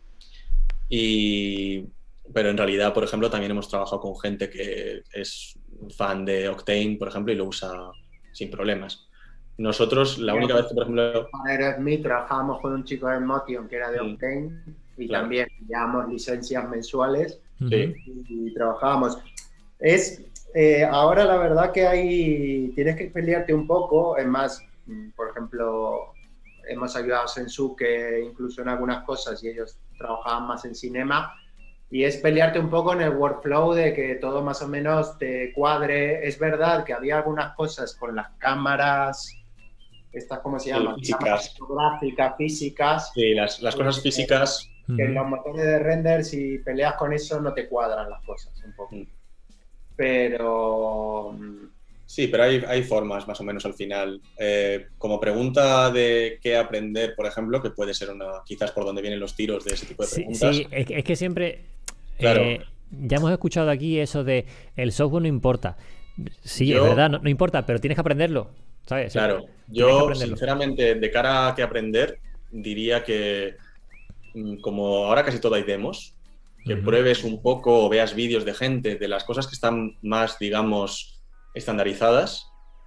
Pero en realidad, por ejemplo, también hemos trabajado con gente que es fan de Octane, por ejemplo, y lo usa sin problemas. Nosotros, la única vez que, por ejemplo... Con Aerosmith trabajábamos con un chico de Motion que era de Octane y también llevamos licencias mensuales y trabajábamos. Ahora la verdad que tienes que pelearte un poco, es más, por ejemplo, hemos ayudado a Sensuke incluso en algunas cosas y ellos trabajaban más en Cinema, y es pelearte un poco en el workflow de que todo más o menos te cuadre. Es verdad que había algunas cosas con las cámaras, estas, ¿cómo se llaman? Físicas. Fotográficas, físicas. Sí, las cosas físicas. Que en los motores de render, si peleas con eso, no te cuadran las cosas un poco. Pero Sí, pero hay formas más o menos al final. Como pregunta de qué aprender, por ejemplo, que puede ser quizás por dónde vienen los tiros de ese tipo de preguntas. Sí, es que siempre... Claro. Ya hemos escuchado aquí eso de el software no importa. Sí, es Yo- verdad, no importa, pero tienes que aprenderlo, ¿sabes? Claro, Tienes que yo aprenderlo. sinceramente, de cara a qué aprender, diría que como ahora casi todo hay demos, que Ujú. pruebes un poco o veas vídeos de gente de las cosas que están más, digamos, estandarizadas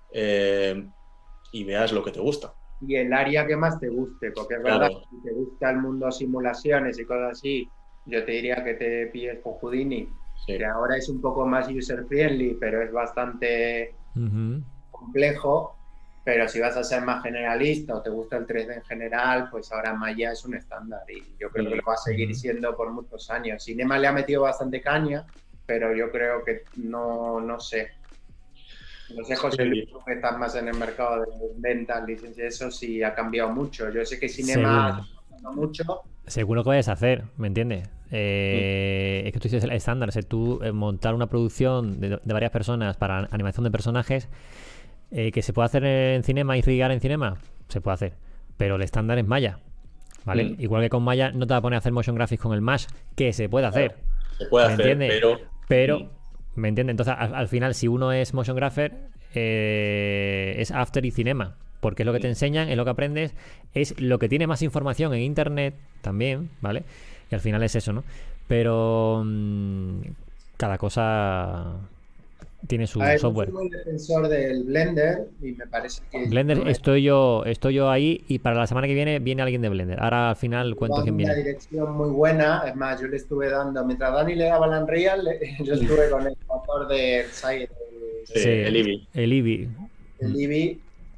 y veas lo que te gusta. Y el área que más te guste, porque es verdad Claro, que si te gusta el mundo simulaciones y cosas así, yo te diría que te pilles con Houdini, que sí. ahora es un poco más user-friendly, pero es bastante Ujú. complejo. Pero si vas a ser más generalista o te gusta el 3D en general, pues ahora Maya es un estándar y yo creo que lo va a seguir Ujú. siendo por muchos años. Cinema le ha metido bastante caña, pero yo creo que no sé. No sé, José Luis, Sí, tú que estás más en el mercado de ventas, licencias, eso sí ha cambiado mucho. Yo sé que Cinema Según, está cambiando mucho. según lo que vayas a hacer, ¿me entiendes? Es que tú dices el estándar, o sea, tú montar una producción de varias personas para animación de personajes que se puede hacer en Cinema y rigar en Cinema, se puede hacer, pero el estándar es Maya, ¿vale? Igual que con Maya no te va a poner a hacer motion graphics con el Mesh, que se puede claro, hacer, se puede ¿me hacer, entiendes? pero Pero, ¿me entiendes? Entonces, al final, si uno es motion grapher, es After y Cinema. Porque es lo que te enseñan, es lo que aprendes, es lo que tiene más información en internet también, ¿vale? Y al final es eso, ¿no? Pero cada cosa tiene A su ver, yo soy software. muy defensor del Blender y me parece que Blender estoy yo ahí y para la semana que viene alguien de Blender. Ahora al final cuento va en quién una viene. dirección muy buena. Es más, yo le estuve dando, mientras Dani le daba la Unreal, yo estuve con el motor del site sí, el Sí, IBI. el Eevee. del Eevee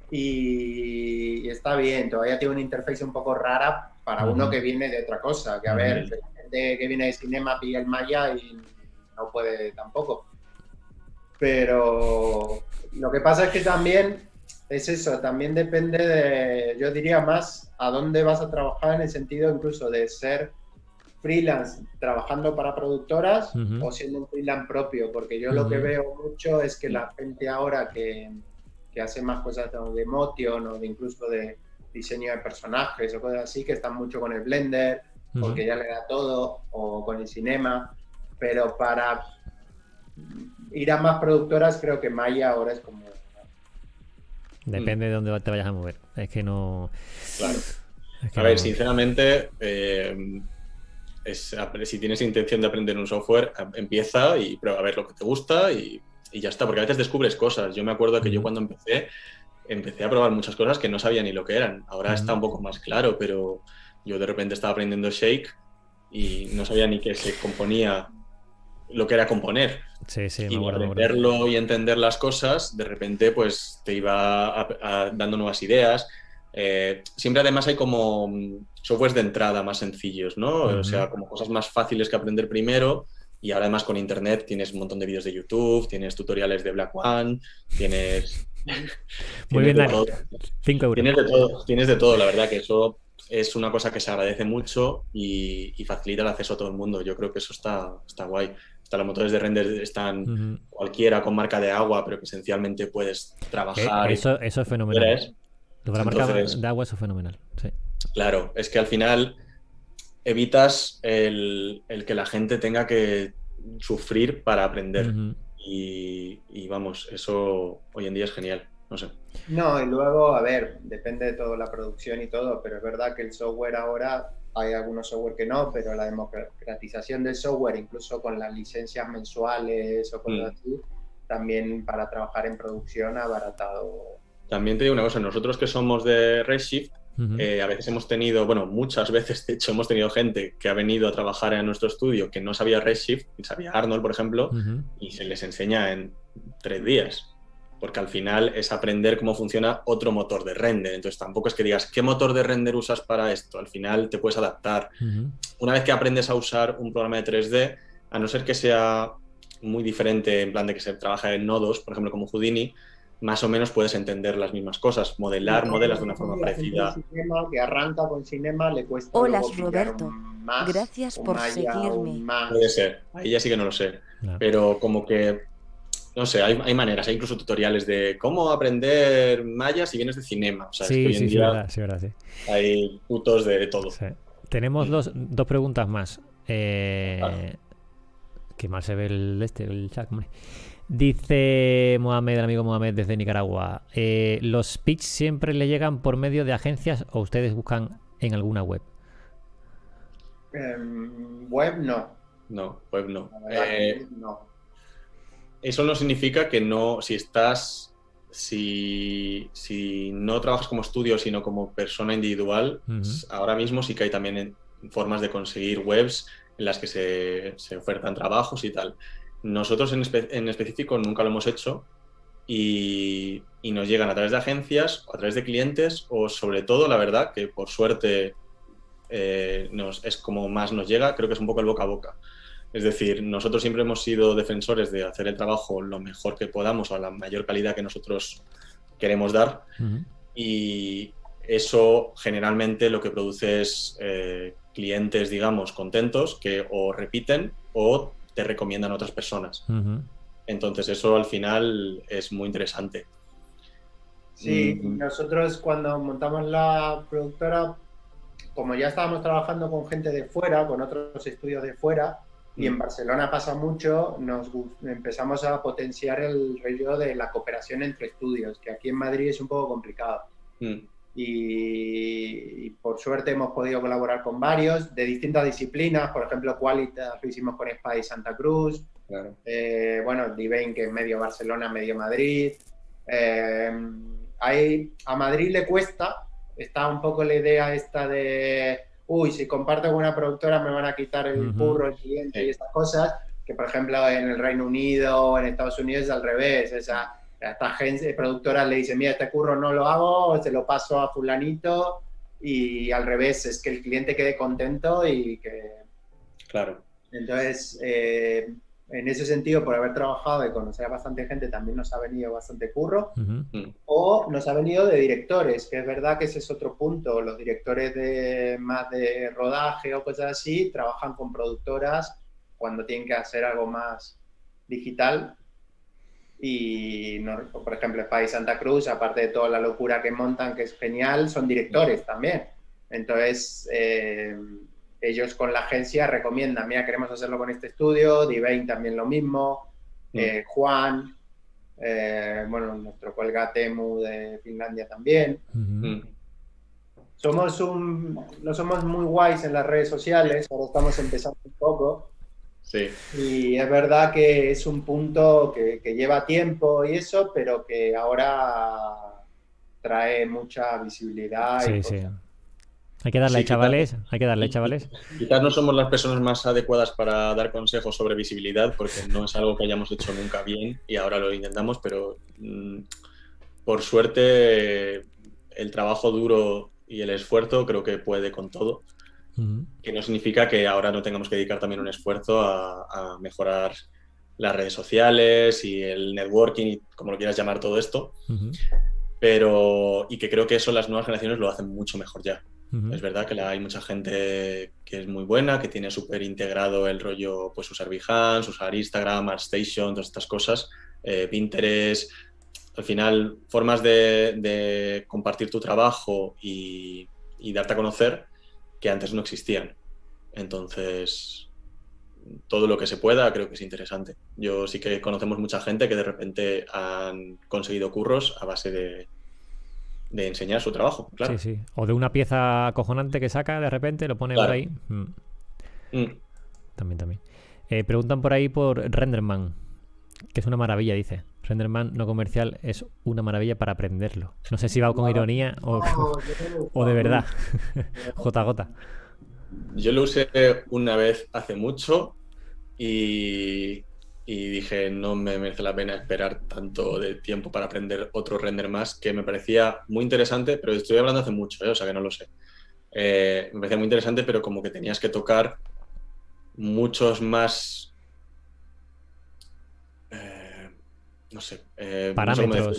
y está bien. Todavía tiene una interfaz un poco rara para uno que viene de otra cosa. Que a ver, que la gente que viene de Cinema pilla el Maya y no puede tampoco. Pero lo que pasa es que también es eso, también depende de, yo diría más a dónde vas a trabajar en el sentido incluso de ser freelance trabajando para productoras o siendo un freelance propio, porque yo lo que veo mucho es que la gente ahora que hace más cosas de motion o de incluso de diseño de personajes o cosas así, que están mucho con el Blender, porque ya le da todo, o con el Cinema, pero para ir a más productoras, creo que Maya ahora es como... Depende de dónde te vayas a mover. Es que no. Claro. Es que A ver, no. sinceramente, si tienes intención de aprender un software, empieza y prueba a ver lo que te gusta y ya está, porque a veces descubres cosas. Yo me acuerdo que yo cuando empecé a probar muchas cosas que no sabía ni lo que eran. Ahora está un poco más claro, pero yo de repente estaba aprendiendo Shake y no sabía ni que se componía lo que era componer. Sí, me Y de acuerdo. aprenderlo y entender las cosas, de repente pues te iba dando nuevas ideas. Siempre además hay como softwares de entrada más sencillos, ¿no? O sea, como cosas más fáciles que aprender primero. Y ahora además con internet tienes un montón de vídeos de YouTube, tienes tutoriales de Black One, tienes... Muy tienes bien, de Dani. todo. 5 euros. Tienes de todo, la verdad que eso es una cosa que se agradece mucho y facilita el acceso a todo el mundo. Yo creo que eso está guay. Hasta los motores de render están cualquiera con marca de agua, pero que esencialmente puedes trabajar. Eso es fenomenal. Lo de la marca Entonces, de agua, eso es fenomenal. Sí. claro, es que al final evitas el que la gente tenga que sufrir para aprender. Y vamos, eso hoy en día es genial. No sé. No, y luego, a ver, depende de toda la producción y todo, pero es verdad que el software ahora, hay algunos software que no, pero la democratización del software, incluso con las licencias mensuales o cosas así, también para trabajar en producción ha abaratado. También te digo una cosa, nosotros que somos de Redshift, a veces hemos tenido, bueno, muchas veces de hecho hemos tenido gente que ha venido a trabajar en nuestro estudio que no sabía Redshift, sabía Arnold, por ejemplo, y se les enseña en 3 días. Porque al final es aprender cómo funciona otro motor de render. Entonces tampoco es que digas, ¿qué motor de render usas para esto? Al final te puedes adaptar. Una vez que aprendes a usar un programa de 3D, a no ser que sea muy diferente, en plan de que se trabaja en nodos, por ejemplo, como Houdini, más o menos puedes entender las mismas cosas, modelas de una forma parecida. Cinema, que arranca con Cinema le cuesta. Hola, Roberto. Gracias por seguirme. Puede ser, ahí ya sí que no lo sé. Pero como que no sé, hay maneras, hay incluso tutoriales de cómo aprender Maya si vienes de cinema. O sea, es que Sí, hoy sí, en sí, día verdad, sí, verdad, sí. hay tutos de todo. Sí. Tenemos dos preguntas más. Claro. Que mal se ve el chat, hombre. Dice Mohamed, el amigo Mohamed desde Nicaragua. ¿Los pitch siempre le llegan por medio de agencias o ustedes buscan en alguna web? Web no. No, pues no. La verdad que no. Eso no significa que no, si no trabajas como estudio, sino como persona individual, ahora mismo sí que hay también formas de conseguir webs en las que se ofertan trabajos y tal. Nosotros en específico nunca lo hemos hecho y nos llegan a través de agencias o a través de clientes o sobre todo, la verdad, que por suerte es como más nos llega, creo que es un poco el boca a boca. Es decir, nosotros siempre hemos sido defensores de hacer el trabajo lo mejor que podamos o a la mayor calidad que nosotros queremos dar y eso generalmente lo que produce es clientes, digamos, contentos que o repiten o te recomiendan a otras personas. Entonces eso al final es muy interesante. Sí, nosotros cuando montamos la productora, como ya estábamos trabajando con gente de fuera, con otros estudios de fuera, y en Barcelona pasa mucho, empezamos a potenciar el rollo de la cooperación entre estudios, que aquí en Madrid es un poco complicado. Y por suerte hemos podido colaborar con varios de distintas disciplinas, por ejemplo, Qualitas lo hicimos con Spy Santa Cruz, claro. Bueno, Divane, que es medio Barcelona, medio Madrid. A Madrid le cuesta, está un poco la idea esta de uy, si comparto con una productora me van a quitar el curro, el cliente y estas cosas, que por ejemplo en el Reino Unido o en Estados Unidos es al revés, a esta agencia, productora le dice, mira, este curro no lo hago, se lo paso a fulanito, y al revés, es que el cliente quede contento y que... Claro. Entonces, en ese sentido, por haber trabajado y conocer a bastante gente, también nos ha venido bastante curro. O nos ha venido de directores, que es verdad que ese es otro punto. Los directores más de rodaje o cosas así trabajan con productoras cuando tienen que hacer algo más digital. Y, por ejemplo, Spy Santa Cruz, aparte de toda la locura que montan, que es genial, son directores también. Entonces... ellos con la agencia recomiendan, mira, queremos hacerlo con este estudio, Divane también lo mismo, Juan, bueno, nuestro colega Temu de Finlandia también. No somos muy guays en las redes sociales, ahora estamos empezando un poco. Sí. Y es verdad que es un punto que lleva tiempo y eso, pero que ahora trae mucha visibilidad. Sí, y sí. Hay que darle, chavales, hay que darle, chavales. Quizás no somos las personas más adecuadas para dar consejos sobre visibilidad, porque no es algo que hayamos hecho nunca bien y ahora lo intentamos, pero por suerte el trabajo duro y el esfuerzo creo que puede con todo, que no significa que ahora no tengamos que dedicar también un esfuerzo a mejorar las redes sociales y el networking y como lo quieras llamar todo esto, pero y que creo que eso las nuevas generaciones lo hacen mucho mejor ya. Es verdad que hay mucha gente que es muy buena, que tiene súper integrado el rollo, pues usar Behance, usar Instagram, ArtStation, todas estas cosas, Pinterest, al final formas de compartir tu trabajo y darte a conocer que antes no existían. Entonces, todo lo que se pueda creo que es interesante. Yo sí que conocemos mucha gente que de repente han conseguido curros a base de enseñar su trabajo, claro. Sí, sí. O de una pieza acojonante que saca de repente, lo pone por ahí. También. Preguntan por ahí por Renderman, que es una maravilla, dice. Renderman no comercial es una maravilla para aprenderlo. No sé si va con ironía o de verdad. JJ. Yo lo usé una vez hace mucho y dije, no me merece la pena esperar tanto de tiempo para aprender otro render más, que me parecía muy interesante, pero estoy hablando hace mucho, o sea que no lo sé. Me parecía muy interesante, pero como que tenías que tocar muchos más... no sé. parámetros.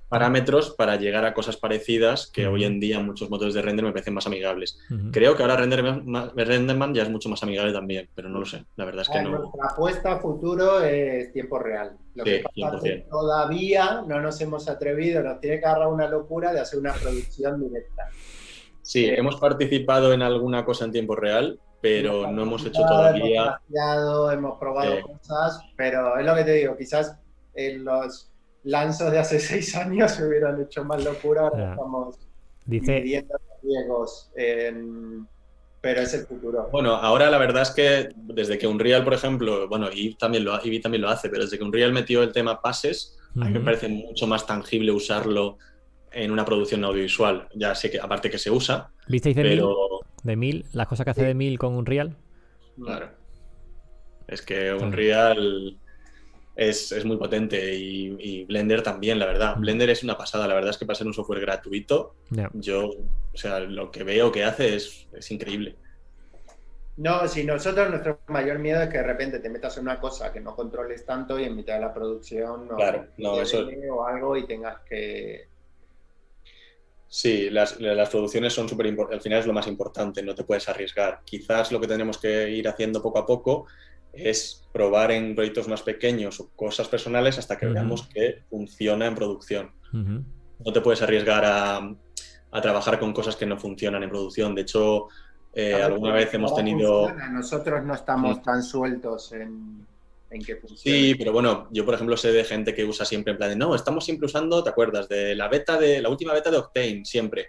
parámetros para llegar a cosas parecidas que hoy en día muchos motores de render me parecen más amigables. Ujú. Creo que ahora Renderman ya es mucho más amigable también, pero no lo sé. La verdad es que no. Nuestra apuesta a futuro es tiempo real. Lo Sí, que pasa es que 100%. todavía no nos hemos atrevido, nos tiene que agarrar una locura de hacer una producción directa. Sí, hemos participado en alguna cosa en tiempo real, pero no hemos hecho Hemos todavía. trasteado, hemos probado cosas, pero es lo que te digo, quizás en los lanzos de hace 6 años se hubieran hecho más locura, ahora Ya. estamos Dice, midiendo los riesgos, pero es el futuro. Bueno, ahora la verdad es que desde que Unreal, por ejemplo, bueno, Eve también lo hace, pero desde que Unreal metió el tema pases, a mí me parece mucho más tangible usarlo en una producción audiovisual. Ya sé que aparte que se usa, ¿visteis de pero 1000? Las cosas que hace Sí. de 1000 con Unreal. claro, es que Unreal es muy potente y Blender también, la verdad. Blender es una pasada, la verdad es que para ser un software gratuito, Ya. o sea, lo que veo que hace es increíble. No, si nosotros nuestro mayor miedo es que de repente te metas en una cosa que no controles tanto y en mitad de la producción Claro, no, eso o algo y tengas que... Sí, las producciones son súper importantes, al final es lo más importante, no te puedes arriesgar. Quizás lo que tenemos que ir haciendo poco a poco es probar en proyectos más pequeños o cosas personales hasta que veamos que funciona en producción. No te puedes arriesgar a trabajar con cosas que no funcionan en producción. De hecho, alguna vez hemos tenido... Nosotros no estamos tan sueltos en que funcione. Sí, pero bueno, yo por ejemplo sé de gente que usa siempre en plan de no, estamos siempre usando, ¿te acuerdas? De la última beta de Octane, siempre.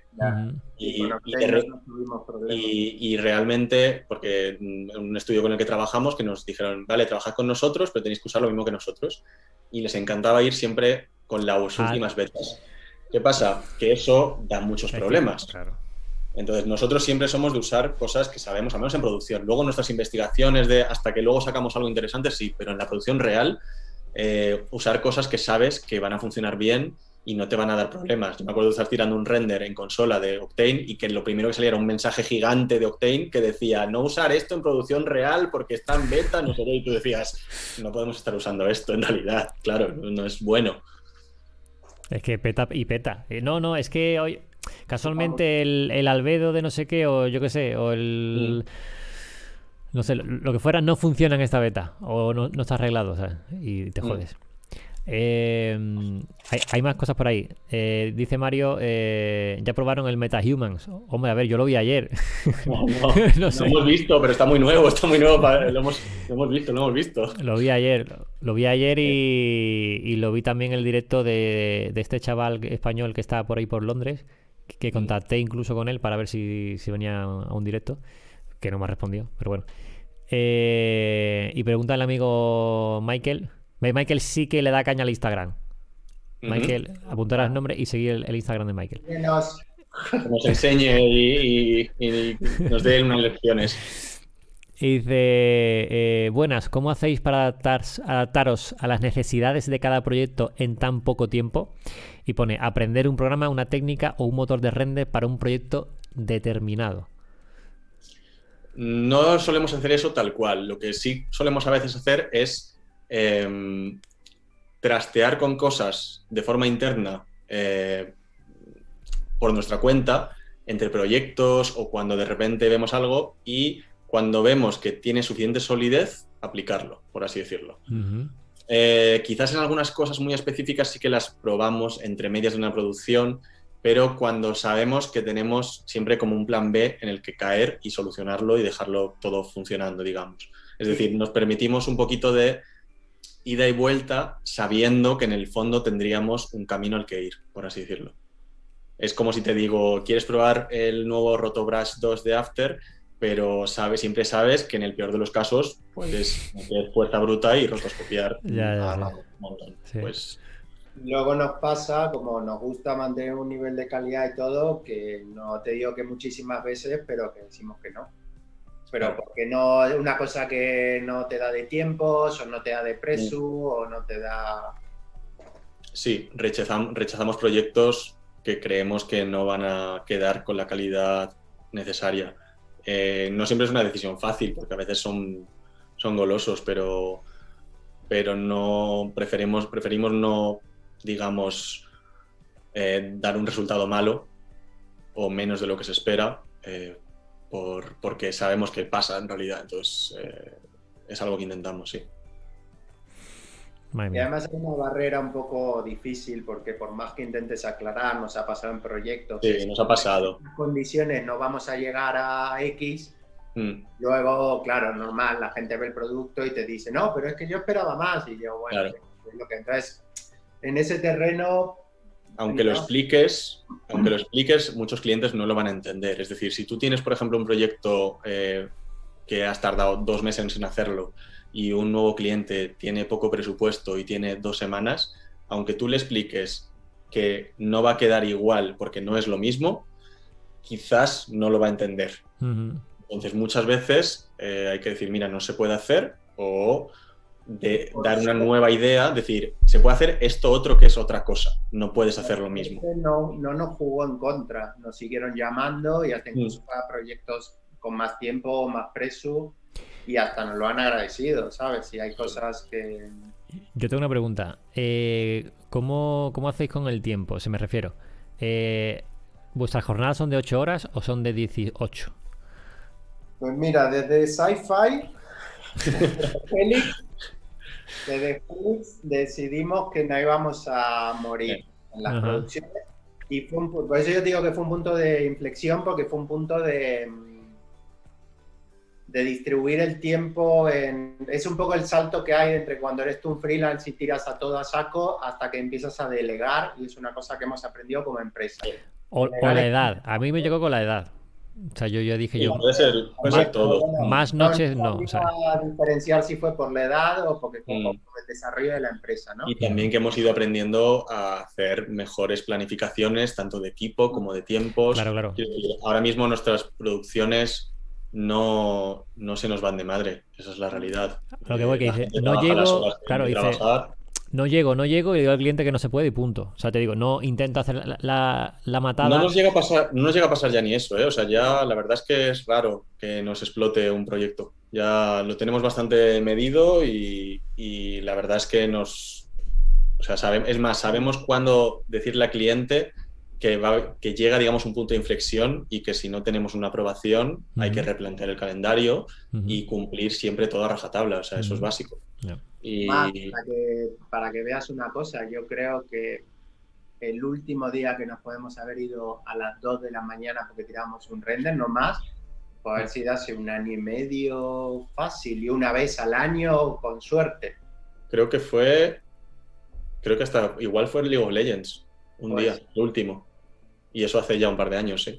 Y realmente, porque en un estudio con el que trabajamos, que nos dijeron, vale, trabajad con nosotros, pero tenéis que usar lo mismo que nosotros. Y les encantaba ir siempre con las últimas betas. ¿Qué pasa? Que eso da muchos problemas. Claro. Entonces, nosotros siempre somos de usar cosas que sabemos, al menos en producción. Luego nuestras investigaciones hasta que luego sacamos algo interesante, sí, pero en la producción real, usar cosas que sabes que van a funcionar bien y no te van a dar problemas. Yo me acuerdo de estar tirando un render en consola de Octane y que lo primero que salía era un mensaje gigante de Octane que decía no usar esto en producción real porque está en beta, no sé qué, y tú decías, no podemos estar usando esto en realidad. Claro, no es bueno. Es que peta y peta. No, es que hoy... Casualmente el albedo de no sé qué, o yo qué sé, o el... No sé, lo que fuera no funciona en esta beta, o no está arreglado, ¿sabes? Y te jodes. Hay más cosas por ahí. Dice Mario, ya probaron el MetaHumans. Hombre, a ver, yo lo vi ayer. No sé. Lo hemos visto, pero está muy nuevo, lo hemos visto. Lo vi ayer y lo vi también en el directo de este chaval español que está por ahí por Londres, que contacté incluso con él para ver si venía a un directo, que no me ha respondido, pero bueno. Y pregunta al amigo Michael. Michael sí que le da caña al Instagram. Michael, apuntar el nombre y seguir el Instagram de Michael. Que nos enseñe y nos dé unas lecciones. Y dice, buenas, ¿cómo hacéis para adaptaros a las necesidades de cada proyecto en tan poco tiempo? Y pone, aprender un programa, una técnica o un motor de render para un proyecto determinado. No solemos hacer eso tal cual. Lo que sí solemos a veces hacer es trastear con cosas de forma interna por nuestra cuenta entre proyectos o cuando de repente vemos algo y cuando vemos que tiene suficiente solidez, aplicarlo, por así decirlo. Quizás en algunas cosas muy específicas sí que las probamos entre medias de una producción, pero cuando sabemos que tenemos siempre como un plan B en el que caer y solucionarlo y dejarlo todo funcionando, digamos. Es decir, nos permitimos un poquito de ida y vuelta sabiendo que en el fondo tendríamos un camino al que ir, por así decirlo. Es como si te digo, ¿quieres probar el nuevo Rotobrush 2 de After? Pero siempre sabes que en el peor de los casos puedes meter fuerza bruta y rotoscopiar un montón. Sí. Pues... Luego nos pasa, como nos gusta mantener un nivel de calidad y todo, que no te digo que muchísimas veces, pero que decimos que no. Pero porque no es una cosa que no te da de tiempos, o no te da de presu, o no te da... Sí, rechazamos proyectos que creemos que no van a quedar con la calidad necesaria. No siempre es una decisión fácil, porque a veces son golosos, pero no preferimos no, digamos, dar un resultado malo o menos de lo que se espera, porque sabemos que pasa en realidad. Entonces, es algo que intentamos, sí. Madre Y mía. además es una barrera un poco difícil porque por más que intentes aclarar, nos ha pasado en proyectos. Sí, nos ha pasado. En estas condiciones no vamos a llegar a X. Mm, Luego, claro, normal, la gente ve el producto y te dice, no, pero es que yo esperaba más. Y yo, bueno, Claro. es lo que entonces, en ese terreno... Aunque lo ¿no? expliques, muchos clientes no lo van a entender. Es decir, si tú tienes, por ejemplo, un proyecto que has tardado 2 meses en hacerlo y un nuevo cliente tiene poco presupuesto y tiene 2 semanas, aunque tú le expliques que no va a quedar igual porque no es lo mismo, quizás no lo va a entender. Ujú. Entonces, muchas veces hay que decir, mira, no se puede hacer, o dar una nueva idea, decir, se puede hacer esto otro que es otra cosa, no puedes hacer lo mismo. No nos jugó en contra, nos siguieron llamando y hasta incluso para proyectos con más tiempo, más preso, y hasta nos lo han agradecido, ¿sabes? Si hay cosas que... Yo tengo una pregunta. ¿Cómo hacéis con el tiempo? Se me refiero. ¿Vuestras jornadas son de 8 horas o son de 18? Pues mira, desde Sci-Fi, desde Felix decidimos que no íbamos a morir en las producciones. Y fue por eso yo digo que fue un punto de inflexión, porque fue un punto de distribuir el tiempo. Es un poco el salto que hay entre cuando eres tú un freelance y tiras a todo a saco hasta que empiezas a delegar, y es una cosa que hemos aprendido como empresa. O la edad. A mí me llegó con la edad. O sea, yo dije yo. Puede ser todo. Más noches no. O sea, a diferenciar si fue por la edad o porque por el desarrollo de la empresa, ¿no? Y también que hemos ido aprendiendo a hacer mejores planificaciones, tanto de equipo como de tiempos. Claro. Ahora mismo nuestras producciones no se nos van de madre. Esa es la realidad. Lo que voy que dice, no llego, claro, dice, no llego y digo al cliente que no se puede y punto. O sea, te digo, no intento hacer la matada. No nos llega a pasar ya ni eso, ¿eh? O sea, ya la verdad es que es raro que nos explote un proyecto. Ya lo tenemos bastante medido y la verdad es que es más, sabemos cuándo decirle al cliente que llega, digamos, un punto de inflexión y que si no tenemos una aprobación hay que replantear el calendario y cumplir siempre toda rajatabla. O sea, eso es básico. Y... para que veas una cosa, yo creo que el último día que nos podemos haber ido a las 2 de la mañana porque tiramos un render, no más, puede haber sido hace 1 año y medio fácil, y una vez al año con suerte. Creo que hasta igual fue el League of Legends, día, el último. Y eso hace ya un par de años, sí.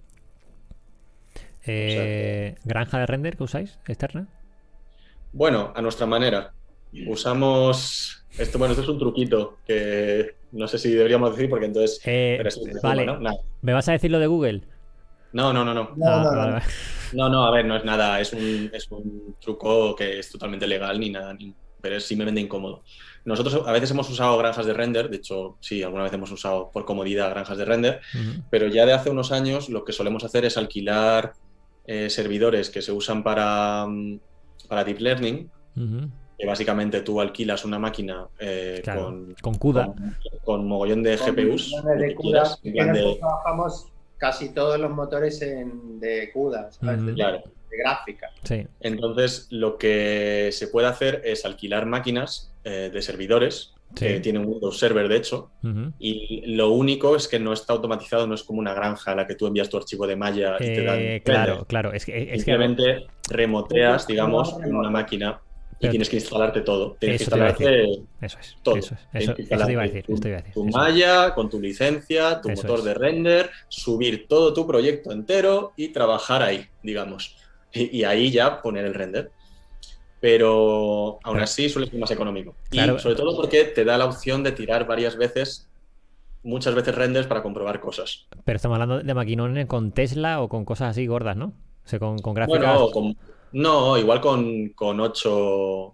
¿Granja de render que usáis? ¿Externa? Bueno, a nuestra manera. Usamos... esto es un truquito que no sé si deberíamos decir porque entonces... vale. ¿Me vas a decir lo de Google? No. Vale. No, a ver, no es nada. Es un truco que es totalmente legal ni nada, pero es simplemente incómodo. Nosotros a veces hemos usado granjas de render, de hecho, sí, alguna vez hemos usado por comodidad granjas de render, pero ya de hace unos años lo que solemos hacer es alquilar servidores que se usan para Deep Learning, que básicamente tú alquilas una máquina con CUDA. con mogollón de GPUs. De CUDA, trabajamos casi todos los motores de CUDA, ¿sabes? Claro. De gráfica. Sí. Entonces, lo que se puede hacer es alquilar máquinas de servidores, que tienen un Windows Server, de hecho, y lo único es que no está automatizado, no es como una granja a la que tú envías tu archivo de malla y te dan... Claro. Simplemente remoteas, digamos, una máquina y tienes que instalarte todo. Tienes que instalarte todo. Eso te iba a decir. Tu malla, con tu licencia, tu motor de render, subir todo tu proyecto entero y trabajar ahí, digamos. Y ahí ya poner el render. Pero aún así suele ser más económico. Claro. Y sobre todo porque te da la opción de tirar muchas veces renders para comprobar cosas. Pero estamos hablando de maquinones con Tesla o con cosas así gordas, ¿no? O sea, con gráficas... No, igual con 8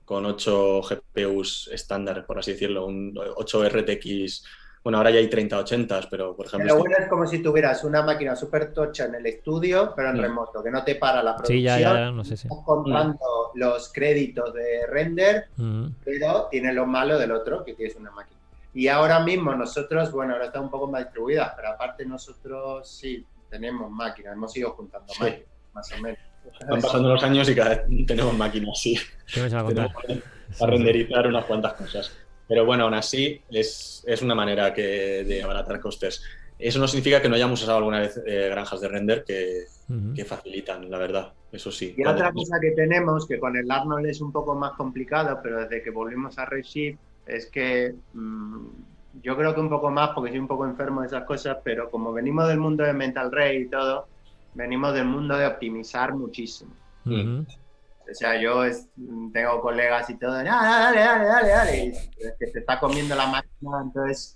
GPUs estándar, por así decirlo, un 8 RTX. Bueno, ahora ya hay 3080, pero por ejemplo... Lo bueno es como si tuvieras una máquina súper tocha en el estudio, pero en remoto, que no te para la producción. Sí, ya, no sé si. Estás contando los créditos de render, pero tiene lo malo del otro, que tienes una máquina. Y ahora mismo nosotros, bueno, ahora está un poco más distribuida, pero aparte nosotros sí tenemos máquinas, hemos ido juntando máquinas, más o menos. Van pasando los años y cada vez tenemos máquinas, sí. ¿Qué me se va a contar? Para renderizar unas cuantas cosas. Pero bueno, aún así es una manera de abaratar costes. Eso no significa que no hayamos usado alguna vez granjas de render que facilitan, la verdad. Eso sí. Y otra cosa que tenemos, que con el Arnold es un poco más complicado, pero desde que volvimos a Redshift, es que yo creo que un poco más, porque soy un poco enfermo de esas cosas, pero como venimos del mundo de Mental Ray y todo, venimos del mundo de optimizar muchísimo. O sea, yo tengo colegas y todo, dale. Y es que se está comiendo la máquina, entonces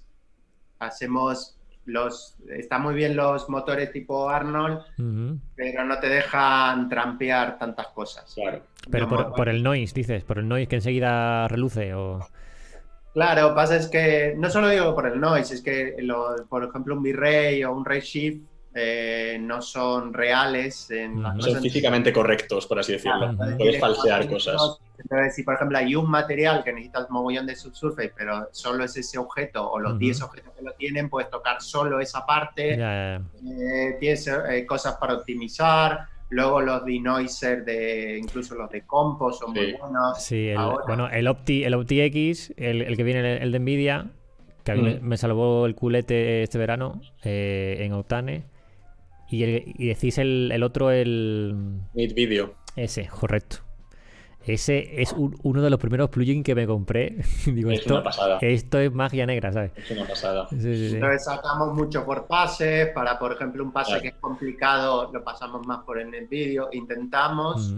está muy bien los motores tipo Arnold, pero no te dejan trampear tantas cosas. Claro. Pero por el noise, dices, por el noise que enseguida reluce o... Claro, pasa es que no solo digo por el noise, es que por ejemplo un V-Ray o un Redshift no son reales. No son físicamente correctos, por así decirlo. Puedes falsear cosas. Entonces, si por ejemplo hay un material que necesitas mogollón de subsurface, pero solo es ese objeto o los 10 objetos que lo tienen, puedes tocar solo esa parte. Tienes cosas para optimizar. Luego los denoiser incluso los de Compo son muy buenos. Sí, el OptiX, el que viene, el de Nvidia, que a mí me salvó el culete este verano en Octane. Y decís el otro, el... Meet Video. Ese, correcto. Ese es uno de los primeros plugins que me compré. Digo, es una pasada. Esto es magia negra, ¿sabes? Es una pasada. Sí. Entonces sacamos mucho por pases. Para, por ejemplo, un pase que es complicado, lo pasamos más por en el vídeo. Intentamos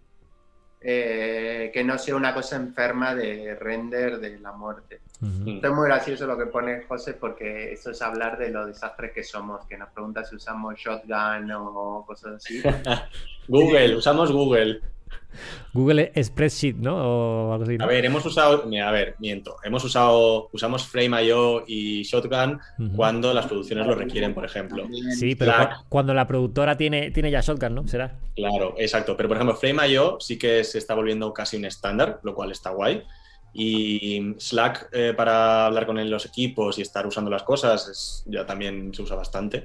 que no sea una cosa enferma de render de la muerte. Esto es muy gracioso lo que pone José, porque eso es hablar de los desastres que somos, que nos pregunta si usamos Shotgun o cosas así. Google, usamos Google. Google Spreadsheet, ¿no? O algo así, ¿no? A ver, miento. Usamos Frame.io y Shotgun cuando las producciones lo requieren, por ejemplo. Sí, pero cuando la productora tiene ya Shotgun, ¿no? ¿Será? Claro, exacto. Pero, por ejemplo, Frame.io sí que se está volviendo casi un estándar, lo cual está guay. Y Slack para hablar con los equipos y estar usando las cosas ya también se usa bastante.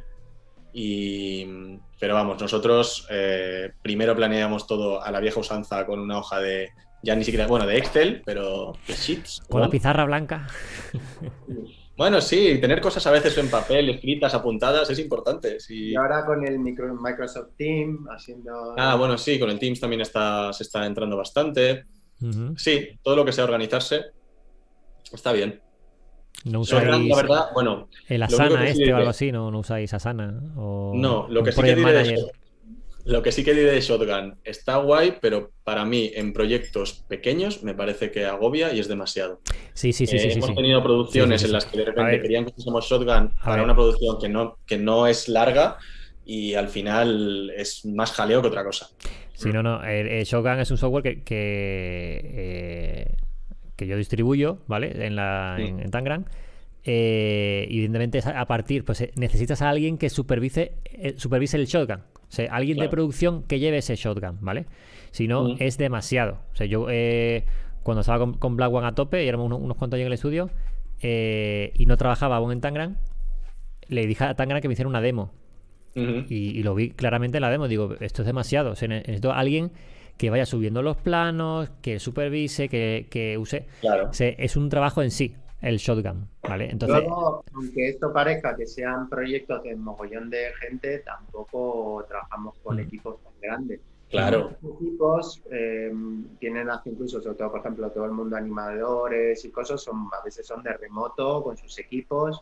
Pero vamos, nosotros primero planeamos todo a la vieja usanza con una hoja de, ya ni siquiera, bueno, de Excel, pero de Sheets. Con la pizarra blanca. Bueno, sí, tener cosas a veces en papel, escritas, apuntadas, es importante. Sí. Y ahora con el Microsoft Teams haciendo... Bueno, sí, con el Teams también se está entrando bastante. Sí, todo lo que sea organizarse está bien. No usáis la verdad, bueno, el Asana o algo así, ¿no usáis Asana? No, lo que sí que diré de Shotgun está guay, pero para mí en proyectos pequeños me parece que agobia y es demasiado. Sí. Hemos tenido producciones en las que de repente querían que usemos Shotgun para una producción que no es larga y al final es más jaleo que otra cosa. Sí, no. El Shotgun es un software que yo distribuyo, ¿vale? En Tangram. Evidentemente, a partir, pues necesitas a alguien que supervise el Shotgun. O sea, alguien de producción que lleve ese Shotgun, ¿vale? Si no, es demasiado. O sea, yo cuando estaba con Black One a tope, y éramos unos cuantos años en el estudio, y no trabajaba aún en Tangram, le dije a Tangram que me hiciera una demo. Y lo vi claramente en la demo. Digo, esto es demasiado. O sea, necesito a alguien que vaya subiendo los planos, que supervise, que use. Claro. O sea, es un trabajo en sí, el Shotgun, ¿vale? Entonces, luego, aunque esto parezca que sean proyectos de mogollón de gente, tampoco trabajamos con equipos tan grandes. Claro. Los equipos tienen hasta incluso, sobre todo, por ejemplo, todo el mundo animadores y cosas, a veces son de remoto con sus equipos.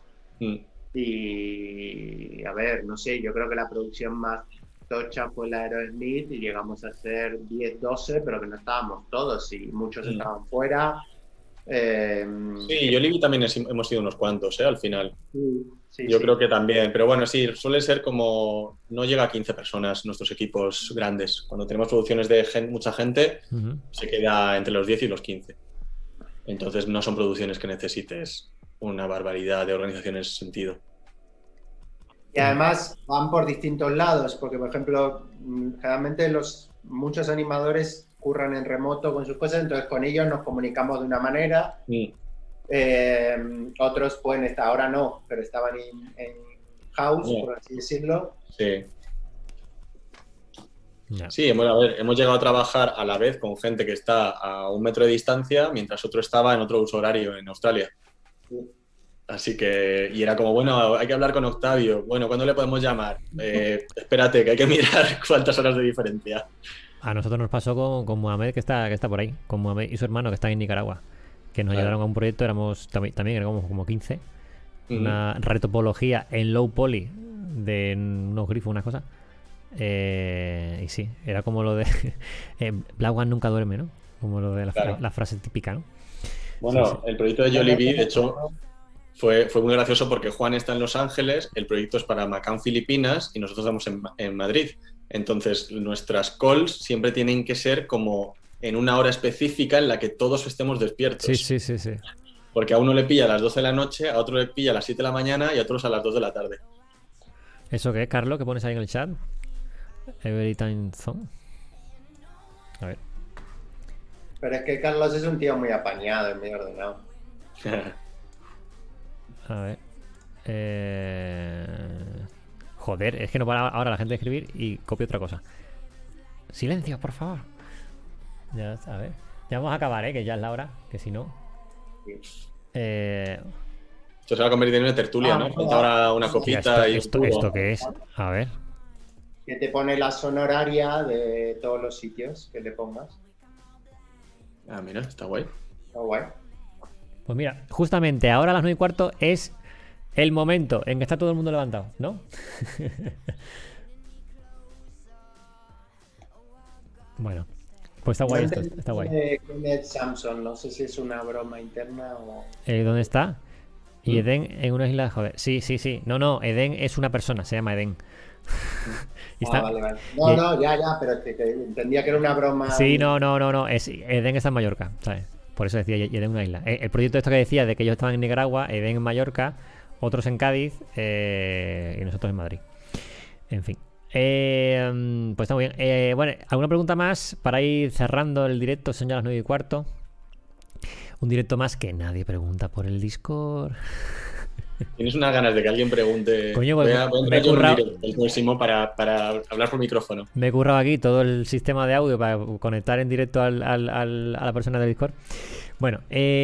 Y a ver, no sé, yo creo que la producción más tocha fue la Aerosmith y llegamos a ser 10, 12, pero que no estábamos todos y muchos estaban fuera. Sí, yo Libby también hemos sido unos cuantos, al final. Sí, yo creo que también, pero bueno, sí, suele ser como, no llega a 15 personas nuestros equipos grandes. Cuando tenemos producciones de mucha gente, se queda entre los 10 y los 15. Entonces no son producciones que necesites una barbaridad de organización en ese sentido. Y además van por distintos lados, porque por ejemplo, generalmente muchos animadores curran en remoto con sus cosas, entonces con ellos nos comunicamos de una manera Otros pueden estar, ahora no, pero estaban en house, Yeah. por así decirlo. Sí. Ya. Sí, a ver, hemos llegado a trabajar a la vez con gente que está a 1 metro de distancia, mientras otro estaba en otro uso horario en Australia. Sí. Así que, y era como, bueno, hay que hablar con Octavio. Bueno, ¿cuándo le podemos llamar? Espérate, que hay que mirar cuántas horas de diferencia. A nosotros nos pasó con Mohamed, que está por ahí, con Mohamed y su hermano, que están en Nicaragua, que nos Claro. ayudaron a un proyecto, éramos también éramos como 15, Ujú. una retopología en low poly de unos grifos, unas cosas. Y sí, era como lo de Black One nunca duerme, ¿no? Como lo de Claro. la frase típica, ¿no? Bueno, Sí, sí. el proyecto de Jollibee, de hecho, fue muy gracioso porque Juan está en Los Ángeles, el proyecto es para Macán, Filipinas, y nosotros estamos en Madrid. Entonces, nuestras calls siempre tienen que ser como en una hora específica en la que todos estemos despiertos. Sí, sí, sí, sí. Porque a uno le pilla a las 12 de la noche, a otro le pilla a las 7 de la mañana y a otros a las 2 de la tarde. ¿Eso qué es, Carlos, que pones ahí en el chat? Every time zone. A ver. Pero es que Carlos es un tío muy apañado y muy ordenado. A ver. Joder, es que no para ahora la gente de escribir y copio otra cosa. Silencio, por favor. Ya, a ver. Ya vamos a acabar, que ya es la hora. Que si no. Esto se va a convertir en una tertulia, ¿no? Falta ahora una Hostia, copita y ¿esto qué es? A ver. Que te pone la zona horaria de todos los sitios que le pongas. Ah, mira, está guay. Está guay. Pues mira, justamente ahora a las 9:15 es el momento en que está todo el mundo levantado, ¿no? Bueno, pues está guay esto, está guay. ¿Quién es Samsung? No sé si es una broma interna o... ¿Dónde está? Y Eden en una isla, joder. Sí, sí, sí. No, Eden es una persona, se llama Eden. Y está... vale, vale. No, ya, pero que entendía que era una broma. Sí, no. Eden está en Mallorca, ¿sabes? Por eso decía Eden una isla. El proyecto esto que decía de que ellos estaban en Nicaragua, Eden en Mallorca, otros en Cádiz y nosotros en Madrid. En fin. Pues está muy bien. Bueno, ¿alguna pregunta más para ir cerrando el directo? Son ya las 9:15. Un directo más que nadie pregunta por el Discord. ¿Tienes unas ganas de que alguien pregunte? Coño, voy pues, a me he entrar yo en un currado- directo el próximo para hablar por micrófono. Me he currado aquí todo el sistema de audio para conectar en directo a la persona del Discord. Bueno,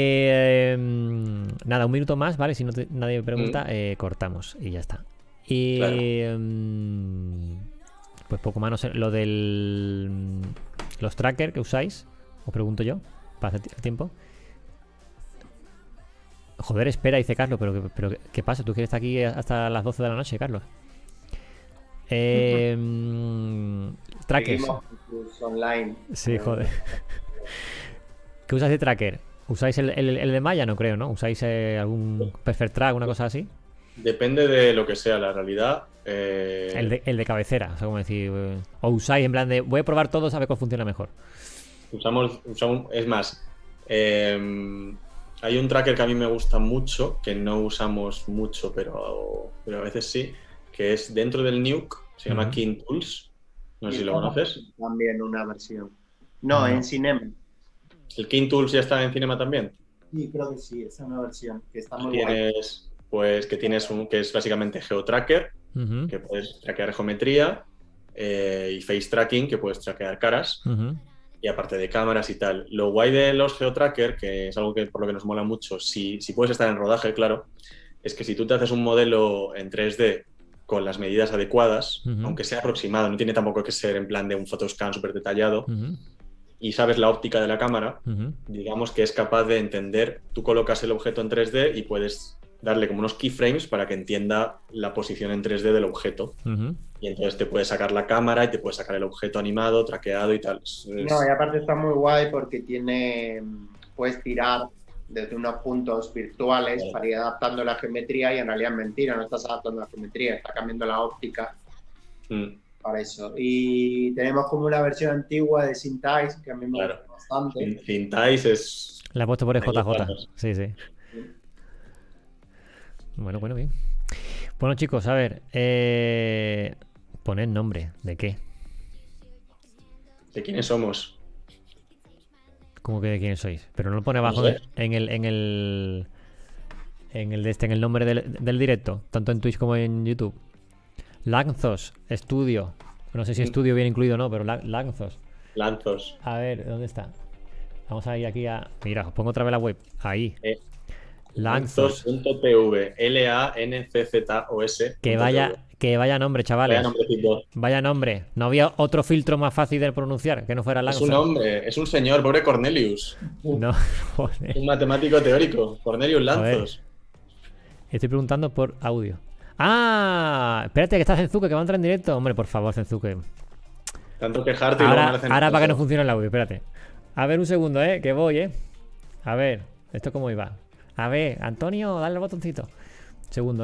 nada, un minuto más, ¿vale? Si no nadie pregunta, cortamos y ya está. Y Claro. pues poco más, no sé, lo del los trackers que usáis, os pregunto yo, para hacer tiempo. Joder, espera, dice Carlos, pero ¿qué pasa? ¿Tú quieres estar aquí hasta las 12 de la noche, Carlos? Trackers. Seguimos online. Sí, joder. ¿Qué usáis de tracker? ¿Usáis el de Maya? No creo, ¿no? ¿Usáis algún Perfect Track, una cosa así? Depende de lo que sea la realidad. El de cabecera, o sea, como decir. O usáis en plan de voy a probar todo, a ver cuál funciona mejor. Usamos, es más, hay un tracker que a mí me gusta mucho, que no usamos mucho, pero a veces sí, que es dentro del Nuke, se llama Ujú. King Tools. No sé si lo conoces. También una versión. No, No. en Cinema. ¿El King Tools ya está en Cinema también? Sí, creo que sí, esa es una versión que está muy guay. Tienes, pues, que es básicamente GeoTracker, Ujú, que puedes traquear geometría, y Face Tracking, que puedes traquear caras. ujú, Y aparte de cámaras y tal. Lo guay de los GeoTracker, que es algo que por lo que nos mola mucho, si puedes estar en rodaje, claro, es que si tú te haces un modelo en 3D con las medidas adecuadas, Ujú. aunque sea aproximado, no tiene tampoco que ser en plan de un photoscan súper detallado, ujú, y sabes la óptica de la cámara, ujú. digamos que es capaz de entender, tú colocas el objeto en 3D y puedes darle como unos keyframes para que entienda la posición en 3D del objeto. Ujú. Y entonces te puedes sacar la cámara y te puedes sacar el objeto animado, traqueado y tal. No, y aparte está muy guay porque puedes tirar desde unos puntos virtuales Claro. para ir adaptando la geometría y en realidad es mentira, no estás adaptando la geometría, está cambiando la óptica Mm, para eso. Y tenemos como una versión antigua de Cintize que a mí me Claro. gusta bastante. Cintize es... La he puesto por Ahí JJ. estamos. Sí, sí. Bueno, bien. Bueno, chicos, a ver. Poned nombre. ¿De qué? ¿De quiénes somos? ¿Cómo que de quién sois? Pero no lo pone abajo No sé. en el en el nombre del directo, tanto en Twitch como en YouTube. Lanzos Studio. No sé si estudio viene incluido o no, pero Lanzos. Lanzos. A ver, ¿dónde está? Vamos a ir aquí a... Mira, os pongo otra vez la web. Ahí. Lanzos. Lanzos.tv. Lanczos. Que vaya nombre, chavales. Vaya nombrecito. Vaya nombre. No había otro filtro más fácil de pronunciar que no fuera Es Lanzos. un hombre, es un señor, pobre Cornelius. No, joder. Un matemático teórico. Cornelius Lanzos. Estoy preguntando por audio. ¡Ah! Espérate, que está Zenzuke, que va a entrar en directo. Hombre, por favor, Zenzuke. Tanto quejarte y luego no le hacen Ahora caso. para que no funcione el audio, espérate. A ver, un segundo, que voy, A ver, ¿esto cómo iba? A ver, Antonio, dale el botoncito. Segundo,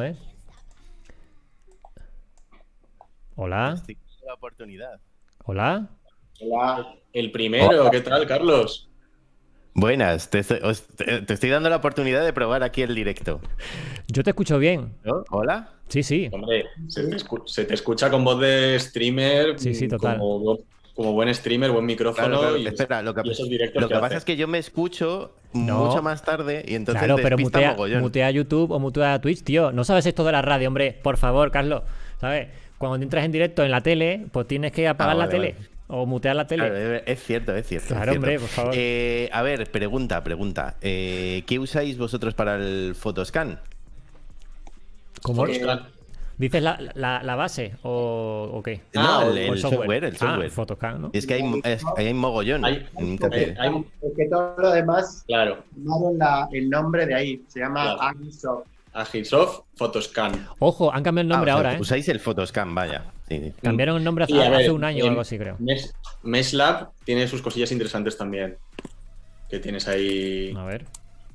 Hola. Estoy dando la oportunidad. Hola. Hola. El primero, ¿qué tal, Carlos? Buenas, te estoy dando la oportunidad de probar aquí el directo. Yo te escucho bien. ¿No? ¿Hola? Sí, sí. Hombre, se te escucha con voz de streamer. Sí, total. Como buen streamer, buen micrófono. Claro, y, espera, lo que esos directos pasa hace. es que yo me escucho No. mucho más tarde y entonces Claro, pero despista mogollón. mutea YouTube o mutea Twitch, tío. No sabes esto de la radio, hombre. Por favor, Carlos. ¿Sabes? Cuando entras en directo en la tele, pues tienes que apagar la tele. Vale. O mutear la tele. Claro, es cierto. Claro, es cierto. hombre, por favor. A ver, pregunta. ¿Qué usáis vosotros para el Photoscan? ¿Cómo? Photoscan. ¿Dices la base o qué? No, ¿O el software. El software. Photoscan, ¿no? Es que hay mogollón. Hay- en internet. Es que todo lo demás Claro, tomaron el nombre de ahí. Se llama Claro. Agisoft. Agisoft Photoscan. Ojo, han cambiado el nombre O sea, ahora, Usáis el Photoscan, vaya. Sí. Cambiaron el nombre hace, Y a ver, hace un año o en algo así, creo. Meshlab tiene sus cosillas interesantes también. Que tienes ahí. A ver.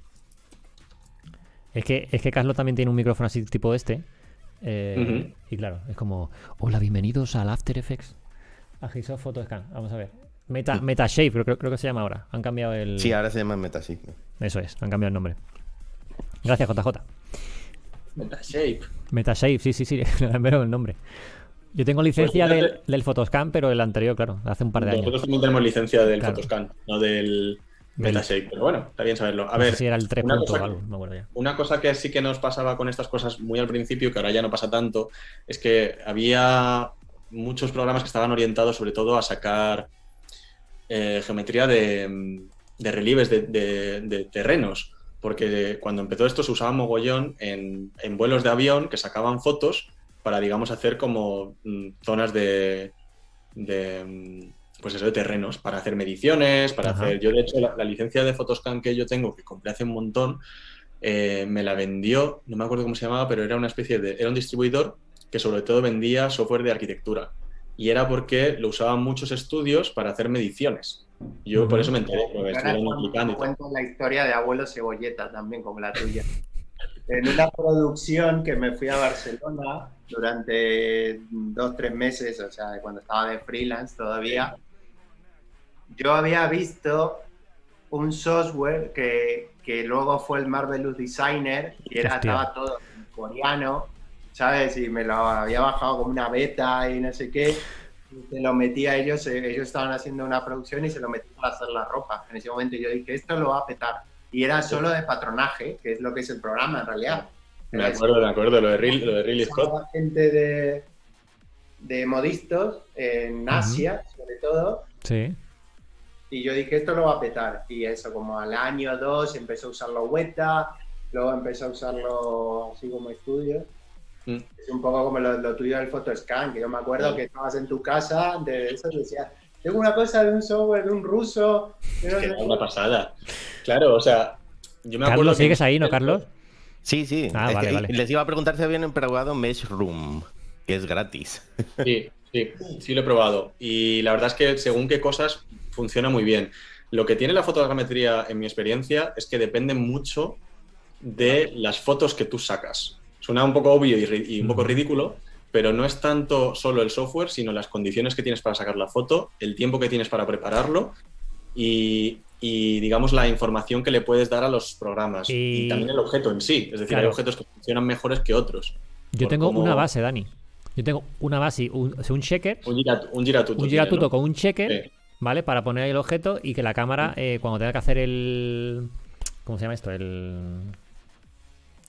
Es que Carlos también tiene un micrófono así tipo este. Y claro, es como: hola, bienvenidos al After Effects Agisoft Photoscan. Vamos a ver. Metashape, creo que se llama ahora. Han cambiado el. Sí, ahora se llama Meta, sí. Eso es, han cambiado el nombre. Gracias, JJ. Metashape. Metashape, sí, le han cambiado el nombre. Yo tengo licencia Pues fíjate- del Photoscan, pero el anterior, claro, hace un par de años. Nosotros también tenemos licencia del Claro. Photoscan, no del Metashape. Pero bueno, está bien saberlo. A No sé ver, si era el 3 una punto o cosa algo, no me acuerdo ya. Una cosa que sí que nos pasaba con estas cosas muy al principio, que ahora ya no pasa tanto, es que había muchos programas que estaban orientados sobre todo a sacar geometría de relieves de terrenos, porque cuando empezó esto se usaba mogollón en vuelos de avión que sacaban fotos para, digamos, hacer como zonas pues eso, de terrenos, para hacer mediciones, para Ajá. hacer... Yo, de hecho, la licencia de Photoscan que yo tengo, que compré hace un montón, me la vendió, no me acuerdo cómo se llamaba, pero era una especie de... Era un distribuidor que sobre todo vendía software de arquitectura. Y era porque lo usaban muchos estudios para hacer mediciones. Yo por eso me enteré, porque me estuvieron aplicando y tal. Cuento la historia de Abuelo Cebolleta también, como la tuya. En una producción que me fui a Barcelona durante 2-3 meses, o sea, cuando estaba de freelance todavía, yo había visto un software que luego fue el Marvelous Designer y Hostia. estaba todo en coreano, ¿sabes? Y me lo había bajado como una beta y no sé qué. Y se lo metí a ellos estaban haciendo una producción y se lo metí para hacer la ropa. En ese momento yo dije, esto lo va a petar. Y era solo de patronaje, que es lo que es el programa en realidad. Me acuerdo, lo de Ridley Scott. Estaba gente de modistos en Asia, sobre todo, Sí. y yo dije, esto lo va a petar. Y eso, como al año o 2 empezó a usarlo Weta, luego empezó a usarlo así como estudio. Es un poco como lo tuyo del Photoscan, que yo me acuerdo que estabas en tu casa, de eso y decías, tengo una cosa de un software de un ruso. Es que era una pasada. Claro, o sea, yo me acuerdo Carlos, que- ¿sigues ahí, no, Carlos? Sí. Ah, Es vale, que vale. Les iba a preguntar si habían probado Meshroom, que es gratis. Sí, lo he probado. Y la verdad es que según qué cosas funciona muy bien. Lo que tiene la fotogrametría, en mi experiencia, es que depende mucho de las fotos que tú sacas. Suena un poco obvio y un poco ridículo, pero no es tanto solo el software, sino las condiciones que tienes para sacar la foto, el tiempo que tienes para prepararlo y digamos, la información que le puedes dar a los programas. Y también el objeto en sí. Es decir, Claro. hay objetos que funcionan mejores que otros. Yo Por tengo cómo- una base, Dani. Yo tengo una base, un checker, Un giratuto. un tiene, giratuto ¿no? con un checker, Sí. ¿vale? Para poner ahí el objeto y que la cámara, cuando tenga que hacer el... ¿Cómo se llama esto?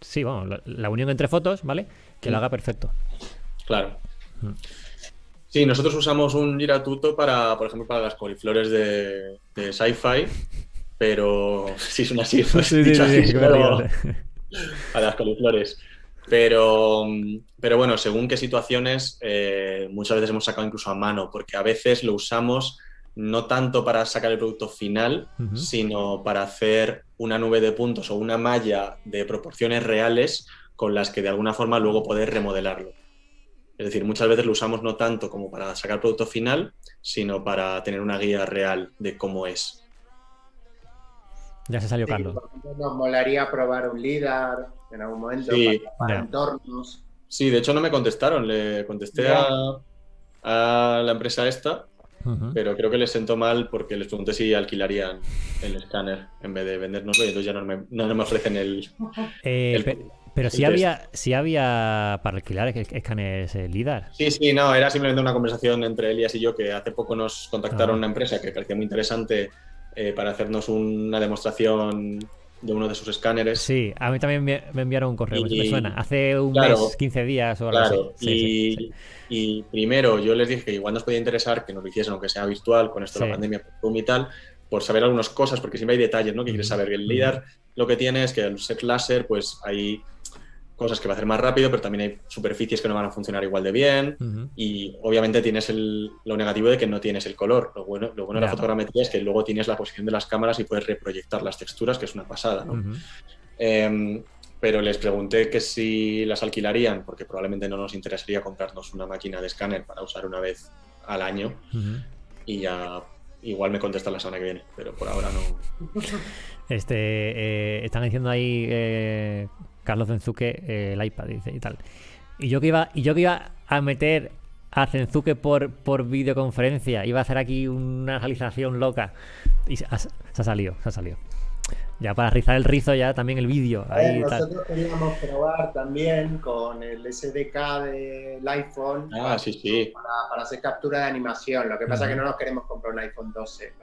Sí, bueno, la unión entre fotos, ¿vale? Que lo haga perfecto. Claro. Sí, nosotros usamos un GiraTuto para, por ejemplo, para las coliflores de Sci-Fi, pero sí son así, pues, Sí, dicho así, que me río. a las coliflores. Pero bueno, según qué situaciones, muchas veces hemos sacado incluso a mano, porque a veces lo usamos no tanto para sacar el producto final, sino para hacer una nube de puntos o una malla de proporciones reales con las que de alguna forma luego poder remodelarlo. Es decir, muchas veces lo usamos no tanto como para sacar producto final, sino para tener una guía real de cómo es. Ya se salió Sí, Carlos. por ejemplo, nos molaría probar un LiDAR en algún momento Sí, para ya. entornos. Sí, de hecho no me contestaron. Le contesté Ya. a la empresa esta, Ujú. pero creo que les sentó mal porque les pregunté si alquilarían el escáner en vez de vendérnoslo y entonces ya no me ofrecen el Pero sí test. había para alquilar escáneres LiDAR. Sí, no, era simplemente una conversación entre Elías y yo, que hace poco nos contactaron una empresa que parecía muy interesante para hacernos una demostración de uno de sus escáneres. Sí, a mí también me enviaron un correo, me suena. Hace un Claro, mes, 15 días o algo claro. así. Sí. Y primero yo les dije que igual nos podía interesar que nos lo hiciesen, aunque sea virtual, con esto de la pandemia, por Zoom y tal, por saber algunas cosas, porque siempre hay detalles, ¿no? Que quieres saber. El LiDAR lo que tiene es que al ser láser, pues hay cosas que va a hacer más rápido, pero también hay superficies que no van a funcionar igual de bien. Y obviamente tienes lo negativo de que no tienes el color. Lo bueno de la fotogrametría es que luego tienes la posición de las cámaras y puedes reproyectar las texturas, que es una pasada, ¿no? Pero les pregunté que si las alquilarían, porque probablemente no nos interesaría comprarnos una máquina de escáner para usar una vez al año. Y ya igual me contestan la semana que viene, pero por ahora no. Están diciendo ahí Carlos Zenzuke el iPad, dice, y tal. Y yo que iba a meter a Zenzuke por videoconferencia, iba a hacer aquí una realización loca. Y se ha salido. Ya para rizar el rizo, ya también el vídeo. Nosotros queríamos probar también con el SDK del iPhone sí. Para hacer captura de animación. Lo que pasa es que no nos queremos comprar un iPhone 12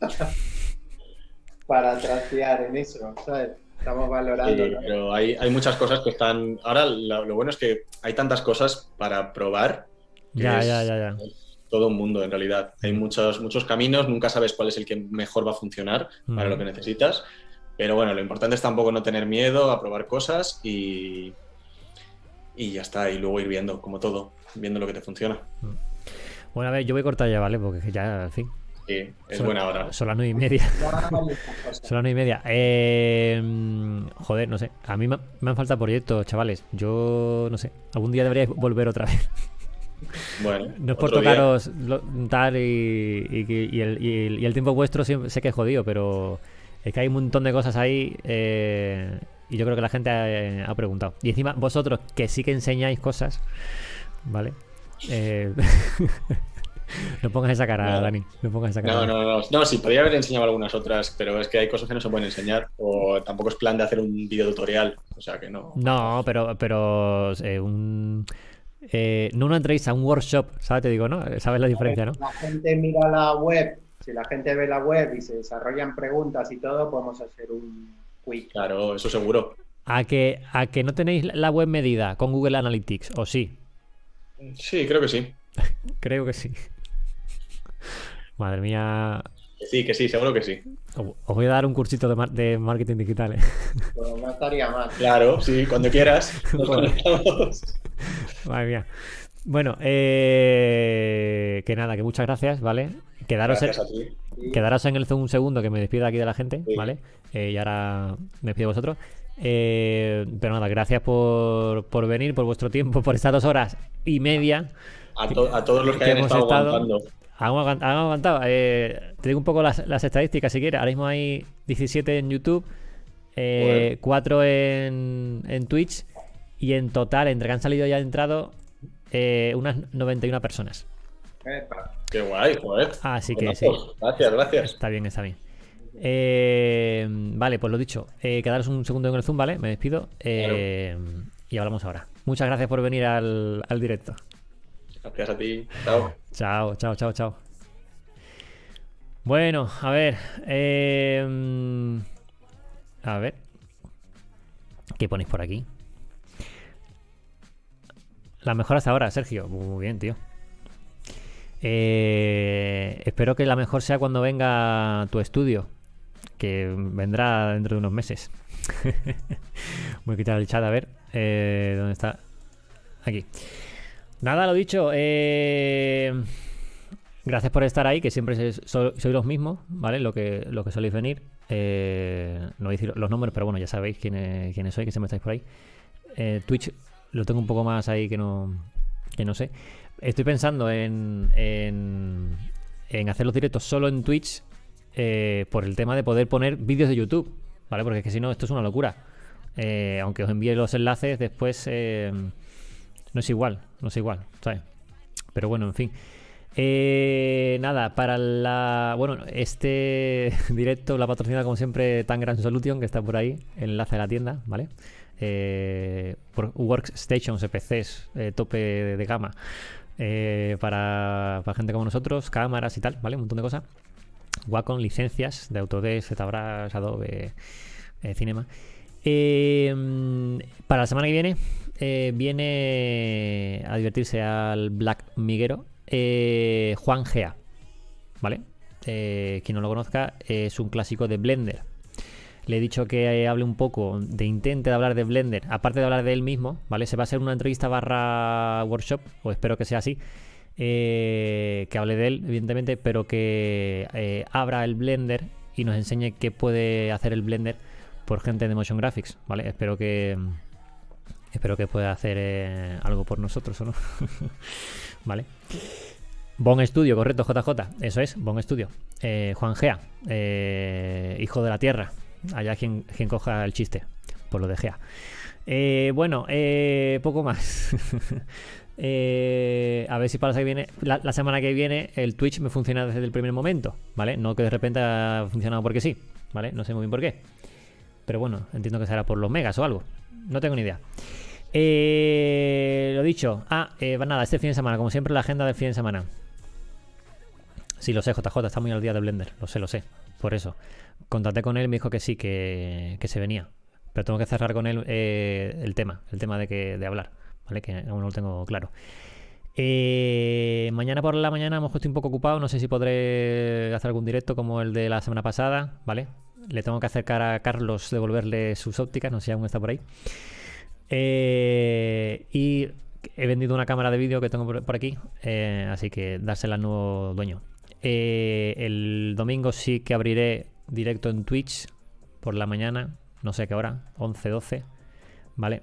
para trastear en eso, ¿sabes? Estamos valorando. Sí, pero hay muchas cosas que están... Ahora lo bueno es que hay tantas cosas para probar. Ya. Es todo un mundo, en realidad. Hay muchos caminos, nunca sabes cuál es el que mejor va a funcionar para lo que necesitas. Pero bueno, lo importante es tampoco no tener miedo a probar cosas y ya está. Y luego ir viendo, como todo, viendo lo que te funciona. Bueno, a ver, yo voy a cortar ya, ¿vale? Porque ya, en fin. Sí, es buena hora. Son las 9:30. Son las 9:30. Joder, no sé. A mí me han faltado proyectos, chavales. Yo, no sé. Algún día deberíais volver otra vez. Bueno, no es por tocaros tal y el tiempo vuestro sé que es jodido, pero es que hay un montón de cosas ahí y yo creo que la gente ha preguntado. Y encima vosotros que sí que enseñáis cosas, ¿vale? No pongas esa cara, Dani. No pongas esa cara. No, sí, podría haber enseñado algunas otras, pero es que hay cosas que no se pueden enseñar o tampoco es plan de hacer un video tutorial, o sea que no. No, pero no una entrevista, un workshop, ¿sabes? Te digo, ¿no? ¿Sabes la diferencia, no? La gente mira la web, si la gente ve la web y se desarrollan preguntas y todo, podemos hacer un quiz. Claro, eso seguro. ¿A que no tenéis la web medida con Google Analytics? ¿O sí? Sí, creo que sí. Creo que sí. Madre mía. Que sí, seguro que sí. Os voy a dar un cursito de marketing digital, ¿eh? Pues no estaría mal. Claro, sí, cuando quieras. Nos conectamos. Madre mía. Bueno, que nada, que muchas gracias, ¿vale? Quedaros en el Zoom un segundo que me despido aquí de la gente, sí. ¿Vale? Y ahora me despido de vosotros. Pero nada, gracias por venir, por vuestro tiempo, por estas 2 horas y media. A todos los que hayan estado aguantando. Han aguantado. Te digo un poco las estadísticas si quieres. Ahora mismo hay 17 en YouTube, 4 en Twitch y en total, entre que han salido y han entrado, unas 91 personas. Qué guay, joder. Así que sí. Gracias. Está bien. Vale, pues lo dicho. Quedaros un segundo en el Zoom, ¿vale? Me despido. Claro. Y hablamos ahora. Muchas gracias por venir al directo. Gracias a ti. Chao. Bueno, a ver. ¿Qué ponéis por aquí? La mejor hasta ahora, Sergio. Muy bien, tío. Espero que la mejor sea cuando venga tu estudio, que vendrá dentro de unos meses. Voy a quitar el chat a ver dónde está. Aquí. Nada, lo dicho. Gracias por estar ahí, que siempre sois los mismos, ¿vale? Lo que soléis venir. No voy a decir los nombres, pero bueno, ya sabéis quiénes sois, que siempre estáis por ahí. Twitch lo tengo un poco más ahí que no sé. Estoy pensando en hacer los directos solo en Twitch por el tema de poder poner vídeos de YouTube, ¿vale? Porque es que si no, esto es una locura. Aunque os envíe los enlaces, después no es igual, ¿sabes? Pero bueno, en fin. Nada, bueno, este directo lo ha patrocinado como siempre Tangram Solution, que está por ahí, el enlace de la tienda, ¿vale? Por workstations, PCs, tope de gama, para gente como nosotros, cámaras y tal, ¿vale? Un montón de cosas. Wacom, licencias de Autodesk, ZBrush, Adobe, Cinema. Para la semana que viene a divertirse al Black Miguero Juan Gea, ¿vale? Quien no lo conozca, es un clásico de Blender. Le he dicho que hable un poco, intente de hablar de Blender, aparte de hablar de él mismo, ¿vale? Se va a hacer una entrevista / workshop, o espero que sea así, que hable de él, evidentemente, pero que abra el Blender y nos enseñe qué puede hacer el Blender por gente de Motion Graphics, ¿vale? Espero que pueda hacer algo por nosotros, ¿o no? ¿Vale? Bon Studio, correcto, JJ, eso es, Bon Studio. Juan Gea, hijo de la tierra. Allá quien coja el chiste, por lo de Gea. Bueno, poco más. A ver si para la semana que viene el Twitch me funciona desde el primer momento, ¿vale? No que de repente ha funcionado porque sí, ¿vale? No sé muy bien por qué. Pero bueno, entiendo que será por los megas o algo. No tengo ni idea. Lo dicho. Nada, este fin de semana, como siempre, la agenda del fin de semana. Sí, lo sé, JJ, está muy al día de Blender. Lo sé. Por eso. Contacté con él y me dijo que sí, que se venía. Pero tengo que cerrar con él el tema de hablar, ¿vale? Que aún no lo tengo claro. Mañana por la mañana estoy un poco ocupado. No sé si podré hacer algún directo como el de la semana pasada, ¿vale? Le tengo que acercar a Carlos, devolverle sus ópticas, no sé si aún está por ahí. Y he vendido una cámara de vídeo que tengo por aquí, así que dársela al nuevo dueño. El domingo sí que abriré directo en Twitch por la mañana, no sé a qué hora, 11, 12, ¿vale?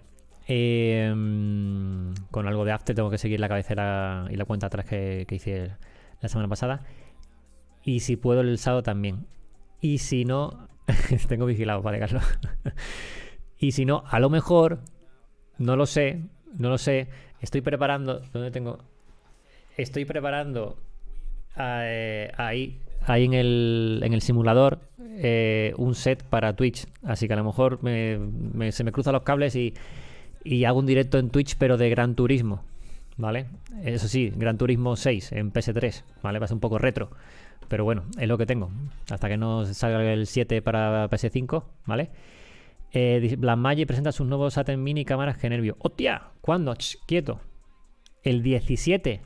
Con algo de After tengo que seguir la cabecera y la cuenta atrás que hice la semana pasada. Y si puedo el sábado también. Y si no, tengo vigilado, vale, Carlos. Y si no, a lo mejor, no lo sé. Estoy preparando. ¿Dónde tengo? Estoy preparando ahí en el simulador un set para Twitch. Así que a lo mejor se me cruzan los cables y hago un directo en Twitch, pero de Gran Turismo, ¿vale? Eso sí, Gran Turismo 6 en PS3, ¿vale? Va a ser un poco retro. Pero bueno, es lo que tengo. Hasta que no salga el 7 para PS5, ¿vale? Blackmagic presenta sus nuevos Saturn Mini cámaras. ¡Qué nervio! ¡Hostia! ¿Cuándo? Quieto. El 17.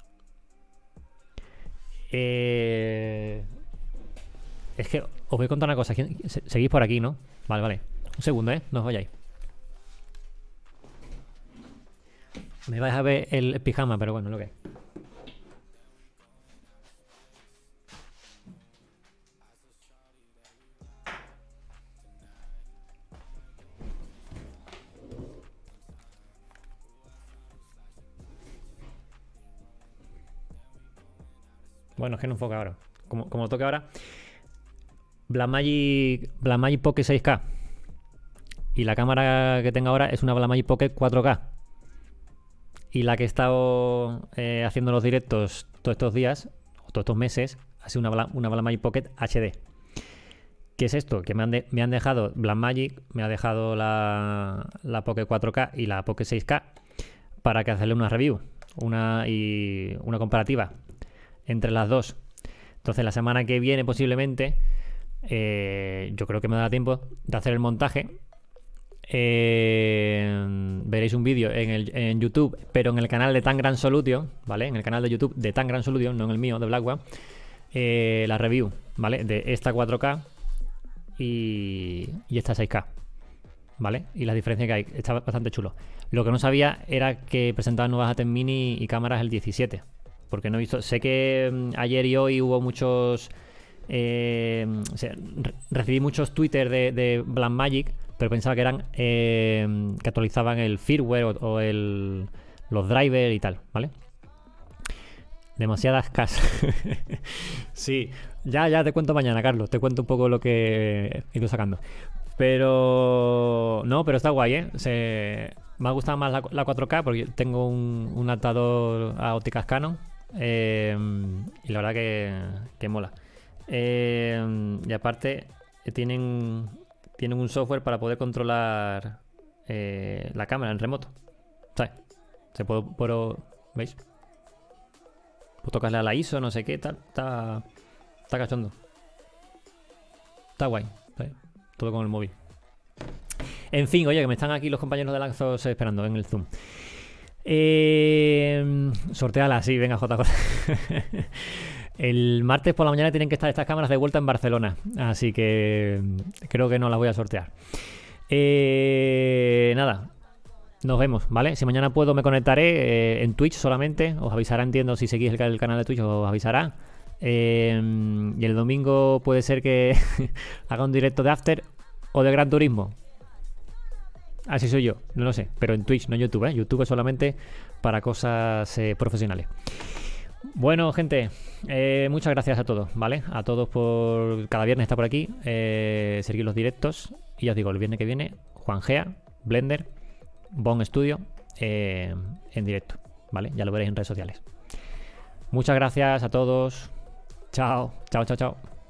Es que os voy a contar una cosa. Seguís por aquí, ¿no? Vale. Un segundo, no os vayáis. Me vais a ver el pijama, pero bueno, lo que es. Bueno, es que no enfoca ahora. Como toque ahora. Blackmagic Pocket 6K. Y la cámara que tengo ahora es una Blackmagic Pocket 4K. Y la que he estado haciendo los directos todos estos días, o todos estos meses, ha sido una Blackmagic Pocket HD. ¿Qué es esto? Que me han dejado Blackmagic, me ha dejado la Pocket 4K y la Pocket 6K para que hacerle una review, una comparativa entre las dos. Entonces la semana que viene posiblemente yo creo que me dará tiempo de hacer el montaje veréis un vídeo en YouTube, pero en el canal de Tan Gran Solution, ¿vale? En el canal de YouTube de Tan Gran Solution, no en el mío, de Blackwell, la review, ¿vale? De esta 4K y esta 6K, ¿vale? Y la diferencia que hay, está bastante chulo. Lo que no sabía era que presentaban nuevas ATEM Mini y cámaras el 17, porque no he visto, sé que ayer y hoy hubo muchos, o sea, recibí muchos Twitter de Blackmagic, pero pensaba que eran que actualizaban el firmware o los drivers y tal, ¿vale? Demasiadas casas. Sí, ya te cuento mañana, Carlos. Te cuento un poco lo que he ido sacando. Pero no, pero está guay, ¿eh? Me ha gustado más la 4K porque tengo un adaptador a ópticas Canon. Y la verdad que mola. Y aparte tienen un software para poder controlar la cámara en remoto, ¿sabes? Se puede, ¿veis? Pues tocarle a la ISO, no sé qué, tal. Está cachondo. Está guay, ¿sabes? Todo con el móvil. En fin, oye, que me están aquí los compañeros de Lanzos esperando en el Zoom. Sorteala, sí, venga, JJ. El martes por la mañana tienen que estar estas cámaras de vuelta en Barcelona, así que creo que no las voy a sortear. Nada, nos vemos, ¿vale? Si mañana puedo me conectaré en Twitch solamente, os avisará, entiendo, si seguís el canal de Twitch os avisará. Y el domingo puede ser que haga un directo de After o de Gran Turismo. Así soy yo, no lo sé, pero en Twitch, no en YouTube, ¿eh? YouTube es solamente para cosas profesionales. Bueno, gente, muchas gracias a todos, ¿vale? A todos por cada viernes estar por aquí, seguir los directos. Y ya os digo, el viernes que viene, Juan Gea, Blender, Bon Studio, en directo, ¿vale? Ya lo veréis en redes sociales. Muchas gracias a todos. Chao, chao, chao, chao.